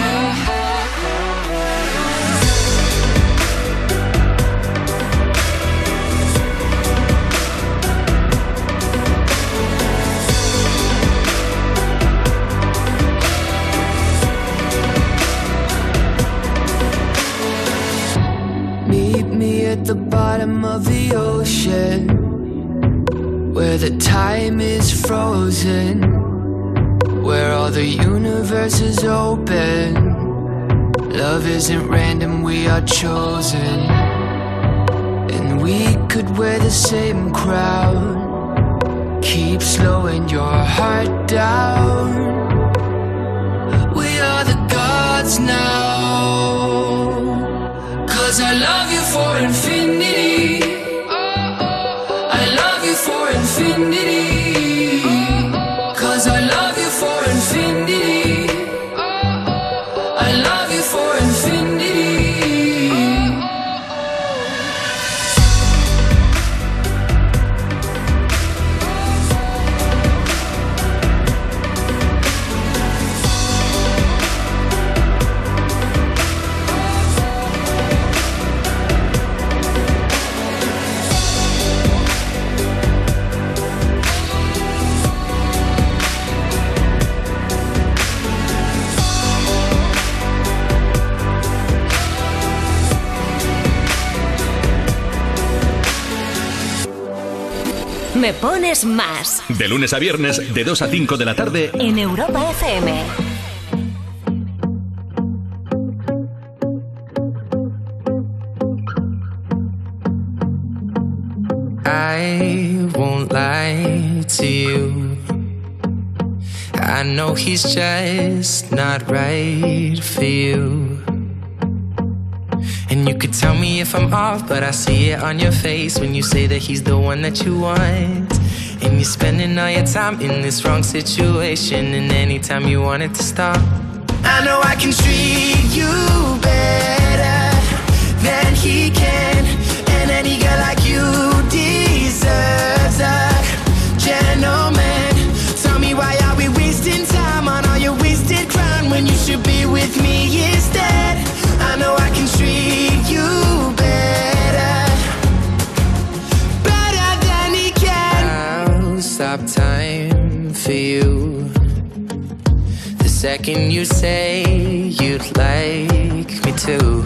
Meet me at the bottom of the ocean, where the time is frozen, where all the universe is open. Love isn't random, we are chosen, and we could wear the same crown. Keep slowing your heart down. We are the gods now. 'Cause I love you for infinity. I love you for infinity. 'Cause I love you for infinity. I love you for infinity. Me Pones Más. De lunes a viernes, de 2 a 5 de la tarde. En Europa FM. I won't lie to you. I know he's just not right for you. You could tell me if I'm off, but I see it on your face when you say that he's the one that you want. And you're spending all your time in this wrong situation, and anytime you want it to stop, I know I can treat you better than he can. And any girl like you deserves a gentleman. Tell me, why are we wasting time on all your wasted crown when you should be with me instead? I know I can treat you better, better than he can. I'll stop time for you the second you say you'd like me to.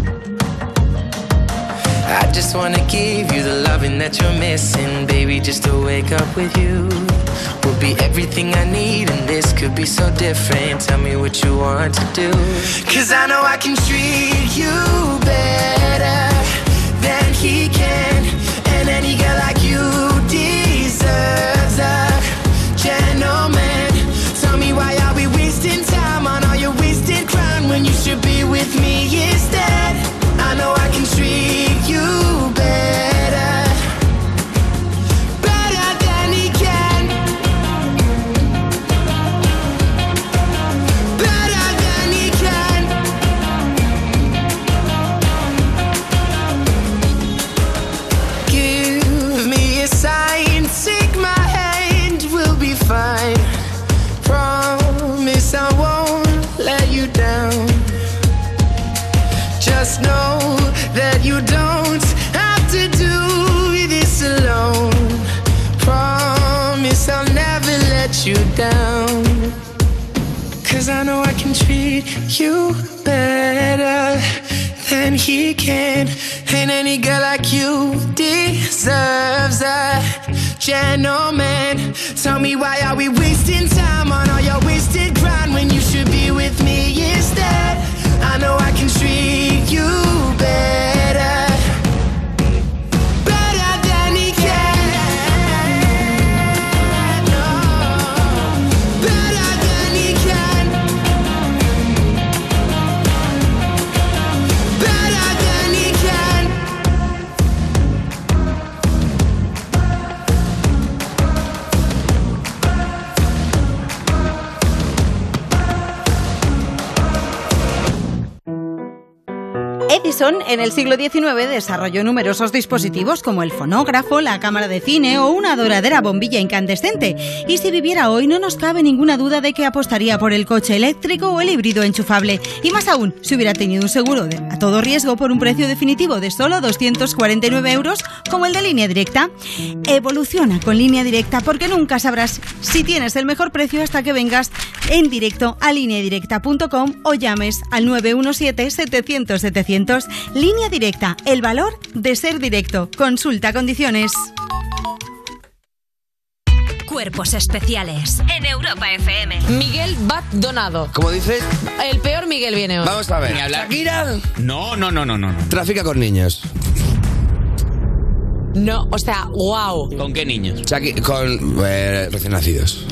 I just wanna give you the loving that you're missing, baby. Just to wake up with you will be everything I need, and this could be so different. Tell me what you want to do, 'cause I know I can treat you better than he can. And any girl like you deserves a gentleman. Tell me, why are we wasting time on all your wasted crown when you should be with me instead? I know I can treat you better, better than he can, better than he can. Give me a sign, take my hand, we'll be fine. Promise I won't let you down. Just know that you don't have to do this alone. Promise I'll never let you down, 'cause I know I can treat you better than he can. And any girl like you deserves a gentleman. Tell me, why are we wasting time on all your wasted grind when you should be with me instead? I know I can treat you better, better than he can. No, better than he can, better than he can. Edison en el siglo XIX desarrolló numerosos dispositivos como el fonógrafo, la cámara de cine o una doradera bombilla incandescente. Y si viviera hoy, no nos cabe ninguna duda de que apostaría por el coche eléctrico o el híbrido enchufable. Y más aún, si hubiera tenido un seguro a todo riesgo por un precio definitivo de solo 249 euros, como el de Línea Directa. Evoluciona con Línea Directa, porque nunca sabrás si tienes el mejor precio hasta que vengas en directo a lineadirecta.com o llames al 917-700-700. Línea Directa, el valor de ser directo. Consulta condiciones. Cuerpos especiales en Europa FM. Miguel Bat Donado. ¿Cómo dices? El peor Miguel viene hoy. Vamos a ver. ¿Shakira? No. Trafica con niños. No, o sea, wow. ¿Con qué niños? Con recién nacidos.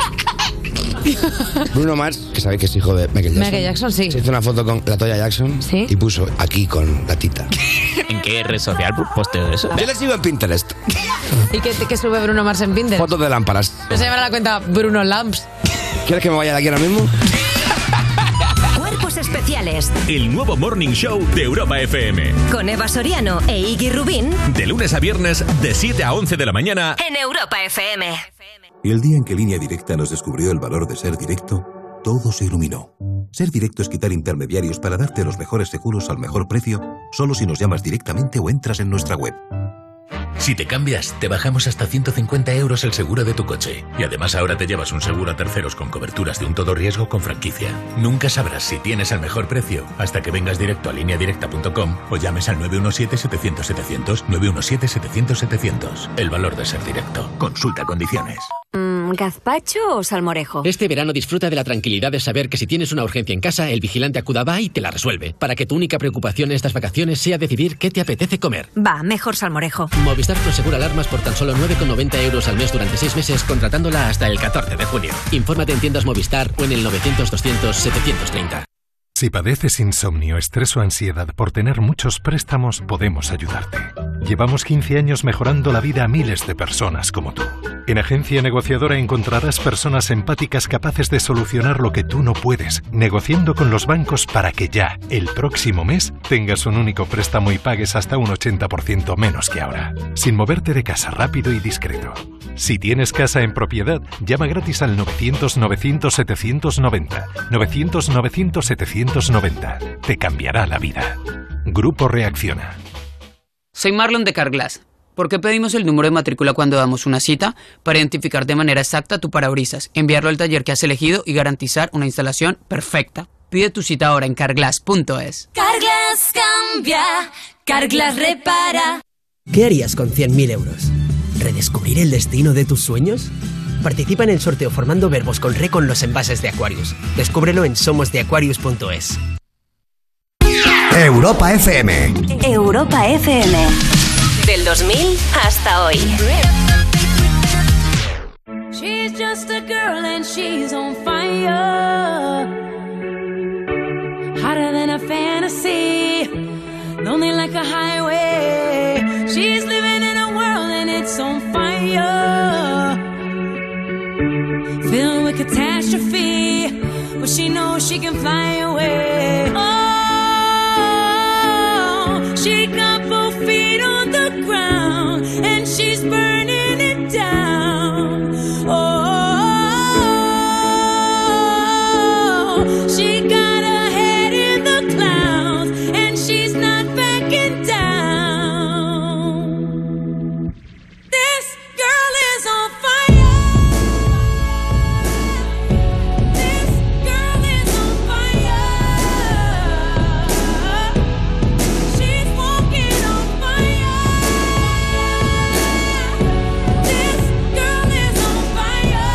Bruno Mars, que sabéis que es hijo de Michael Jackson. Michael Jackson, sí. Se hizo una foto con la Toya Jackson. ¿Sí? Y puso aquí con la tita. ¿En qué red social posteo eso? Yo le sigo en Pinterest. ¿Y qué sube Bruno Mars en Pinterest? Fotos de lámparas. No se llama la cuenta Bruno Lamps. ¿Quieres que me vaya de aquí ahora mismo? Cuerpos especiales. El nuevo Morning Show de Europa FM. Con Eva Soriano e Iggy Rubín. De lunes a viernes, de 7 a 11 de la mañana. En Europa FM. Y el día en que Línea Directa nos descubrió el valor de ser directo, todo se iluminó. Ser directo es quitar intermediarios para darte los mejores seguros al mejor precio, solo si nos llamas directamente o entras en nuestra web. Si te cambias, te bajamos hasta 150 euros el seguro de tu coche. Y además ahora te llevas un seguro a terceros con coberturas de un todo riesgo con franquicia. Nunca sabrás si tienes el mejor precio hasta que vengas directo a lineadirecta.com o llames al 917-700-700, 917-700-700. El valor de ser directo. Consulta condiciones. ¿Gazpacho o salmorejo? Este verano disfruta de la tranquilidad de saber que si tienes una urgencia en casa, el vigilante Acudaba y te la resuelve. Para que tu única preocupación en estas vacaciones sea decidir qué te apetece comer. Va, mejor salmorejo. Movistar Prosegura alarmas por tan solo 9,90 euros al mes durante 6 meses, contratándola hasta el 14 de junio. Infórmate en tiendas Movistar o en el 900 200 730. Si padeces insomnio, estrés o ansiedad por tener muchos préstamos, podemos ayudarte. Llevamos 15 años mejorando la vida a miles de personas como tú. En Agencia Negociadora encontrarás personas empáticas capaces de solucionar lo que tú no puedes, negociando con los bancos para que ya, el próximo mes, tengas un único préstamo y pagues hasta un 80% menos que ahora. Sin moverte de casa, rápido y discreto. Si tienes casa en propiedad, llama gratis al 900-900-790. 900-900-790. Te cambiará la vida. Grupo Reacciona. Soy Marlon de Carglass. ¿Por qué pedimos el número de matrícula cuando damos una cita? Para identificar de manera exacta tu parabrisas, enviarlo al taller que has elegido y garantizar una instalación perfecta. Pide tu cita ahora en carglass.es. Carglass cambia, Carglass repara. ¿Qué harías con 100.000 euros? ¿Redescubrir el destino de tus sueños? Participa en el sorteo formando verbos con re con los envases de Aquarius. Descúbrelo en somosdeaquarius.es. Europa FM. Europa FM. Del 2000 hasta hoy. She's just a girl and she's on fire. Hotter than a fantasy. Lonely like a highway. She's living in a world and it's on fire. Filled with catastrophe. But she knows she can fly away. Oh, she got both feet on the ground and she's burning it down. Oh, she got her head in the clouds and she's not backing down. This girl is on fire. This girl is on fire. She's walking on fire. This girl is on fire.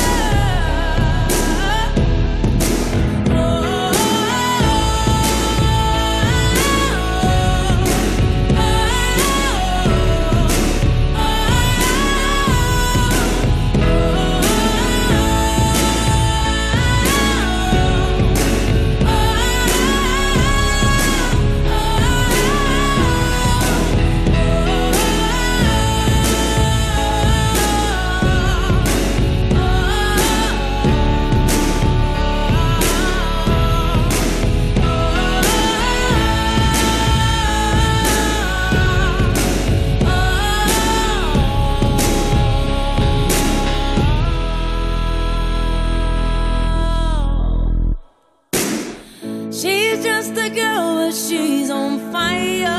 She's just a girl, but she's on fire.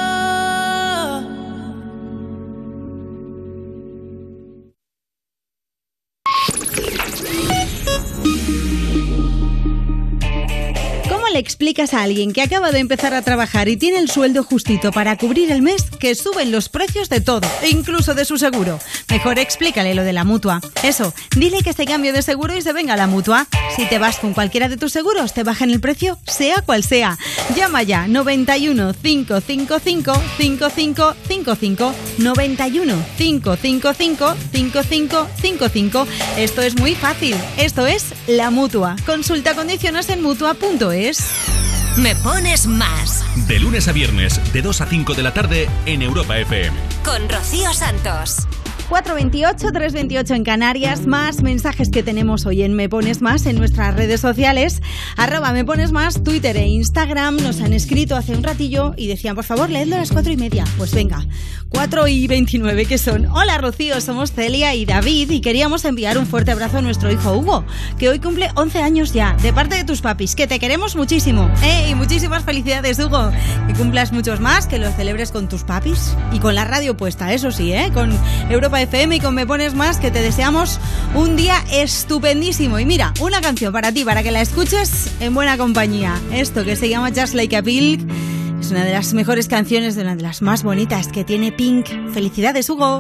¿Cómo le explicas a alguien que acaba de empezar a trabajar y tiene el sueldo justito para cubrir el mes que suben los precios de todo, incluso de su seguro? Mejor explícale lo de la Mutua. Eso, dile que se cambie de seguro y se venga a la Mutua. Si te vas con cualquiera de tus seguros, te bajan el precio, sea cual sea. Llama ya, 91 555 5555. 91 555 5555. Esto es muy fácil. Esto es la Mutua. Consulta condiciones en Mutua.es. Me pones más. De lunes a viernes, de 2 a 5 de la tarde, en Europa FM. Con Rocío Santos. 428, 328 en Canarias, más mensajes que tenemos hoy en Me Pones Más en nuestras redes sociales, @meponesmás, Twitter e Instagram. Nos han escrito hace un ratillo y decían, por favor, leedlo a las 4:30. Pues venga, 4:29 que son. Hola Rocío, somos Celia y David y queríamos enviar un fuerte abrazo a nuestro hijo Hugo, que hoy cumple 11 años ya, de parte de tus papis, que te queremos muchísimo. Y muchísimas felicidades, Hugo, que cumplas muchos más, que los celebres con tus papis y con la radio puesta, eso sí, con Europa FM y con Me Pones Más, que te deseamos un día estupendísimo. Y mira, una canción para ti, para que la escuches en buena compañía. Esto que se llama Just Like a Pill es una de las mejores canciones, de una de las más bonitas que tiene Pink. Felicidades, Hugo.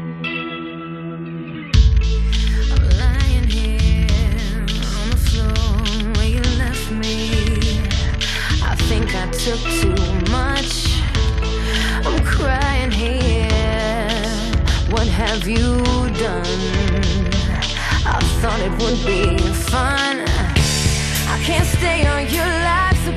What have you done? I thought it would be fun. I can't stay on your life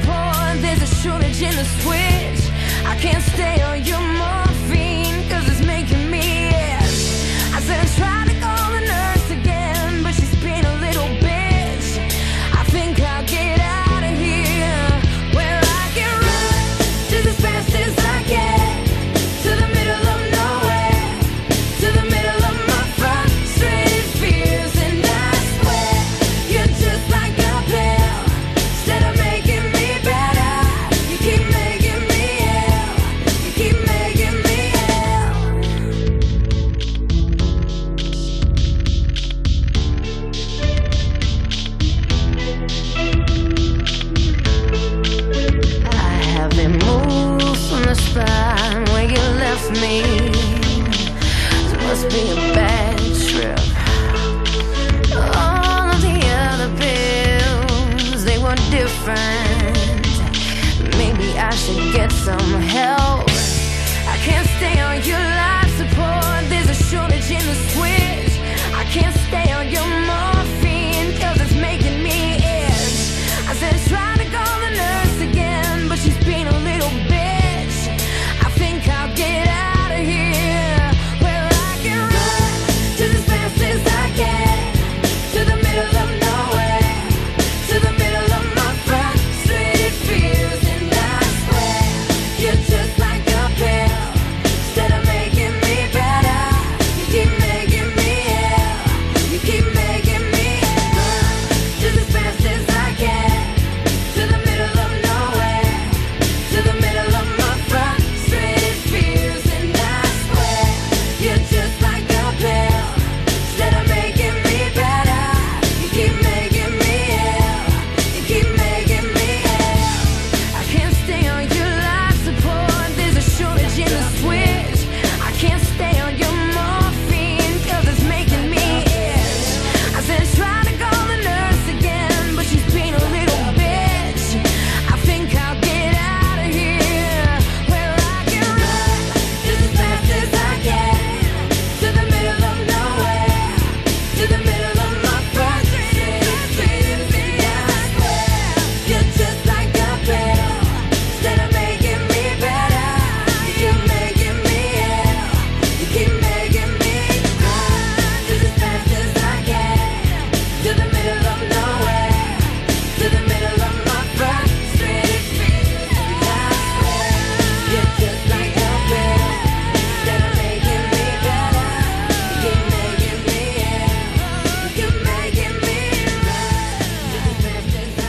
should get some help. I can't stay on your life support. There's a shortage in the switch. I can't stay on your morphine, 'cause it's making me itch. I said try to call the nurse again, but she's being a little bitch. I think I'll get out of here. Well, I can run just as fast as I can to the middle of nowhere, to the middle of my frustrated fears, and I swear you're just like a pill. Instead of making me better, you keep making me ill. You keep making me run just as fast as I can to the middle of nowhere, to the middle of my frustrated fears, and I swear you're just like a pill. Instead of making me better, you keep making me ill. You keep making me ill. I can't stay on your life support. There's a shortage in the switch. I can't stay on your morphine, 'cause it's making me itch. I said try to call the nurse again, but she's being a little bitch. I think I'll get out of here. Well, I can run just as fast as I can to the middle of nowhere, to the middle of my frustrated fears, and I swear you're just like a pill. Instead of making me better, you keep making me ill. You keep making me run just as fast as I can to the middle of nowhere, to the middle of my frustrated fears, and I swear you're just like a pill. Instead of making me better, you keep making me ill. You keep making me run just as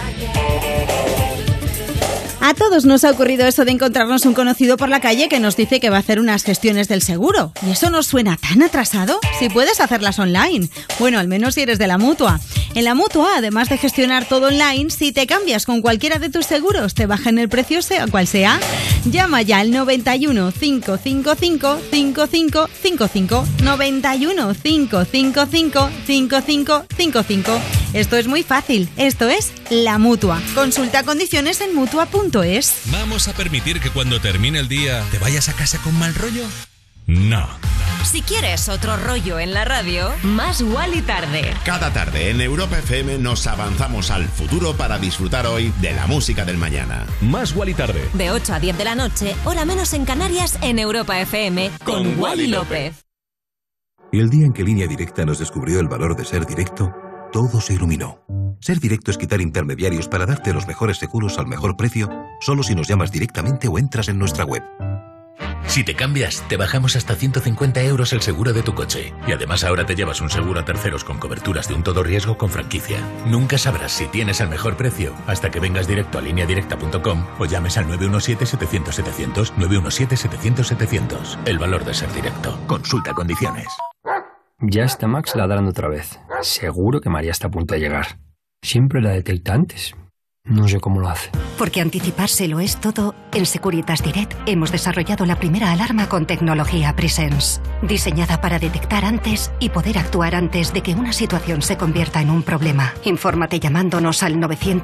fast as I can. A todos nos ha ocurrido eso de encontrarnos un conocido por la calle que nos dice que va a hacer unas gestiones del seguro. ¿Y eso nos suena tan atrasado? Si puedes hacerlas online. Bueno, al menos si eres de la Mutua. En la Mutua, además de gestionar todo online, si te cambias con cualquiera de tus seguros, te bajan el precio sea cual sea. Llama ya al 91 555 5555. 91 555 5555. Esto es muy fácil. Esto es la Mutua. Consulta condiciones en Mutua.es. ¿Vamos a permitir que cuando termine el día te vayas a casa con mal rollo? No. Si quieres otro rollo en la radio, Más Wally Tarde. Cada tarde en Europa FM nos avanzamos al futuro para disfrutar hoy de la música del mañana. Más Wally Tarde. De 8 a 10 de la noche, hora menos en Canarias, en Europa FM, con Wally López. El día en que Línea Directa nos descubrió el valor de ser directo, todo se iluminó. Ser directo es quitar intermediarios para darte los mejores seguros al mejor precio, solo si nos llamas directamente o entras en nuestra web. Si te cambias, te bajamos hasta 150 euros el seguro de tu coche. Y además ahora te llevas un seguro a terceros con coberturas de un todo riesgo con franquicia. Nunca sabrás si tienes el mejor precio hasta que vengas directo a lineadirecta.com o llames al 917-700-700, 917-700-700. El valor de ser directo. Consulta condiciones. Ya está Max ladrando otra vez. Seguro que María está a punto de llegar. Siempre la detecta antes. No sé cómo lo hace. Porque anticiparse lo es todo, en Securitas Direct hemos desarrollado la primera alarma con tecnología Presence, diseñada para detectar antes y poder actuar antes de que una situación se convierta en un problema. Infórmate llamándonos al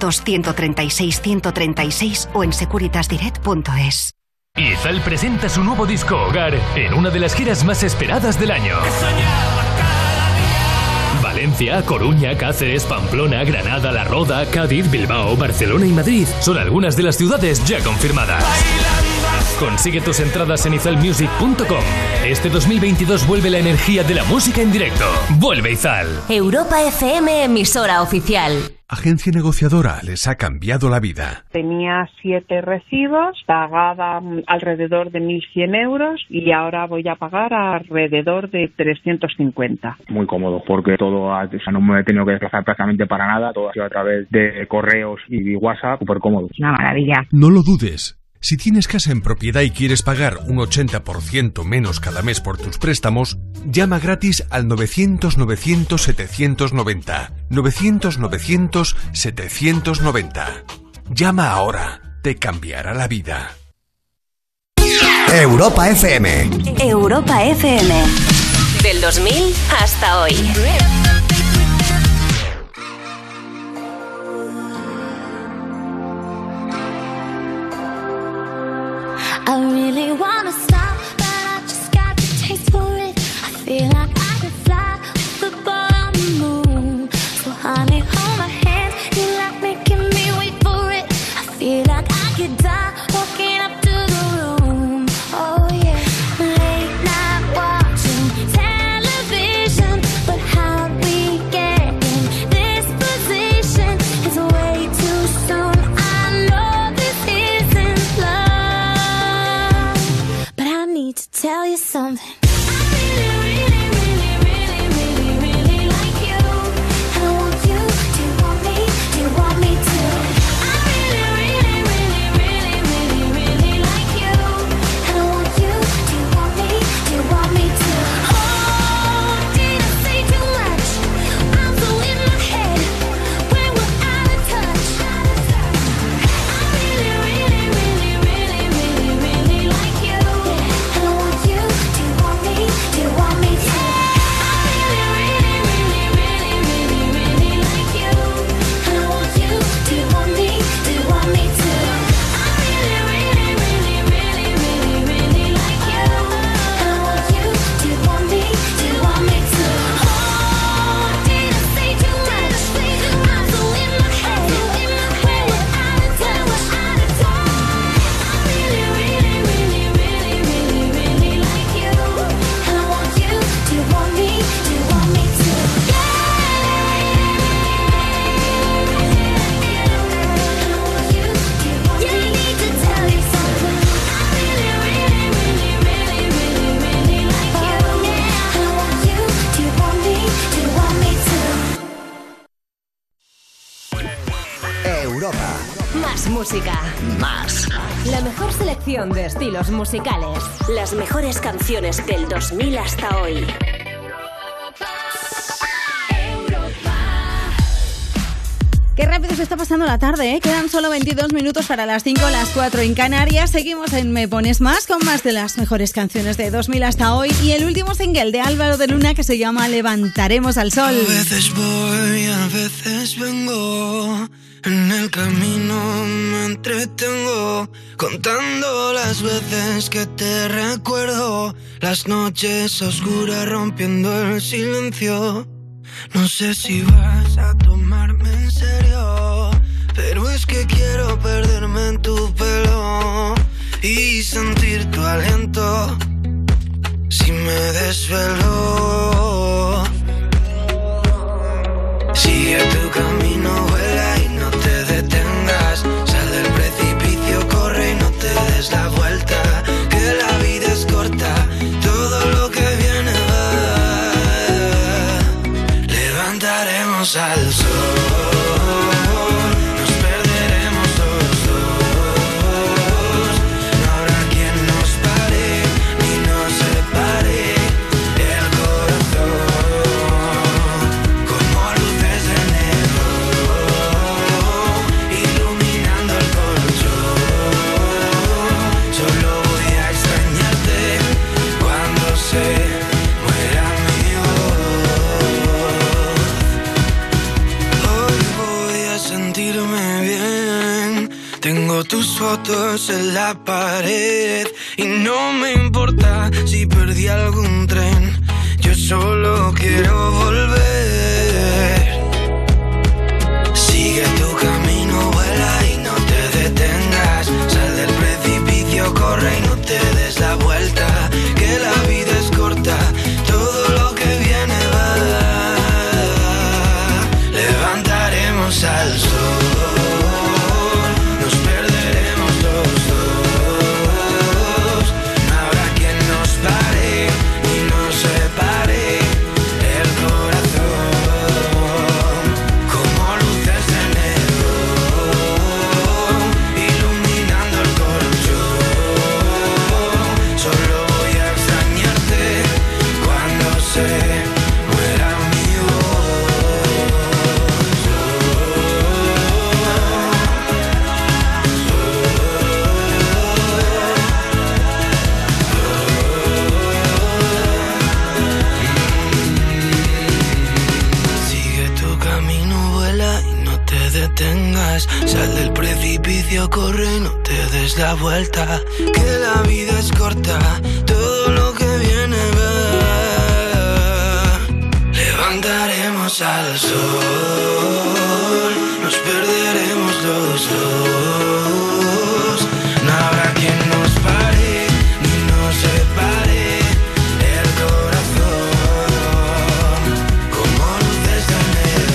900-136-136 o en securitasdirect.es. Izal presenta su nuevo disco Hogar en una de las giras más esperadas del año. Valencia, Coruña, Cáceres, Pamplona, Granada, La Roda, Cádiz, Bilbao, Barcelona y Madrid son algunas de las ciudades ya confirmadas. Consigue tus entradas en izalmusic.com. Este 2022 vuelve la energía de la música en directo. Vuelve Izal. Europa FM, emisora oficial. Agencia negociadora les ha cambiado la vida. Tenía 7 recibos, pagaba alrededor de 1.100 euros y ahora voy a pagar alrededor de 350. Muy cómodo porque todo, no me he tenido que desplazar prácticamente para nada, todo ha sido a través de correos y WhatsApp, súper cómodo. Una maravilla. No lo dudes. Si tienes casa en propiedad y quieres pagar un 80% menos cada mes por tus préstamos, llama gratis al 900-900-790. 900-900-790. Llama ahora, te cambiará la vida. Europa FM. Europa FM. Del 2000 hasta hoy. I really wanna stop, but I just got the taste for it. I feel like I could fly with the ball on the moon. So honey, hold my hand, you like making me wait for it. I feel like I could die walking up to the room. Oh yeah, late night watching television, but how we get in this position is way too soon. I know this isn't love, but I need to tell you something. Más música. Más. La mejor selección de estilos musicales. Las mejores canciones del 2000 hasta hoy. Qué rápido se está pasando la tarde, ¿eh? Quedan solo 22 minutos para las 5, las 4 en Canarias. Seguimos en Me Pones Más con más de las mejores canciones de 2000 hasta hoy. Y el último single de Álvaro de Luna que se llama Levantaremos al Sol. A veces voy, a veces vengo. En el camino me entretengo, contando las veces que te recuerdo. Las noches oscuras rompiendo el silencio. No sé si vas a tomarme en serio, pero es que quiero perderme en tu pelo y sentir tu aliento si me desvelo. Sigue tu camino, vuela y no te detengas. Sal del precipicio, corre y no te des la vuelta. Que la vida es corta, todo lo que viene va. Levantaremos al sol. Tengo tus fotos en la pared y no me importa si perdí algún tren. Yo solo quiero volver. Sigue tu camino, vuela y no te detengas. Sal del precipicio, corre y no te des la vuelta. Que la vida es corta, todo lo que viene va. Levantaremos al sol. Corazón. des la vuelta, que la vida es corta, todo lo que viene va. Levantaremos al sol, nos perderemos los dos. No habrá quien nos pare, ni nos separe el corazón. Como luces de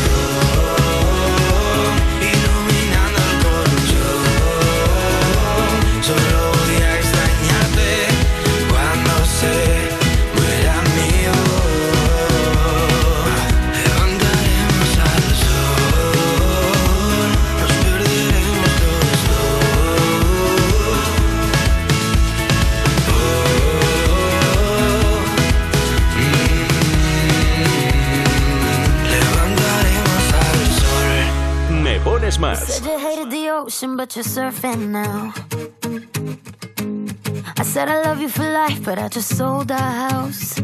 neón, iluminando el colchón. Solo voy a extrañarte cuando se muera mi voz. Levantaremos al sol, nos perderemos los dos. Levantaremos al sol. Me Pones Más. Said you hated the ocean, but you're surfing now. I said I love you for life, but I just sold our house.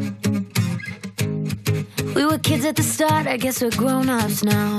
We were kids at the start, I guess we're grown-ups now.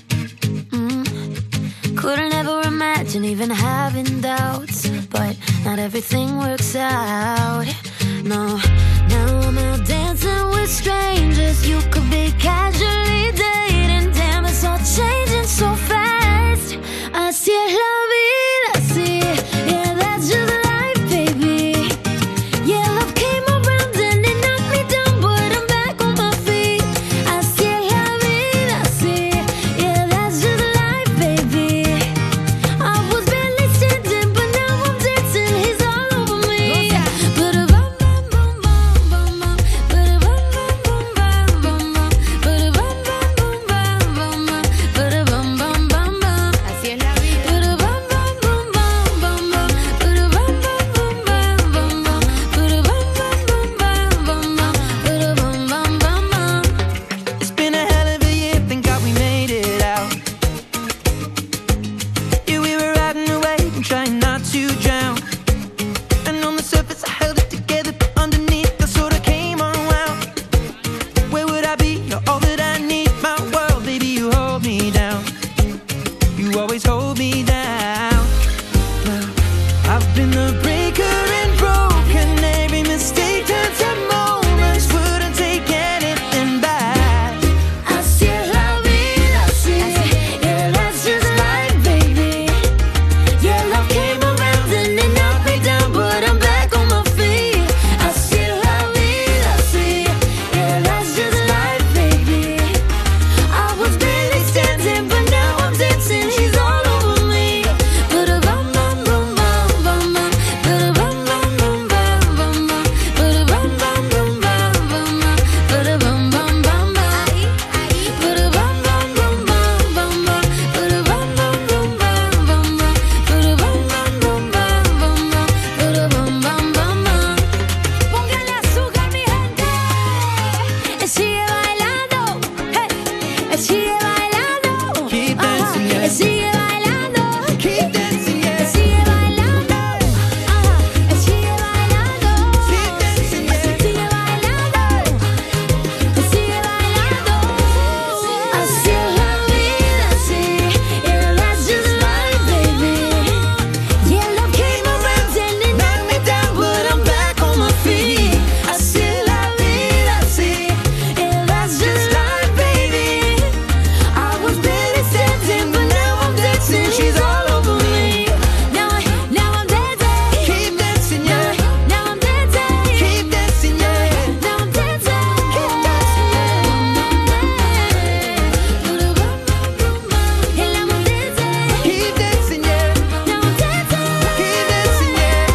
Couldn't ever imagine even having doubts, but not everything works out. No, now I'm out dancing with strangers. You could be casually dating. Damn, it's all changing so fast. Así es la vida, así. Yeah, that's just life, baby. Yeah, love came around and it knocked me down, but I'm back on my feet. Así es la vida, así. Yeah, that's just life, baby. I was barely standing, but now I'm dancing. He's all over me. Ba-da-bum, bum, bum, bum, bum, ba-da-bum, bum, bum, bum, bum, ba-da-bum, bum, bum, bum, ba-da-bum, bum, bum, bum. Así es la vida. Ba-da-bum, bum, bum, bum, bum, ba-da-bum, bum, bum, bum, bum, ba-da-bum, bum, bum, bum, ba-da-bum, bum, bum, bum. It's been a hell of a year, thank God we made it out. Yeah, we were riding away and trying not to drown. And on the surface I held it together, but underneath I sort of came unwound. Where would I be? You're all that I need, my world, baby, you hold me down. You always hold me down. Well, I've been the breaker and broken. Every mistake turns to moments, wouldn't take anything back. Así es la vida, así. Yeah, that's just life, baby. Yeah, love came around and it knocked me down, but I'm back on my feet. Así es la vida, así. Yeah, that's just life, baby. I was barely standing, but now I'm dancing. She's all over me. Ba-da-bum, bum, bum, bum, bum, bum. Ba-da-bum, bum, bum, bum, bum, bum. Ba-da-bum, bum, bum, bum, bum, bum. Ba-da-bum, bum, bum, bum. Ba-da-bum, bum, bum, bum, bum, bum. Ba-da-bum, bum, bum, bum, bum, bum. Ba-da-bum, bum, bum, bum, bum, bum. Ba-da-bum, bum, bum, bum. Póngale azúcar, mi gente. Sigue bailando. Hey. Sigue bailando. Keep dancing, yeah. Sigue bailando. Keep dancing, yeah. Sigue bailando. Sigue bailando. Keep dancing, yeah. Sigue bailando. Sigue bailando. Así es la vida, así. Yeah, that's just life, baby. Yeah, love came around and it knocked me down, but I'm back on my feet. Así es la vida, así. Yeah, that's just life, baby. I was barely standing, but now I'm dancing. She's all over me. Now I'm dancing. Keep dancing, yeah. Now I'm dancing. Keep dancing, yeah. Now I'm dancing. Keep dancing, yeah. And now I'm dancing. Keep dancing, yeah. Now I'm dancing. Keep dancing, yeah,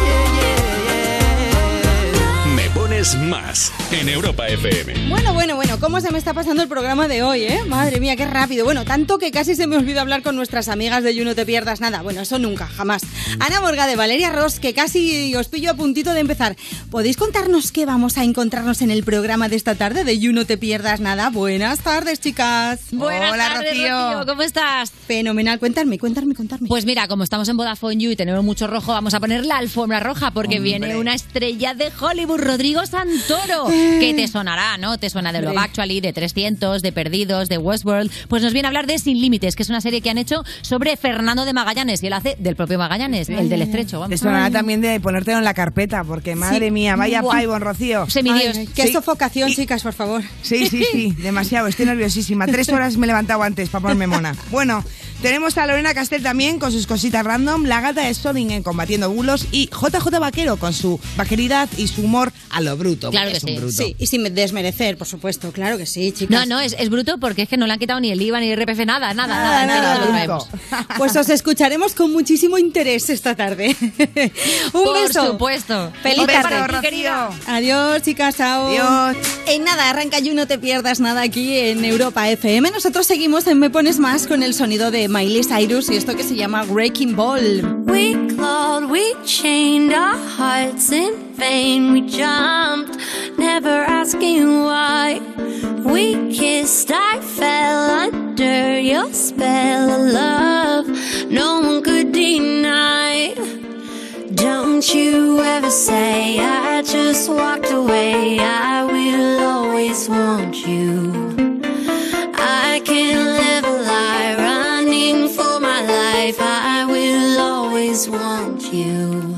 yeah. Me Pones Más en Europa FM. Bueno, ¿cómo se me está pasando el programa de hoy, eh? Madre mía, qué rápido. Bueno, tanto que casi se me olvidó hablar con nuestras amigas de You No Te Pierdas Nada. Bueno, eso nunca, jamás. Ana Morgade, Valeria Ross, que casi os pillo a puntito de empezar. ¿Podéis contarnos qué vamos a encontrarnos en el programa de esta tarde de You No Te Pierdas Nada? Buenas tardes, chicas. Buenas Hola, tardes, Rocío. ¿Cómo estás? Fenomenal. Cuéntame. Pues mira, como estamos en Vodafone You y tenemos mucho rojo, vamos a poner la alfombra roja porque Hombre. viene una estrella de Hollywood. Rodrigo Santoro, que te sonará, ¿no? Te suena de Love Actually, de 300, de Perdidos, de Westworld. Pues nos viene a hablar de Sin Límites, que es una serie que han hecho sobre Fernando de Magallanes, y él hace del propio Magallanes, el del estrecho. Vamos. Te sonará también de ponértelo en la carpeta, porque madre mía, vaya paivón, Rocío. Semidios. Qué sofocación, chicas, por favor. Sí, demasiado, estoy nerviosísima. 3 horas me he levantado antes para ponerme mona. Bueno, tenemos a Lorena Castell también con sus cositas random, la gata de Solingen combatiendo bulos y JJ Vaquero con su vaqueridad y su humor a lo bruto. Claro que es un sí. bruto. Sí, y sin desmerecer, por supuesto, claro que sí, chicas. No, es bruto porque es que no le han quitado ni el IVA ni el RPF, nada. Pues os escucharemos con muchísimo interés esta tarde. Un beso. Por supuesto. Feliz tarde, Rocío. Adiós, chicas, chao. Adiós. En nada, arranca You, no te pierdas nada aquí en Europa FM. Nosotros seguimos en Me Pones Más con el sonido de Miley Cyrus y esto que se llama Wrecking Ball. We clawed, we chained our hearts in vain. We jumped, never asking why. We kissed, I fell under your spell of love. No one could deny. Don't you ever say I just walked away. I will always want you. I can't live a lie running for my life. I will always want you.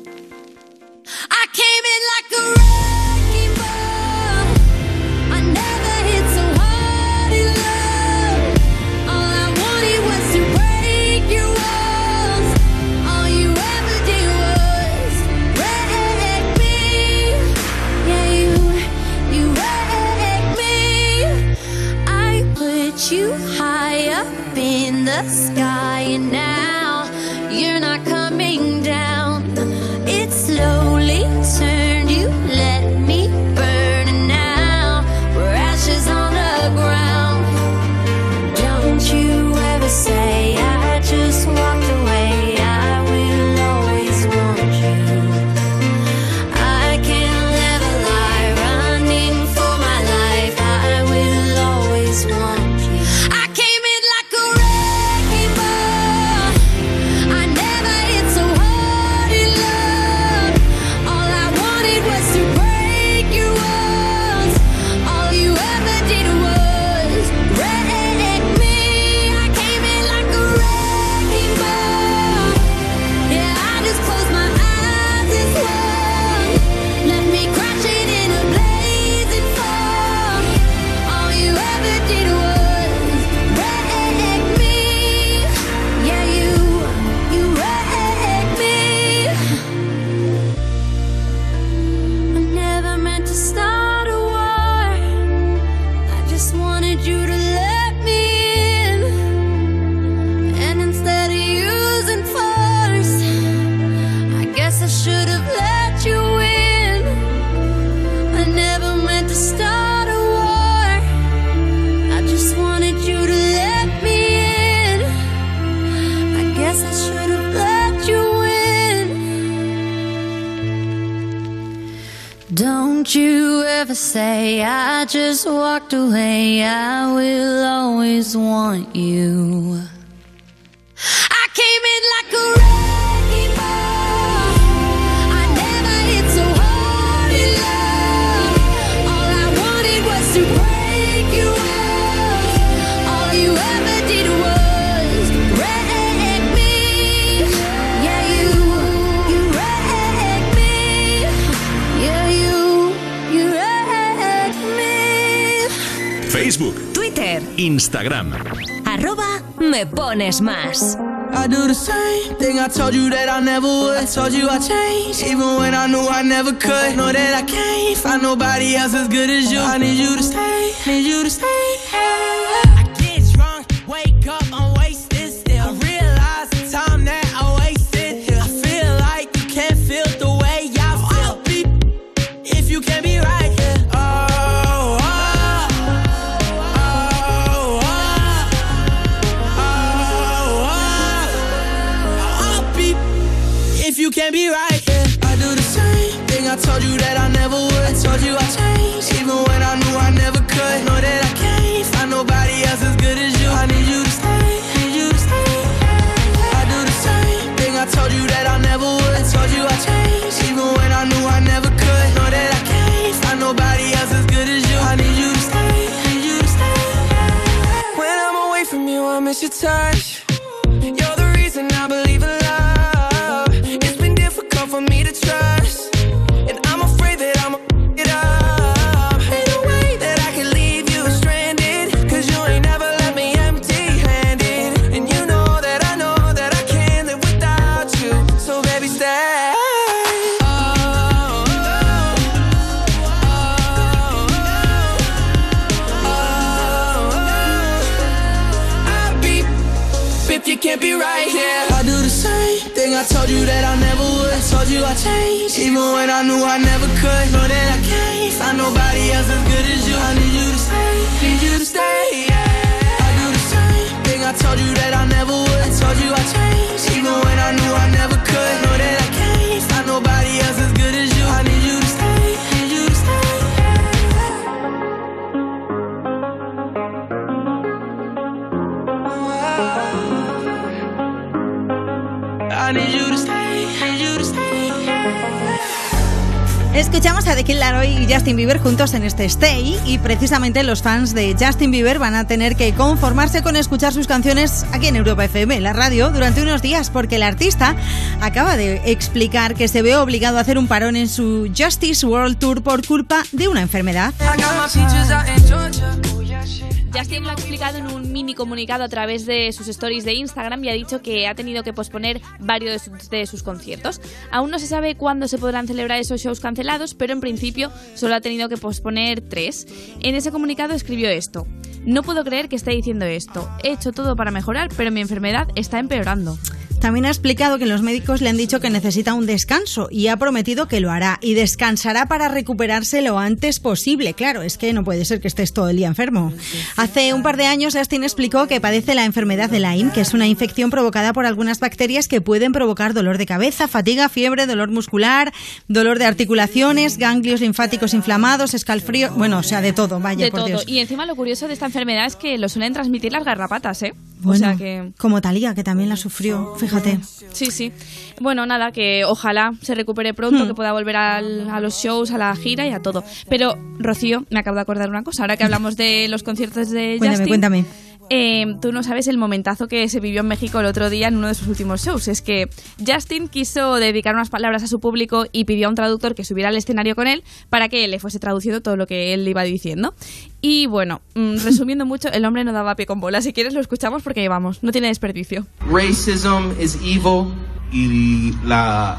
I came in like a wrecking ball. I never hit so hard in love. All I wanted was to break your walls. All you ever did was wreck me. Yeah, you wrecked me. I put you high up in the sky, and now you're not coming down. It slowly turned, you let me burn, and now we're ashes on the ground. Don't you ever say I just walked away. I will always want you. I can't live a lie running for my life. I will always want you. I came in like a wrecking ball. I never hit so hard in love. All I wanted was to break your walls. All you ever did was wreck me. I came in like a wrecking ball. Yeah, I just closed my eyes and swung. Left me crashing in a blazing fall. All you ever did was wreck me. Yeah, you wrecked me. I never meant to start a war. I just wanted you to let me in. And instead of using force, I guess I should have let you in. I never meant to start a war. I just wanted you to let me in. I guess I should have let you in. Don't you ever say I just walked away. I will always want you. I came in like a wrecking ball. I never hit so hard in love. All I wanted was to break your walls. All you ever did was wreck me. Yeah, you wrecked me. Yeah, you wrecked me. Facebook, Twitter, Instagram. @Me Pones Más. I do the same thing I told you that I never would. I told you I changed, even when I knew I never could. Know that I can't find nobody else as good as you. I need you to stay, need you to stay. I get drunk, wake up, I'm wasted still. I realize the time that I wasted here. I feel like you can't feel the way I feel. I'll be if you can't be right here. If you can't be right, yeah. I do the same thing I told you that I never would. I told you I changed, even when I knew I never could. Know that I can't find nobody else as good as you. I need you to stay, need you to stay. I do the same thing I told you that I never would. I told you I changed, even when I knew I never could. Know that I can't for me to trust, and I'm afraid that I'm it up. Ain't no way that I can leave you stranded, 'cause you ain't never left me empty-handed, and you know that I can't live without you. So baby, stay. If you can't be right here, I do the same thing I told you that I never would. I told you I changed, even when I knew I never could. Know that I can't find nobody else as good as you. I need you to stay, need you to stay, yeah. I do the same thing I told you that I never would. I told you I changed, even when I knew I never could. Know that I can't find nobody else as good as you. I need you to stay, need you to stay. I need you to stay, need you to stay. Escuchamos a The Kid Laroi y Justin Bieber juntos en este Stay, y precisamente los fans de Justin Bieber van a tener que conformarse con escuchar sus canciones aquí en Europa FM, en la radio, durante unos días, porque el artista acaba de explicar que se ve obligado a hacer un parón en su Justice World Tour por culpa de una enfermedad. Justin lo ha explicado en un mini comunicado a través de sus stories de Instagram y ha dicho que ha tenido que posponer varios de sus conciertos. Aún no se sabe cuándo se podrán celebrar esos shows cancelados, pero en principio solo ha tenido que posponer 3. En ese comunicado escribió esto: no puedo creer que esté diciendo esto. He hecho todo para mejorar, pero mi enfermedad está empeorando. También ha explicado que los médicos le han dicho que necesita un descanso y ha prometido que lo hará y descansará para recuperarse lo antes posible. Claro, es que no puede ser que estés todo el día enfermo. Hace un par de años Justin explicó que padece la enfermedad de Lyme, que es una infección provocada por algunas bacterias que pueden provocar dolor de cabeza, fatiga, fiebre, dolor muscular, dolor de articulaciones, ganglios linfáticos inflamados, escalofrío, bueno, o sea, de todo, vaya, de por todo. Dios. Y encima lo curioso de esta enfermedad es que lo suelen transmitir las garrapatas, ¿eh? Bueno, o sea que... como Thalía, que también la sufrió, fíjate. Sí, sí. Bueno, nada, que ojalá se recupere pronto, que pueda volver a los shows, a la gira y a todo. Pero, Rocío, me acabo de acordar una cosa. Ahora que hablamos de los conciertos de Justin... Cuéntame. Tú no sabes el momentazo que se vivió en México el otro día en uno de sus últimos shows. Es que Justin quiso dedicar unas palabras a su público y pidió a un traductor que subiera al escenario con él para que le fuese traduciendo todo lo que él iba diciendo. Y bueno, resumiendo mucho, el hombre no daba pie con bola. Si quieres lo escuchamos porque vamos, no tiene desperdicio. Racism is evil y la...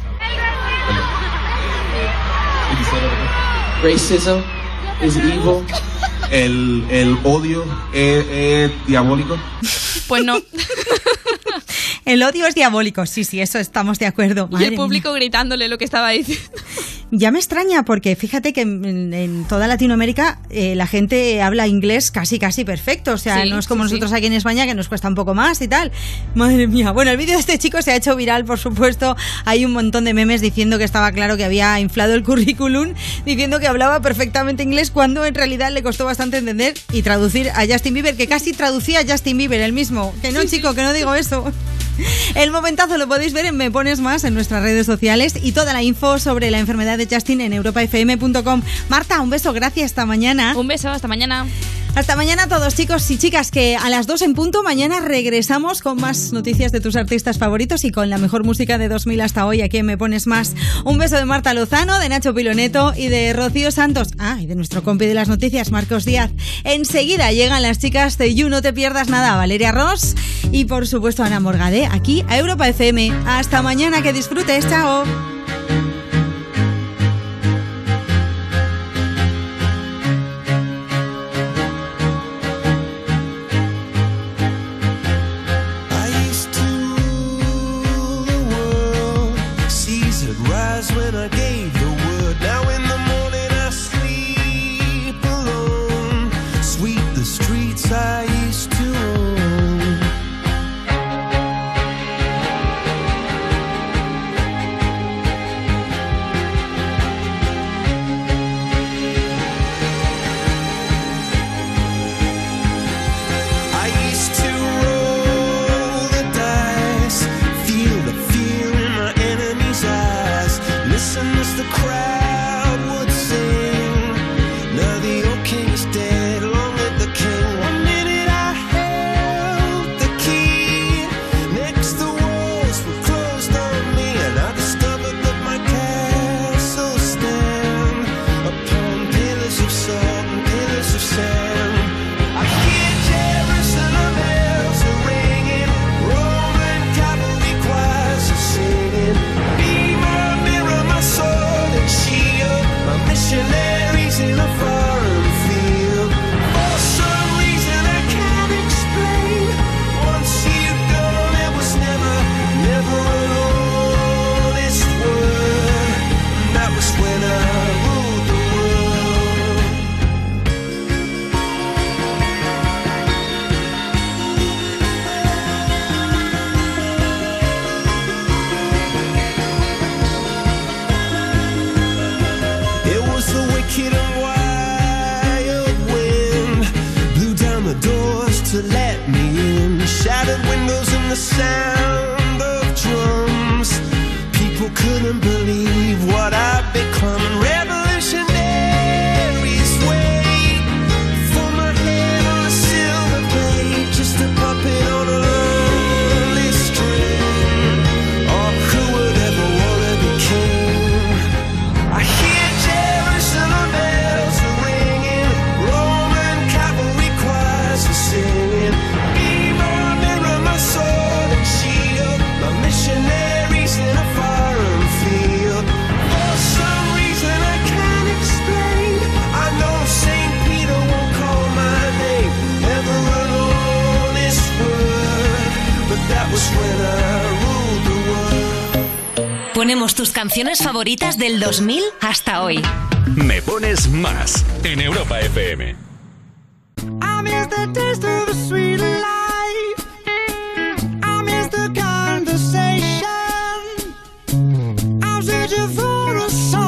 Racism is evil. El odio es diabólico. Pues no. El odio es diabólico, sí, eso estamos de acuerdo. Y el público gritándole lo que estaba diciendo. Ya me extraña porque fíjate que en toda Latinoamérica la gente habla inglés casi perfecto, o sea, no es como nosotros aquí en España que nos cuesta un poco más y tal. Madre mía. Bueno, el vídeo de este chico se ha hecho viral, por supuesto. Hay un montón de memes diciendo que estaba claro que había inflado el currículum, diciendo que hablaba perfectamente inglés cuando en realidad le costó bastante entender y traducir a Justin Bieber, que casi traducía a Justin Bieber el mismo. Que no, chico, que no digo eso. El momentazo lo podéis ver en Me Pones Más en nuestras redes sociales y toda la info sobre la enfermedad de Justin en europafm.com. Marta, un beso, gracias, hasta mañana. Un beso, hasta mañana. Hasta mañana a todos, chicos y chicas, que a las 2 en punto mañana regresamos con más noticias de tus artistas favoritos y con la mejor música de 2000 hasta hoy aquí en Me Pones Más. Un beso de Marta Lozano, de Nacho Piloneto y de Rocío Santos. Y de nuestro compi de las noticias, Marcos Díaz. Enseguida llegan las chicas de You, no te pierdas nada, Valeria Ross y por supuesto Ana Morgade, aquí a Europa FM. Hasta mañana, que disfrutes, chao. When I gave the word, now in the morning I sleep alone. Sweep the streets I used to own. to let me in. Shattered windows and the sound of drums. People couldn't believe what I'd become. Revolutionaries wait for my head on a silver plate, just a puppet on a lonely string. Oh, who would ever wanna be king? I hear Jerusalem bells are ringing, Roman cavalry choirs are singing. Be my mirror, my sword and shield, my missionaries in a foreign field. For some reason I can't explain, I know St. Peter won't call my name ever an honest word, but that was when I ruled the world. Ponemos tus canciones favoritas del 2000 hasta hoy. Me Pones Más en Europa FM. I miss the taste of a sweet life. I miss the conversation. I'm searching for a song.